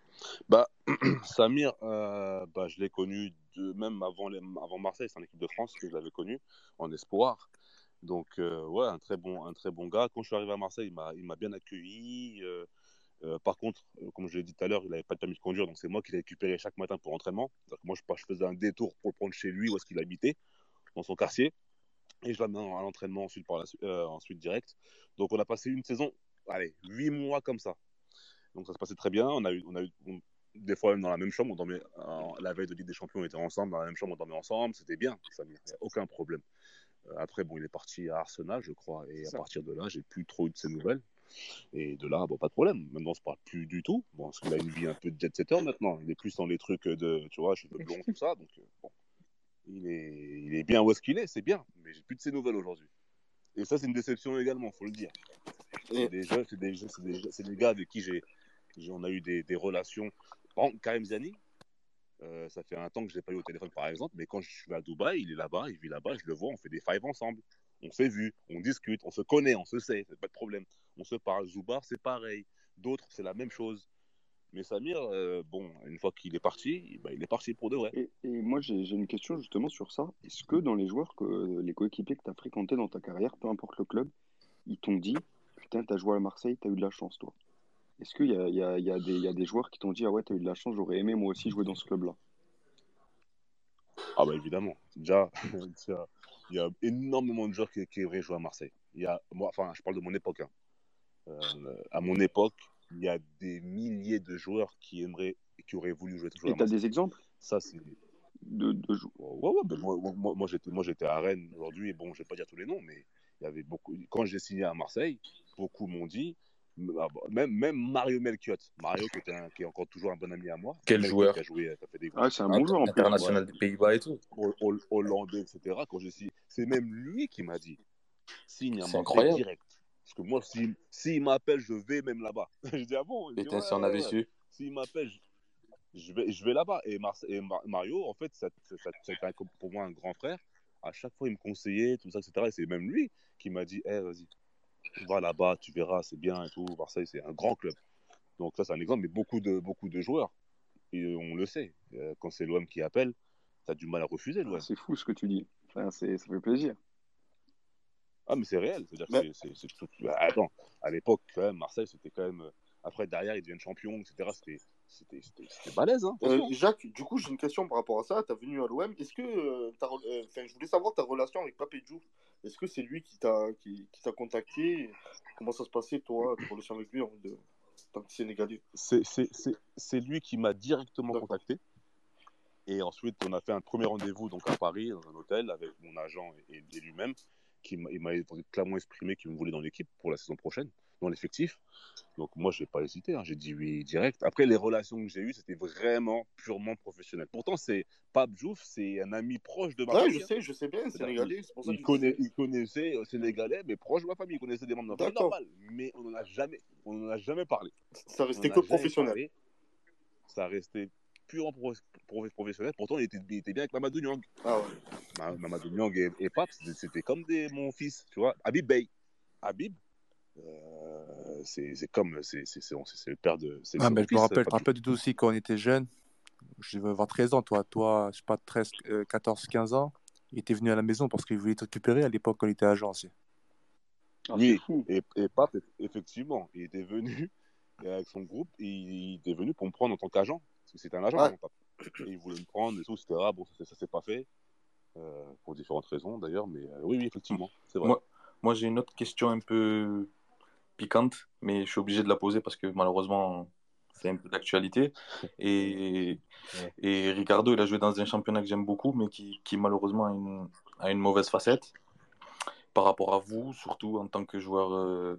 Samir, je l'ai connu même avant Marseille, c'est en équipe de France que je l'avais connu en espoir. Donc un très bon gars. Quand je suis arrivé à Marseille, il m'a bien accueilli. Par contre, comme je l'ai dit tout à l'heure, il n'avait pas de permis de conduire, donc c'est moi qui l'ai récupéré chaque matin pour l'entraînement. Donc moi, je faisais un détour pour le prendre chez lui, où est-ce qu'il habitait, dans son quartier, et je l'amenais à l'entraînement ensuite direct. Donc on a passé une saison, 8 mois comme ça. Donc ça se passait très bien. On a eu des fois même dans la même chambre, on dormait la veille de Ligue des Champions, on était ensemble dans la même chambre, on dormait ensemble, c'était bien, ça n'y a aucun problème. Après, il est parti à Arsenal, je crois, et à partir de là, j'ai plus trop eu de ses nouvelles. Et de là, pas de problème. Maintenant, on se parle plus du tout. Parce qu'il a une vie un peu de jet-setter maintenant. Il est plus dans les trucs de, tu vois, cheveux blonds, tout ça. Donc, il est bien où est-ce qu'il est, c'est bien. Mais j'ai plus de ses nouvelles aujourd'hui. Et ça, c'est une déception également, faut le dire. C'est des gars avec qui on a eu des relations. Par exemple, Karim Ziani, ça fait un temps que je l'ai pas eu au téléphone, par exemple. Mais quand je suis à Dubaï, il est là-bas, il vit là-bas, je le vois, on fait des fives ensemble. On s'est vu, on discute, on se connaît, on se sait, c'est pas de problème. On se parle. Zoubar, c'est pareil. D'autres, c'est la même chose. Mais Samir, une fois qu'il est parti, il est parti pour de vrai. Et moi, j'ai une question justement sur ça. Est-ce que dans les joueurs, les coéquipiers que tu as fréquentés dans ta carrière, peu importe le club, ils t'ont dit, putain, t'as joué à Marseille, t'as eu de la chance, toi? Est-ce qu'il y a des joueurs qui t'ont dit, ah ouais, t'as eu de la chance, j'aurais aimé moi aussi jouer dans ce club-là? Ah évidemment. Déjà, il y a énormément de joueurs qui aimeraient jouer à Marseille. Je parle de mon époque. À mon époque, il y a des milliers de joueurs qui auraient voulu jouer à Marseille. Et tu as des exemples? Ça, c'est de joueurs. Moi, j'étais à Rennes aujourd'hui, et je vais pas dire tous les noms, mais il y avait beaucoup. Quand j'ai signé à Marseille, beaucoup m'ont dit, même Mario Melchiot, qui est encore toujours un bon ami à moi. Quel joueur? Qui a fait des c'est un bon joueur en plus. International des Pays-Bas et tout. Hollandais, etc. Quand c'est même lui qui m'a dit, signe à Marseille direct. Parce que moi, s'il m'appelle, je vais même là-bas. Je dis, ah bon? Putain, si on avait su. S'il m'appelle, je vais là-bas. Et Mario, en fait, ça a été pour moi un grand frère. À chaque fois, il me conseillait, tout ça, etc. Et c'est même lui qui m'a dit, vas-y, va là-bas, tu verras, c'est bien et tout. Marseille, c'est un grand club. Donc ça, c'est un exemple, mais beaucoup de joueurs. Et on le sait. Quand c'est l'OM qui appelle, tu as du mal à refuser l'OM. C'est fou ce que tu dis. Enfin, ça fait plaisir. Ah, mais c'est réel. C'est-à-dire que c'est tout. Attends, à l'époque, quand même, Marseille, c'était quand même. Après, derrière, ils deviennent champions, etc. C'était balèze. Hein, Jacques, du coup, j'ai une question par rapport à ça. Tu es venu à l'OM. Est-ce que. Je voulais savoir ta relation avec Pape Diouf. Est-ce que c'est lui qui t'a contacté? Comment ça se passait, toi, ta relation avec lui en tant que Sénégalais? C'est lui qui m'a directement contacté. Et ensuite, on a fait un premier rendez-vous donc à Paris, dans un hôtel, avec mon agent et lui-même. Il m'a clairement exprimé qu'il me voulait dans l'équipe pour la saison prochaine, dans l'effectif. Donc moi, je n'ai pas hésité, j'ai dit oui direct. Après, les relations que j'ai eues, c'était vraiment purement professionnel. Pourtant, Pape Diouf, c'est un ami proche de ma famille. Je sais bien, Sénégalais. C'est pour ça il connaissait Sénégalais, mais proche de ma famille. Il connaissait des membres de ma famille, normal. Mais on n'en a jamais parlé. Ça restait que professionnel. ça restait purement professionnel. Pourtant, il était bien avec Mamadou Niang. Ah ouais. Mamadou Niang et Pape, c'était comme mon fils, tu vois. Habib Bey. Habib, c'est le père de. C'est Ah, mon mais je fils, me rappelle Pape. du tout aussi quand on était jeune. Je devais avoir 13 ans, toi, je sais pas, 13, 14, 15 ans. Il était venu à la maison parce qu'il voulait te récupérer à l'époque quand il était agent aussi. Ah, c'est Oui, fou. et Pape, effectivement, il était venu avec son groupe, il était venu pour me prendre en tant qu'agent, parce que c'était un agent Ouais. avant Pape. Et il voulait me prendre et tout, etc. Bon, ça s'est pas fait, pour différentes raisons d'ailleurs, mais oui, effectivement, c'est vrai. Moi, j'ai une autre question un peu piquante, mais je suis obligé de la poser parce que malheureusement, c'est un peu d'actualité. Et, Ouais. et Ricardo, il a joué dans un championnat que j'aime beaucoup, mais qui malheureusement a une mauvaise facette par rapport à vous, surtout en tant que joueur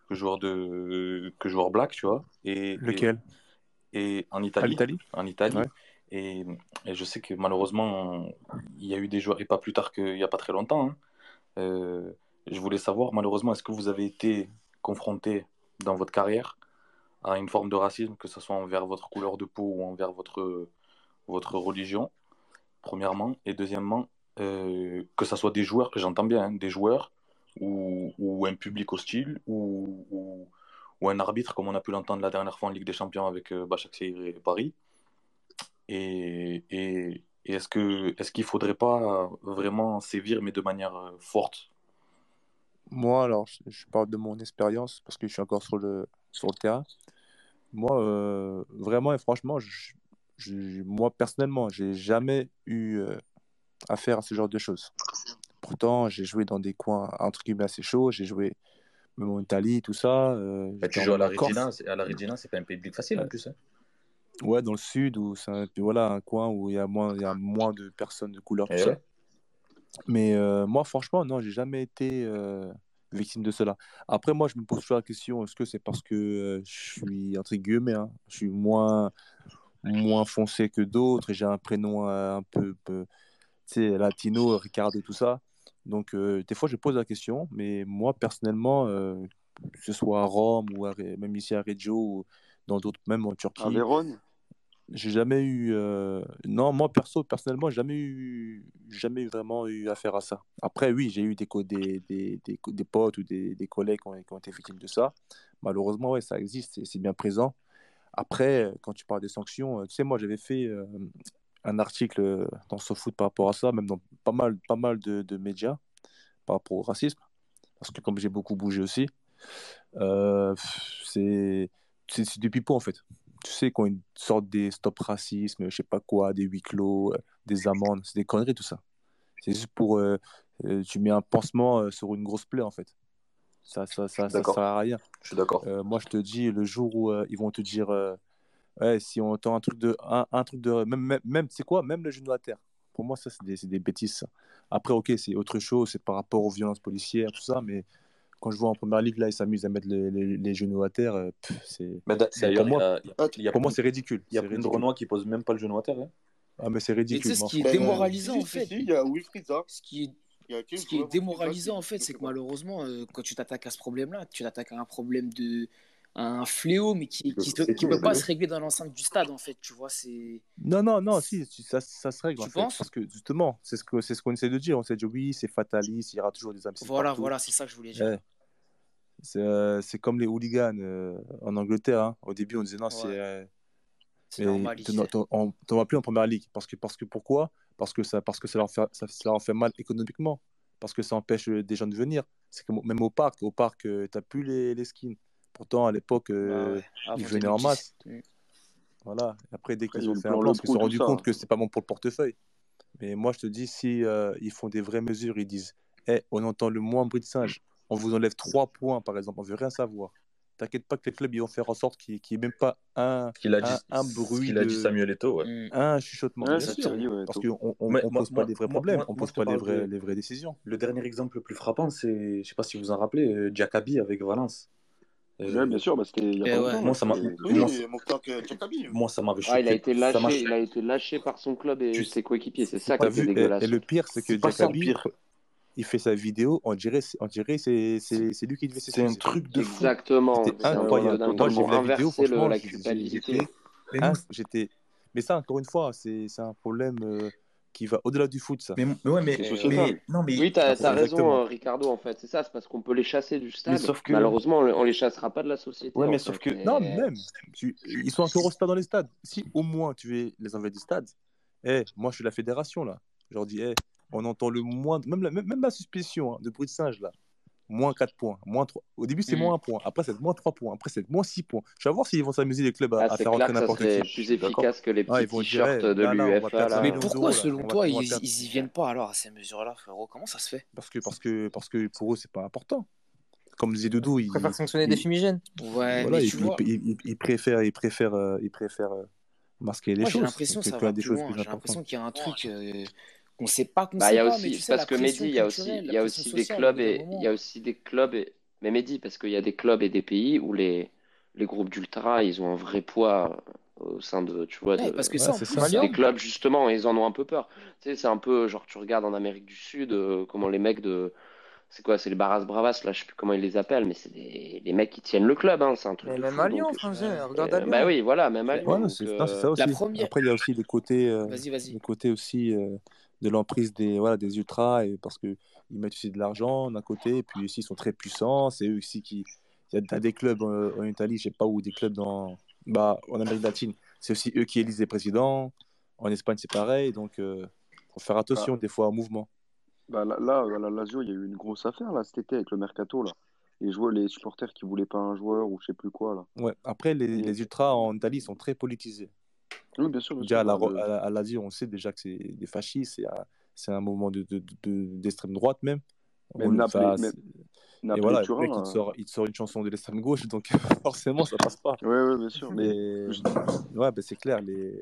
black, tu vois. Lequel? Et en À Italie. l'Italie? En Italie. Ouais. Et je sais que malheureusement, il y a eu des joueurs, et pas plus tard qu'il n'y a pas très longtemps, hein. Je voulais savoir, malheureusement, est-ce que vous avez été confronté dans votre carrière à une forme de racisme, que ce soit envers votre couleur de peau ou envers votre religion, premièrement. Et deuxièmement, que ce soit des joueurs, j'entends bien, hein, des joueurs ou un public hostile ou un arbitre, comme on a pu l'entendre la dernière fois en Ligue des Champions avec Başakşehir et Paris. Et est-ce qu'il ne faudrait pas vraiment sévir, mais de manière forte? Moi, alors, je parle de mon expérience parce que je suis encore sur le terrain. Moi, vraiment et franchement, moi, personnellement, j'ai jamais eu affaire à ce genre de choses. Pourtant, j'ai joué dans des coins, entre guillemets, assez chauds. J'ai joué même en Italie, tout ça. Bah, tu J'étais joues à même la en Corse. Regina, c'est pas un public facile en plus, hein. Ouais, dans le sud, où c'est voilà, un coin où il y a moins de personnes de couleur, tout Et ça. ouais. Mais moi, franchement, non, j'ai jamais été victime de cela. Après, moi, je me pose toujours la question, est-ce que c'est parce que je suis, entre guillemets, hein, je suis moins foncé que d'autres et j'ai un prénom un peu, tu sais, latino, Ricardo, tout ça. Donc, des fois, je pose la question, mais moi, personnellement, que ce soit à Rome ou même ici à Reggio ou dans d'autres, même en À Turquie, Vérone? j'ai jamais eu. Non, moi, personnellement, jamais vraiment eu affaire à ça. Après, oui, j'ai eu des potes ou des collègues qui ont été victimes de ça. Malheureusement, ouais, ça existe, c'est bien présent. Après, quand tu parles des sanctions, tu sais, moi, j'avais fait un article dans SoFoot par rapport à ça, même dans pas mal de médias par rapport au racisme, parce que comme j'ai beaucoup bougé aussi, c'est du pipeau en fait. Tu sais, quand ils sortent des stop racisme, je sais pas quoi, des huis clos, des amendes, c'est des conneries tout ça. C'est juste pour. Tu mets un pansement sur une grosse plaie en fait. Ça sert à rien. Je suis d'accord. Moi, je te dis, le jour où ils vont te dire. Ouais, si on entend un truc de même tu sais quoi, même le genou à terre. Pour moi, ça, c'est des bêtises, ça. Après, ok, c'est autre chose, c'est par rapport aux violences policières, tout ça, mais quand je vois en première ligue, là, ils s'amusent à mettre les genoux à terre, Mais pour d'ailleurs, moi, il y a pour moi, plein- c'est ridicule. il y a C'est plein de ridicule. Renois qui posent même pas le genou à terre, hein. Ah, mais c'est Mais tu ridicule, sais, ce moi, qui est franchement. démoralisant, en Si, fait, il y a Wilfried Zaha. ce qui est, Il y a quel ce qui est joueur qui démoralisant, en qui fait, le c'est fait que pas. malheureusement, quand tu t'attaques à ce problème-là, tu t'attaques à un problème un fléau, mais qui De qui société, peut bah pas oui. se régler dans l'enceinte du stade, en fait, tu vois, Non, si, ça se règle, en tu fait. penses? Parce que, justement, c'est ce qu'on essaie de dire. On s'est dit, oui, c'est fataliste, il y aura toujours des imbéciles partout. Voilà, c'est ça que je voulais dire. Ouais. C'est comme les hooligans en Angleterre, hein. Au début, on disait, non, Ouais, c'est mais normal ici. on ne va plus en première ligue. Parce que pourquoi? Parce que ça ça leur fait mal économiquement. Parce que ça empêche des gens de venir. C'est comme même au parc. Au parc, tu n'as plus les skins. Pourtant, à l'époque, Bah ouais, ils avant venaient en 2010. masse. Voilà. Après, dès Après, il qu'ils y a ont eu le fait un plan plan, parce qu'ils se sont Lecrou, tout rendus ça. compte que c'est pas bon pour le portefeuille. Mais moi, je te dis, si ils font des vraies mesures, ils disent, on entend le moins bruit de singe, on vous enlève 3 points, par exemple, on veut rien savoir. T'inquiète pas que les clubs ils vont faire en sorte qu'il n'y ait même pas un Ce bruit qu'il a dit Samuel Eto'o, ouais. un chuchotement, Ouais, bien c'est ce sûr. qu'il a dit, ouais, Parce Eto'o. qu'on Mais ne pose pas des vrais problèmes, on moi, pose je te pas parle les vraies décisions. le dernier exemple le plus frappant, c'est, je sais pas si vous en rappelez, Diakabi avec Valence. Ouais, bien sûr, bah, c'était il y a pas Et longtemps. ouais. Moi, ça m'a, Oui, Mokhtar Diakabi. moi, ça m'avait Ah, il a choqué. été Ça m'a lâché, cho- il a été lâché par son club et tu- ses coéquipiers. C'est c'est ça qui pas, T'as était vu, dégueulasse. et le pire, c'est que c'est pas ça le Diakabi, pire. il fait sa vidéo, on dirait c'est lui qui devait C'est un s'excuser. truc de fou. Exactement, C'était c'est un truc de incroyable. dingue. Moi, Ils j'ai ont vu la vidéo, inversé franchement, la culpabilité. Mais Hein? nous, j'étais. Mais ça, encore une fois, c'est un problème qui va au-delà du foot, ça. Mais ouais, C'est sociétal. non, mais Oui, t'as raison, Exactement. Ricardo, en fait. C'est ça, c'est parce qu'on peut les chasser du mais stade. sauf que, Malheureusement, on les chassera pas de la société, ouais, en mais sauf fait. que, Non, Et... même. Ils sont encore au stade dans les stades. Si au moins tu veux les enlever du stade, moi je suis la fédération là. Je leur dis, on entend le moindre, même la suspicion de bruit de singe là. Moins 4 points, moins 3. Au début, c'est moins 1 point. Après, c'est moins 3 points. Après, c'est moins 6 points. Je vais voir s'ils vont s'amuser, les clubs, à c'est faire clair rentrer que ça n'importe serait qui. plus efficace que les Ah, petits ils vont dire, t-shirts de là, on va l'UEFA. perdre 5 Mais millions pourquoi, d'euros. Là. selon On toi, va ils perdre... y viennent pas alors à ces mesures-là, frérot? Comment ça se fait? Parce que pour eux, c'est pas important. Comme disait Doudou, Ils préfèrent sanctionner des fumigènes. Ouais, voilà, mais tu vois, ils préfèrent masquer les moi j'ai choses. l'impression Donc, que ça qu'il y a va des plus choses loin. plus J'ai l'impression importantes. qu'il y a un truc qu'on sait pas, Bah, il y a mais aussi, tu sais, parce la que pression Mehdi, culturelle, la il y a pression aussi des sociale, au clubs bout d'un il y moment. a aussi des clubs mais Mehdi, parce qu'il y a des clubs et des pays où les groupes d'ultra, ils ont un vrai poids au sein de, tu vois, Ouais, parce que Ouais, ça, en c'est plus, ça. des Malian? clubs, justement, ils en ont un peu peur. Tu sais, c'est un peu, genre, tu regardes en Amérique du Sud, comment les mecs c'est quoi, c'est les Barras Bravas, là, je sais plus comment ils les appellent, mais c'est les mecs qui tiennent le club, hein, c'est un truc Mais de même fou. à Donc, Lyon, frangin, regarde à bah Lyon. oui, voilà, même à La, Lyon. Ouais, non, Donc, c'est ça la aussi. première. Après, il y a aussi Vas-y. le côté aussi de l'emprise des ultras, et parce qu'ils mettent aussi de l'argent d'un côté, et puis aussi ils sont très puissants. C'est eux aussi qui. T'as des clubs en Italie, je sais pas, ou des clubs en Amérique latine. C'est aussi eux qui élisent les présidents. En Espagne, c'est pareil. Donc, faut faire Bah, attention des fois au mouvement. là, à la Lazio, il y a eu une grosse affaire là, cet été avec le mercato. Là. Les supporters qui voulaient pas un joueur ou je sais plus quoi. Là. Ouais. Après, Et- les ultras en Italie sont très politisés. Oui, bien sûr. Déjà, Bah, à l'Asie, on sait déjà que c'est des fascistes, c'est un mouvement d'extrême droite même. même Naples, Et Naples et voilà, le Turin. mec, il te sort une chanson de l'extrême gauche, donc forcément, ça passe pas. Ouais, bien sûr. Mais Et ouais, c'est clair,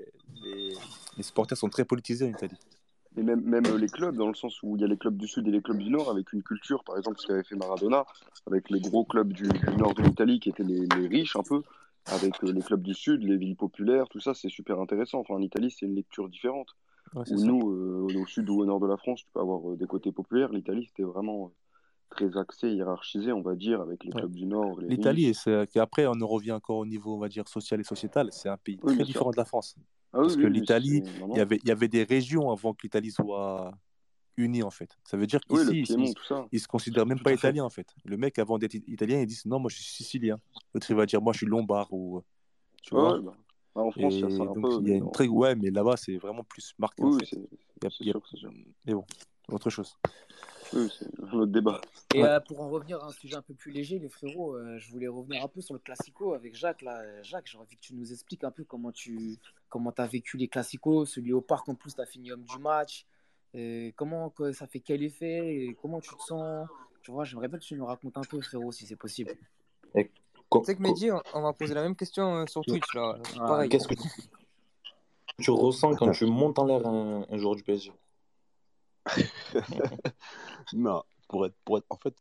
les supporters sont très politisés en Italie. Et même les clubs, dans le sens où il y a les clubs du Sud et les clubs du Nord, avec une culture, par exemple, ce qu'avait fait Maradona, avec les gros clubs du Nord de l'Italie, qui étaient les riches un peu, avec les clubs du Sud, les villes populaires, tout ça, c'est super intéressant. Enfin, en Italie, c'est une lecture différente. Ouais, c'est Où ça. nous, au Sud ou au Nord de la France, tu peux avoir des côtés populaires. L'Italie, c'était vraiment très axé, hiérarchisé, on va dire, avec les Ouais. clubs du Nord, les L'Italie, riches. c'est qu'après, on en revient encore au niveau, on va dire, social et sociétal. C'est un pays Oui, très bien sûr. différent de la France. Ah oui, Parce que oui, l'Italie, non, il y avait des régions avant que l'Italie soit unie, en fait. Ça veut dire oui, le qu'ici, Piémont, tout ça. ils se considèrent même Tout pas à fait. italiens, en fait. Le mec, avant d'être italien, il dit non, moi, je suis sicilien. L'autre, il va dire moi, je suis lombard, ou tu vois. Ouais. Bah, en France, il y a ça Et un donc, peu, il y a mais une très. Ouais, mais là-bas, c'est vraiment plus marqué, en oui, fait. c'est sûr, c'est sûr. Mais bon, autre chose. Oui, c'est un autre débat. Et Ouais. pour en revenir à un sujet un peu plus léger, les frérots, je voulais revenir un peu sur le Classico avec Jacques. Là. Jacques, j'ai envie que tu nous expliques un peu comment as vécu les Classicos, celui au parc en plus, tu as fini homme du match. Ça fait quel effet et comment tu te sens? Tu vois, j'aimerais bien que tu nous racontes un peu, frérot, si c'est possible. Tu sais que Mehdi, on m'a posé la même question sur Twitch, là. C'est pareil. Qu'est-ce que tu ressens quand tu montes en l'air un joueur du PSG? Non, pour être, en fait,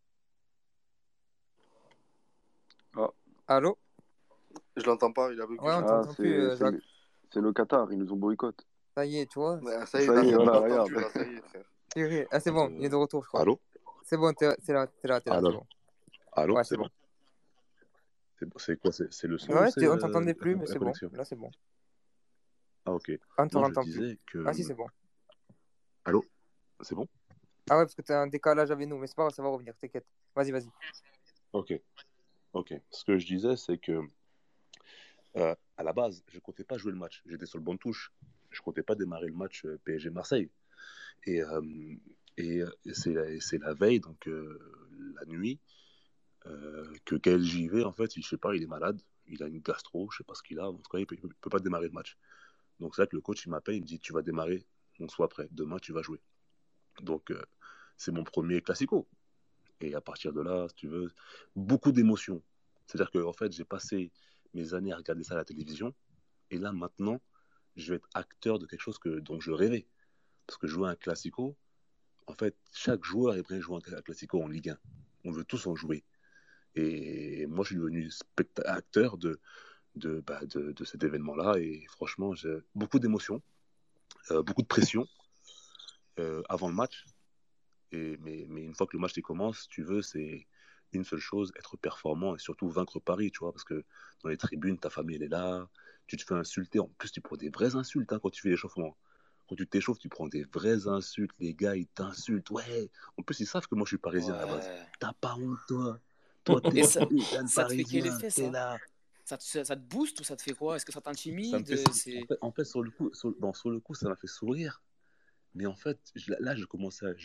Allô? Je l'entends pas, il a vécu. Ouais, on t'entend plus, Jacques. C'est le Qatar, ils nous ont boycotté. Ça y est, tu vois. Ouais, ça Ça y y est, est, voilà, entendu, regarde. là, ça y est, frère. Purée. Ah, c'est bon, il est de retour, je crois. allô? C'est bon, t'es là, c'est Allô? bon. Allô? Ouais, C'est c'est bon. C'est quoi? C'est le son ou Ouais, c'est on t'entendait plus, mais la c'est bon. connexion? Là, c'est bon. Ah, ok. Ah, on te Non, je entend plus. disais que. Ah, si, c'est bon. Allô? C'est bon? Ah, ouais, parce que t'as un décalage avec nous, mais c'est pas grave, ça va revenir, t'inquiète. Vas-y. Ok. Ce que je disais, c'est que à la base, je comptais pas jouer le match. J'étais sur le banc de touche. Je comptais pas démarrer le match PSG Marseille. Et c'est la veille, donc la nuit, que Gaël JV, en fait, je sais pas, il est malade. Il a une gastro, je sais pas ce qu'il a. En tout cas, il peut pas démarrer le match. Donc c'est là que le coach, il m'appelle, il me dit, tu vas démarrer, on soit prêt. Demain, tu vas jouer. Donc c'est mon premier classico. Et à partir de là, si tu veux, beaucoup d'émotions. C'est-à-dire que en fait, j'ai passé mes années à regarder ça à la télévision. Et là, maintenant, je vais être acteur de quelque chose dont je rêvais. Parce que jouer un classico, en fait, chaque joueur aimerait jouer un classico en Ligue 1. On veut tous en jouer. Et moi, je suis devenu acteur de cet événement-là. Et franchement, j'ai beaucoup d'émotions, beaucoup de pression avant le match. Mais une fois que le match commence, si tu veux, c'est une seule chose, être performant et surtout vaincre Paris, tu vois, parce que dans les tribunes, ta famille, elle est là, tu te fais insulter. En plus, tu prends des vraies insultes quand tu fais l'échauffement. Quand tu t'échauffes, tu prends des vraies insultes. Les gars, ils t'insultent. Ouais. En plus, ils savent que moi, je suis parisien à la base. T'as pas honte, toi. Toi, t'es Et ça te fait quel parisien. effet, T'es ça? là. Ça te booste ou ça te fait quoi? Est-ce que ça Ça me t'intimide? fait, en fait, sur le coup, sur le coup, ça m'a fait sourire. Mais en fait, là, je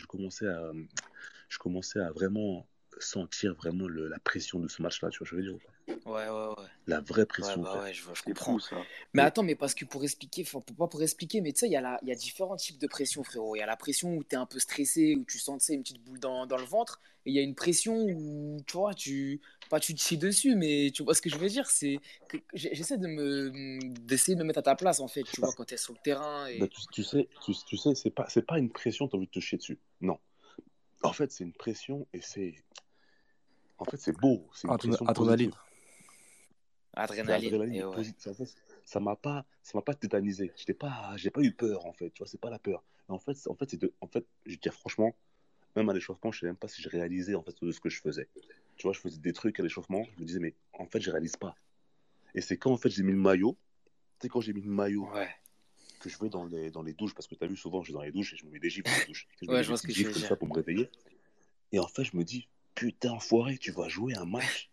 commençais à vraiment sentir vraiment la pression de ce match-là, tu vois, je veux dire. Ouais. La vraie Ouais, pression, en fait. je C'est comprends. fou, ça. Mais Et- attends, mais parce que pour expliquer, enfin, pas pour expliquer, mais tu sais, il y a différents types de pression, frérot. Il y a la pression où tu es un peu stressé, où tu sens, tu sais, une petite boule dans le ventre. Et il y a une pression où, tu vois, pas tu te chies dessus, mais tu vois ce que je veux dire. C'est que j'essaie d'essayer de me mettre à ta place, en fait, tu Bah, vois, quand tu es sur le terrain. bah, Et... tu sais, c'est pas une pression, tu as envie de te chier dessus. Non. En fait, c'est une pression et en fait, c'est beau. C'est une pression Adrénaline. positive. C'est Adrénaline, adrénaline et ouais. positive. En fait, ça m'a pas tétanisé. J'ai pas eu peur, en fait. Tu vois, c'est pas la peur. Mais en fait, je veux dire franchement, même à l'échauffement, je sais même pas si je réalisais en fait de ce que je faisais. Tu vois, je faisais des trucs à l'échauffement, je me disais mais en fait, je réalise pas. Et c'est quand en fait j'ai mis le maillot, tu sais quand j'ai mis le maillot Ouais, que je vais dans les douches parce que tu as vu souvent je vais dans les douches et je me mets des gifles dans les douches. Tu sais, je me ouais, mets je des vois ce petites que tu gifles veux comme ça dire. pour me réveiller. Et en fait, je me dis putain enfoiré, tu vas jouer un match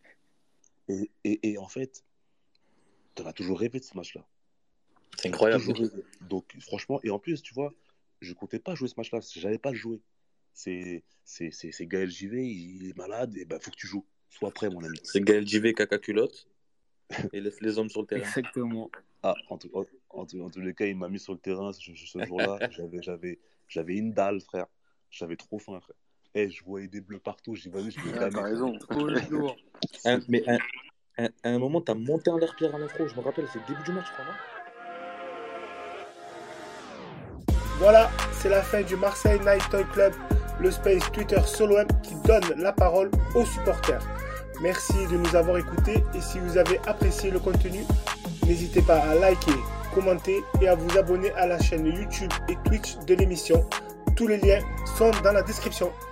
et en fait, tu as toujours rêvé de ce match-là. C'est T'as incroyable. toujours rêvé. Donc franchement, et en plus, tu vois, je comptais pas jouer ce match-là, j'allais pas le jouer. C'est Gaël JV, il est malade, et ben faut que tu joues. Sois prêt, mon ami. C'est Gaël JV caca culotte et laisse les hommes sur le terrain. Exactement. Ah, en tous les cas, il m'a mis sur le terrain ce jour-là. J'avais une dalle, frère. J'avais trop faim, frère. Et je voyais des bleus partout. J'ai dit, vas-y, je vais Ah, gamer, t'as frère. raison. Trop lourd. Mais à un moment, t'as monté en l'air Pierre à l'afro. Je me rappelle, c'est le début du match, je crois, non? Voilà, c'est la fin du Marseille Night Toy Club, le space Twitter Solo M qui donne la parole aux supporters. Merci de nous avoir écoutés et si vous avez apprécié le contenu, n'hésitez pas à liker, commenter et à vous abonner à la chaîne YouTube et Twitch de l'émission. Tous les liens sont dans la description.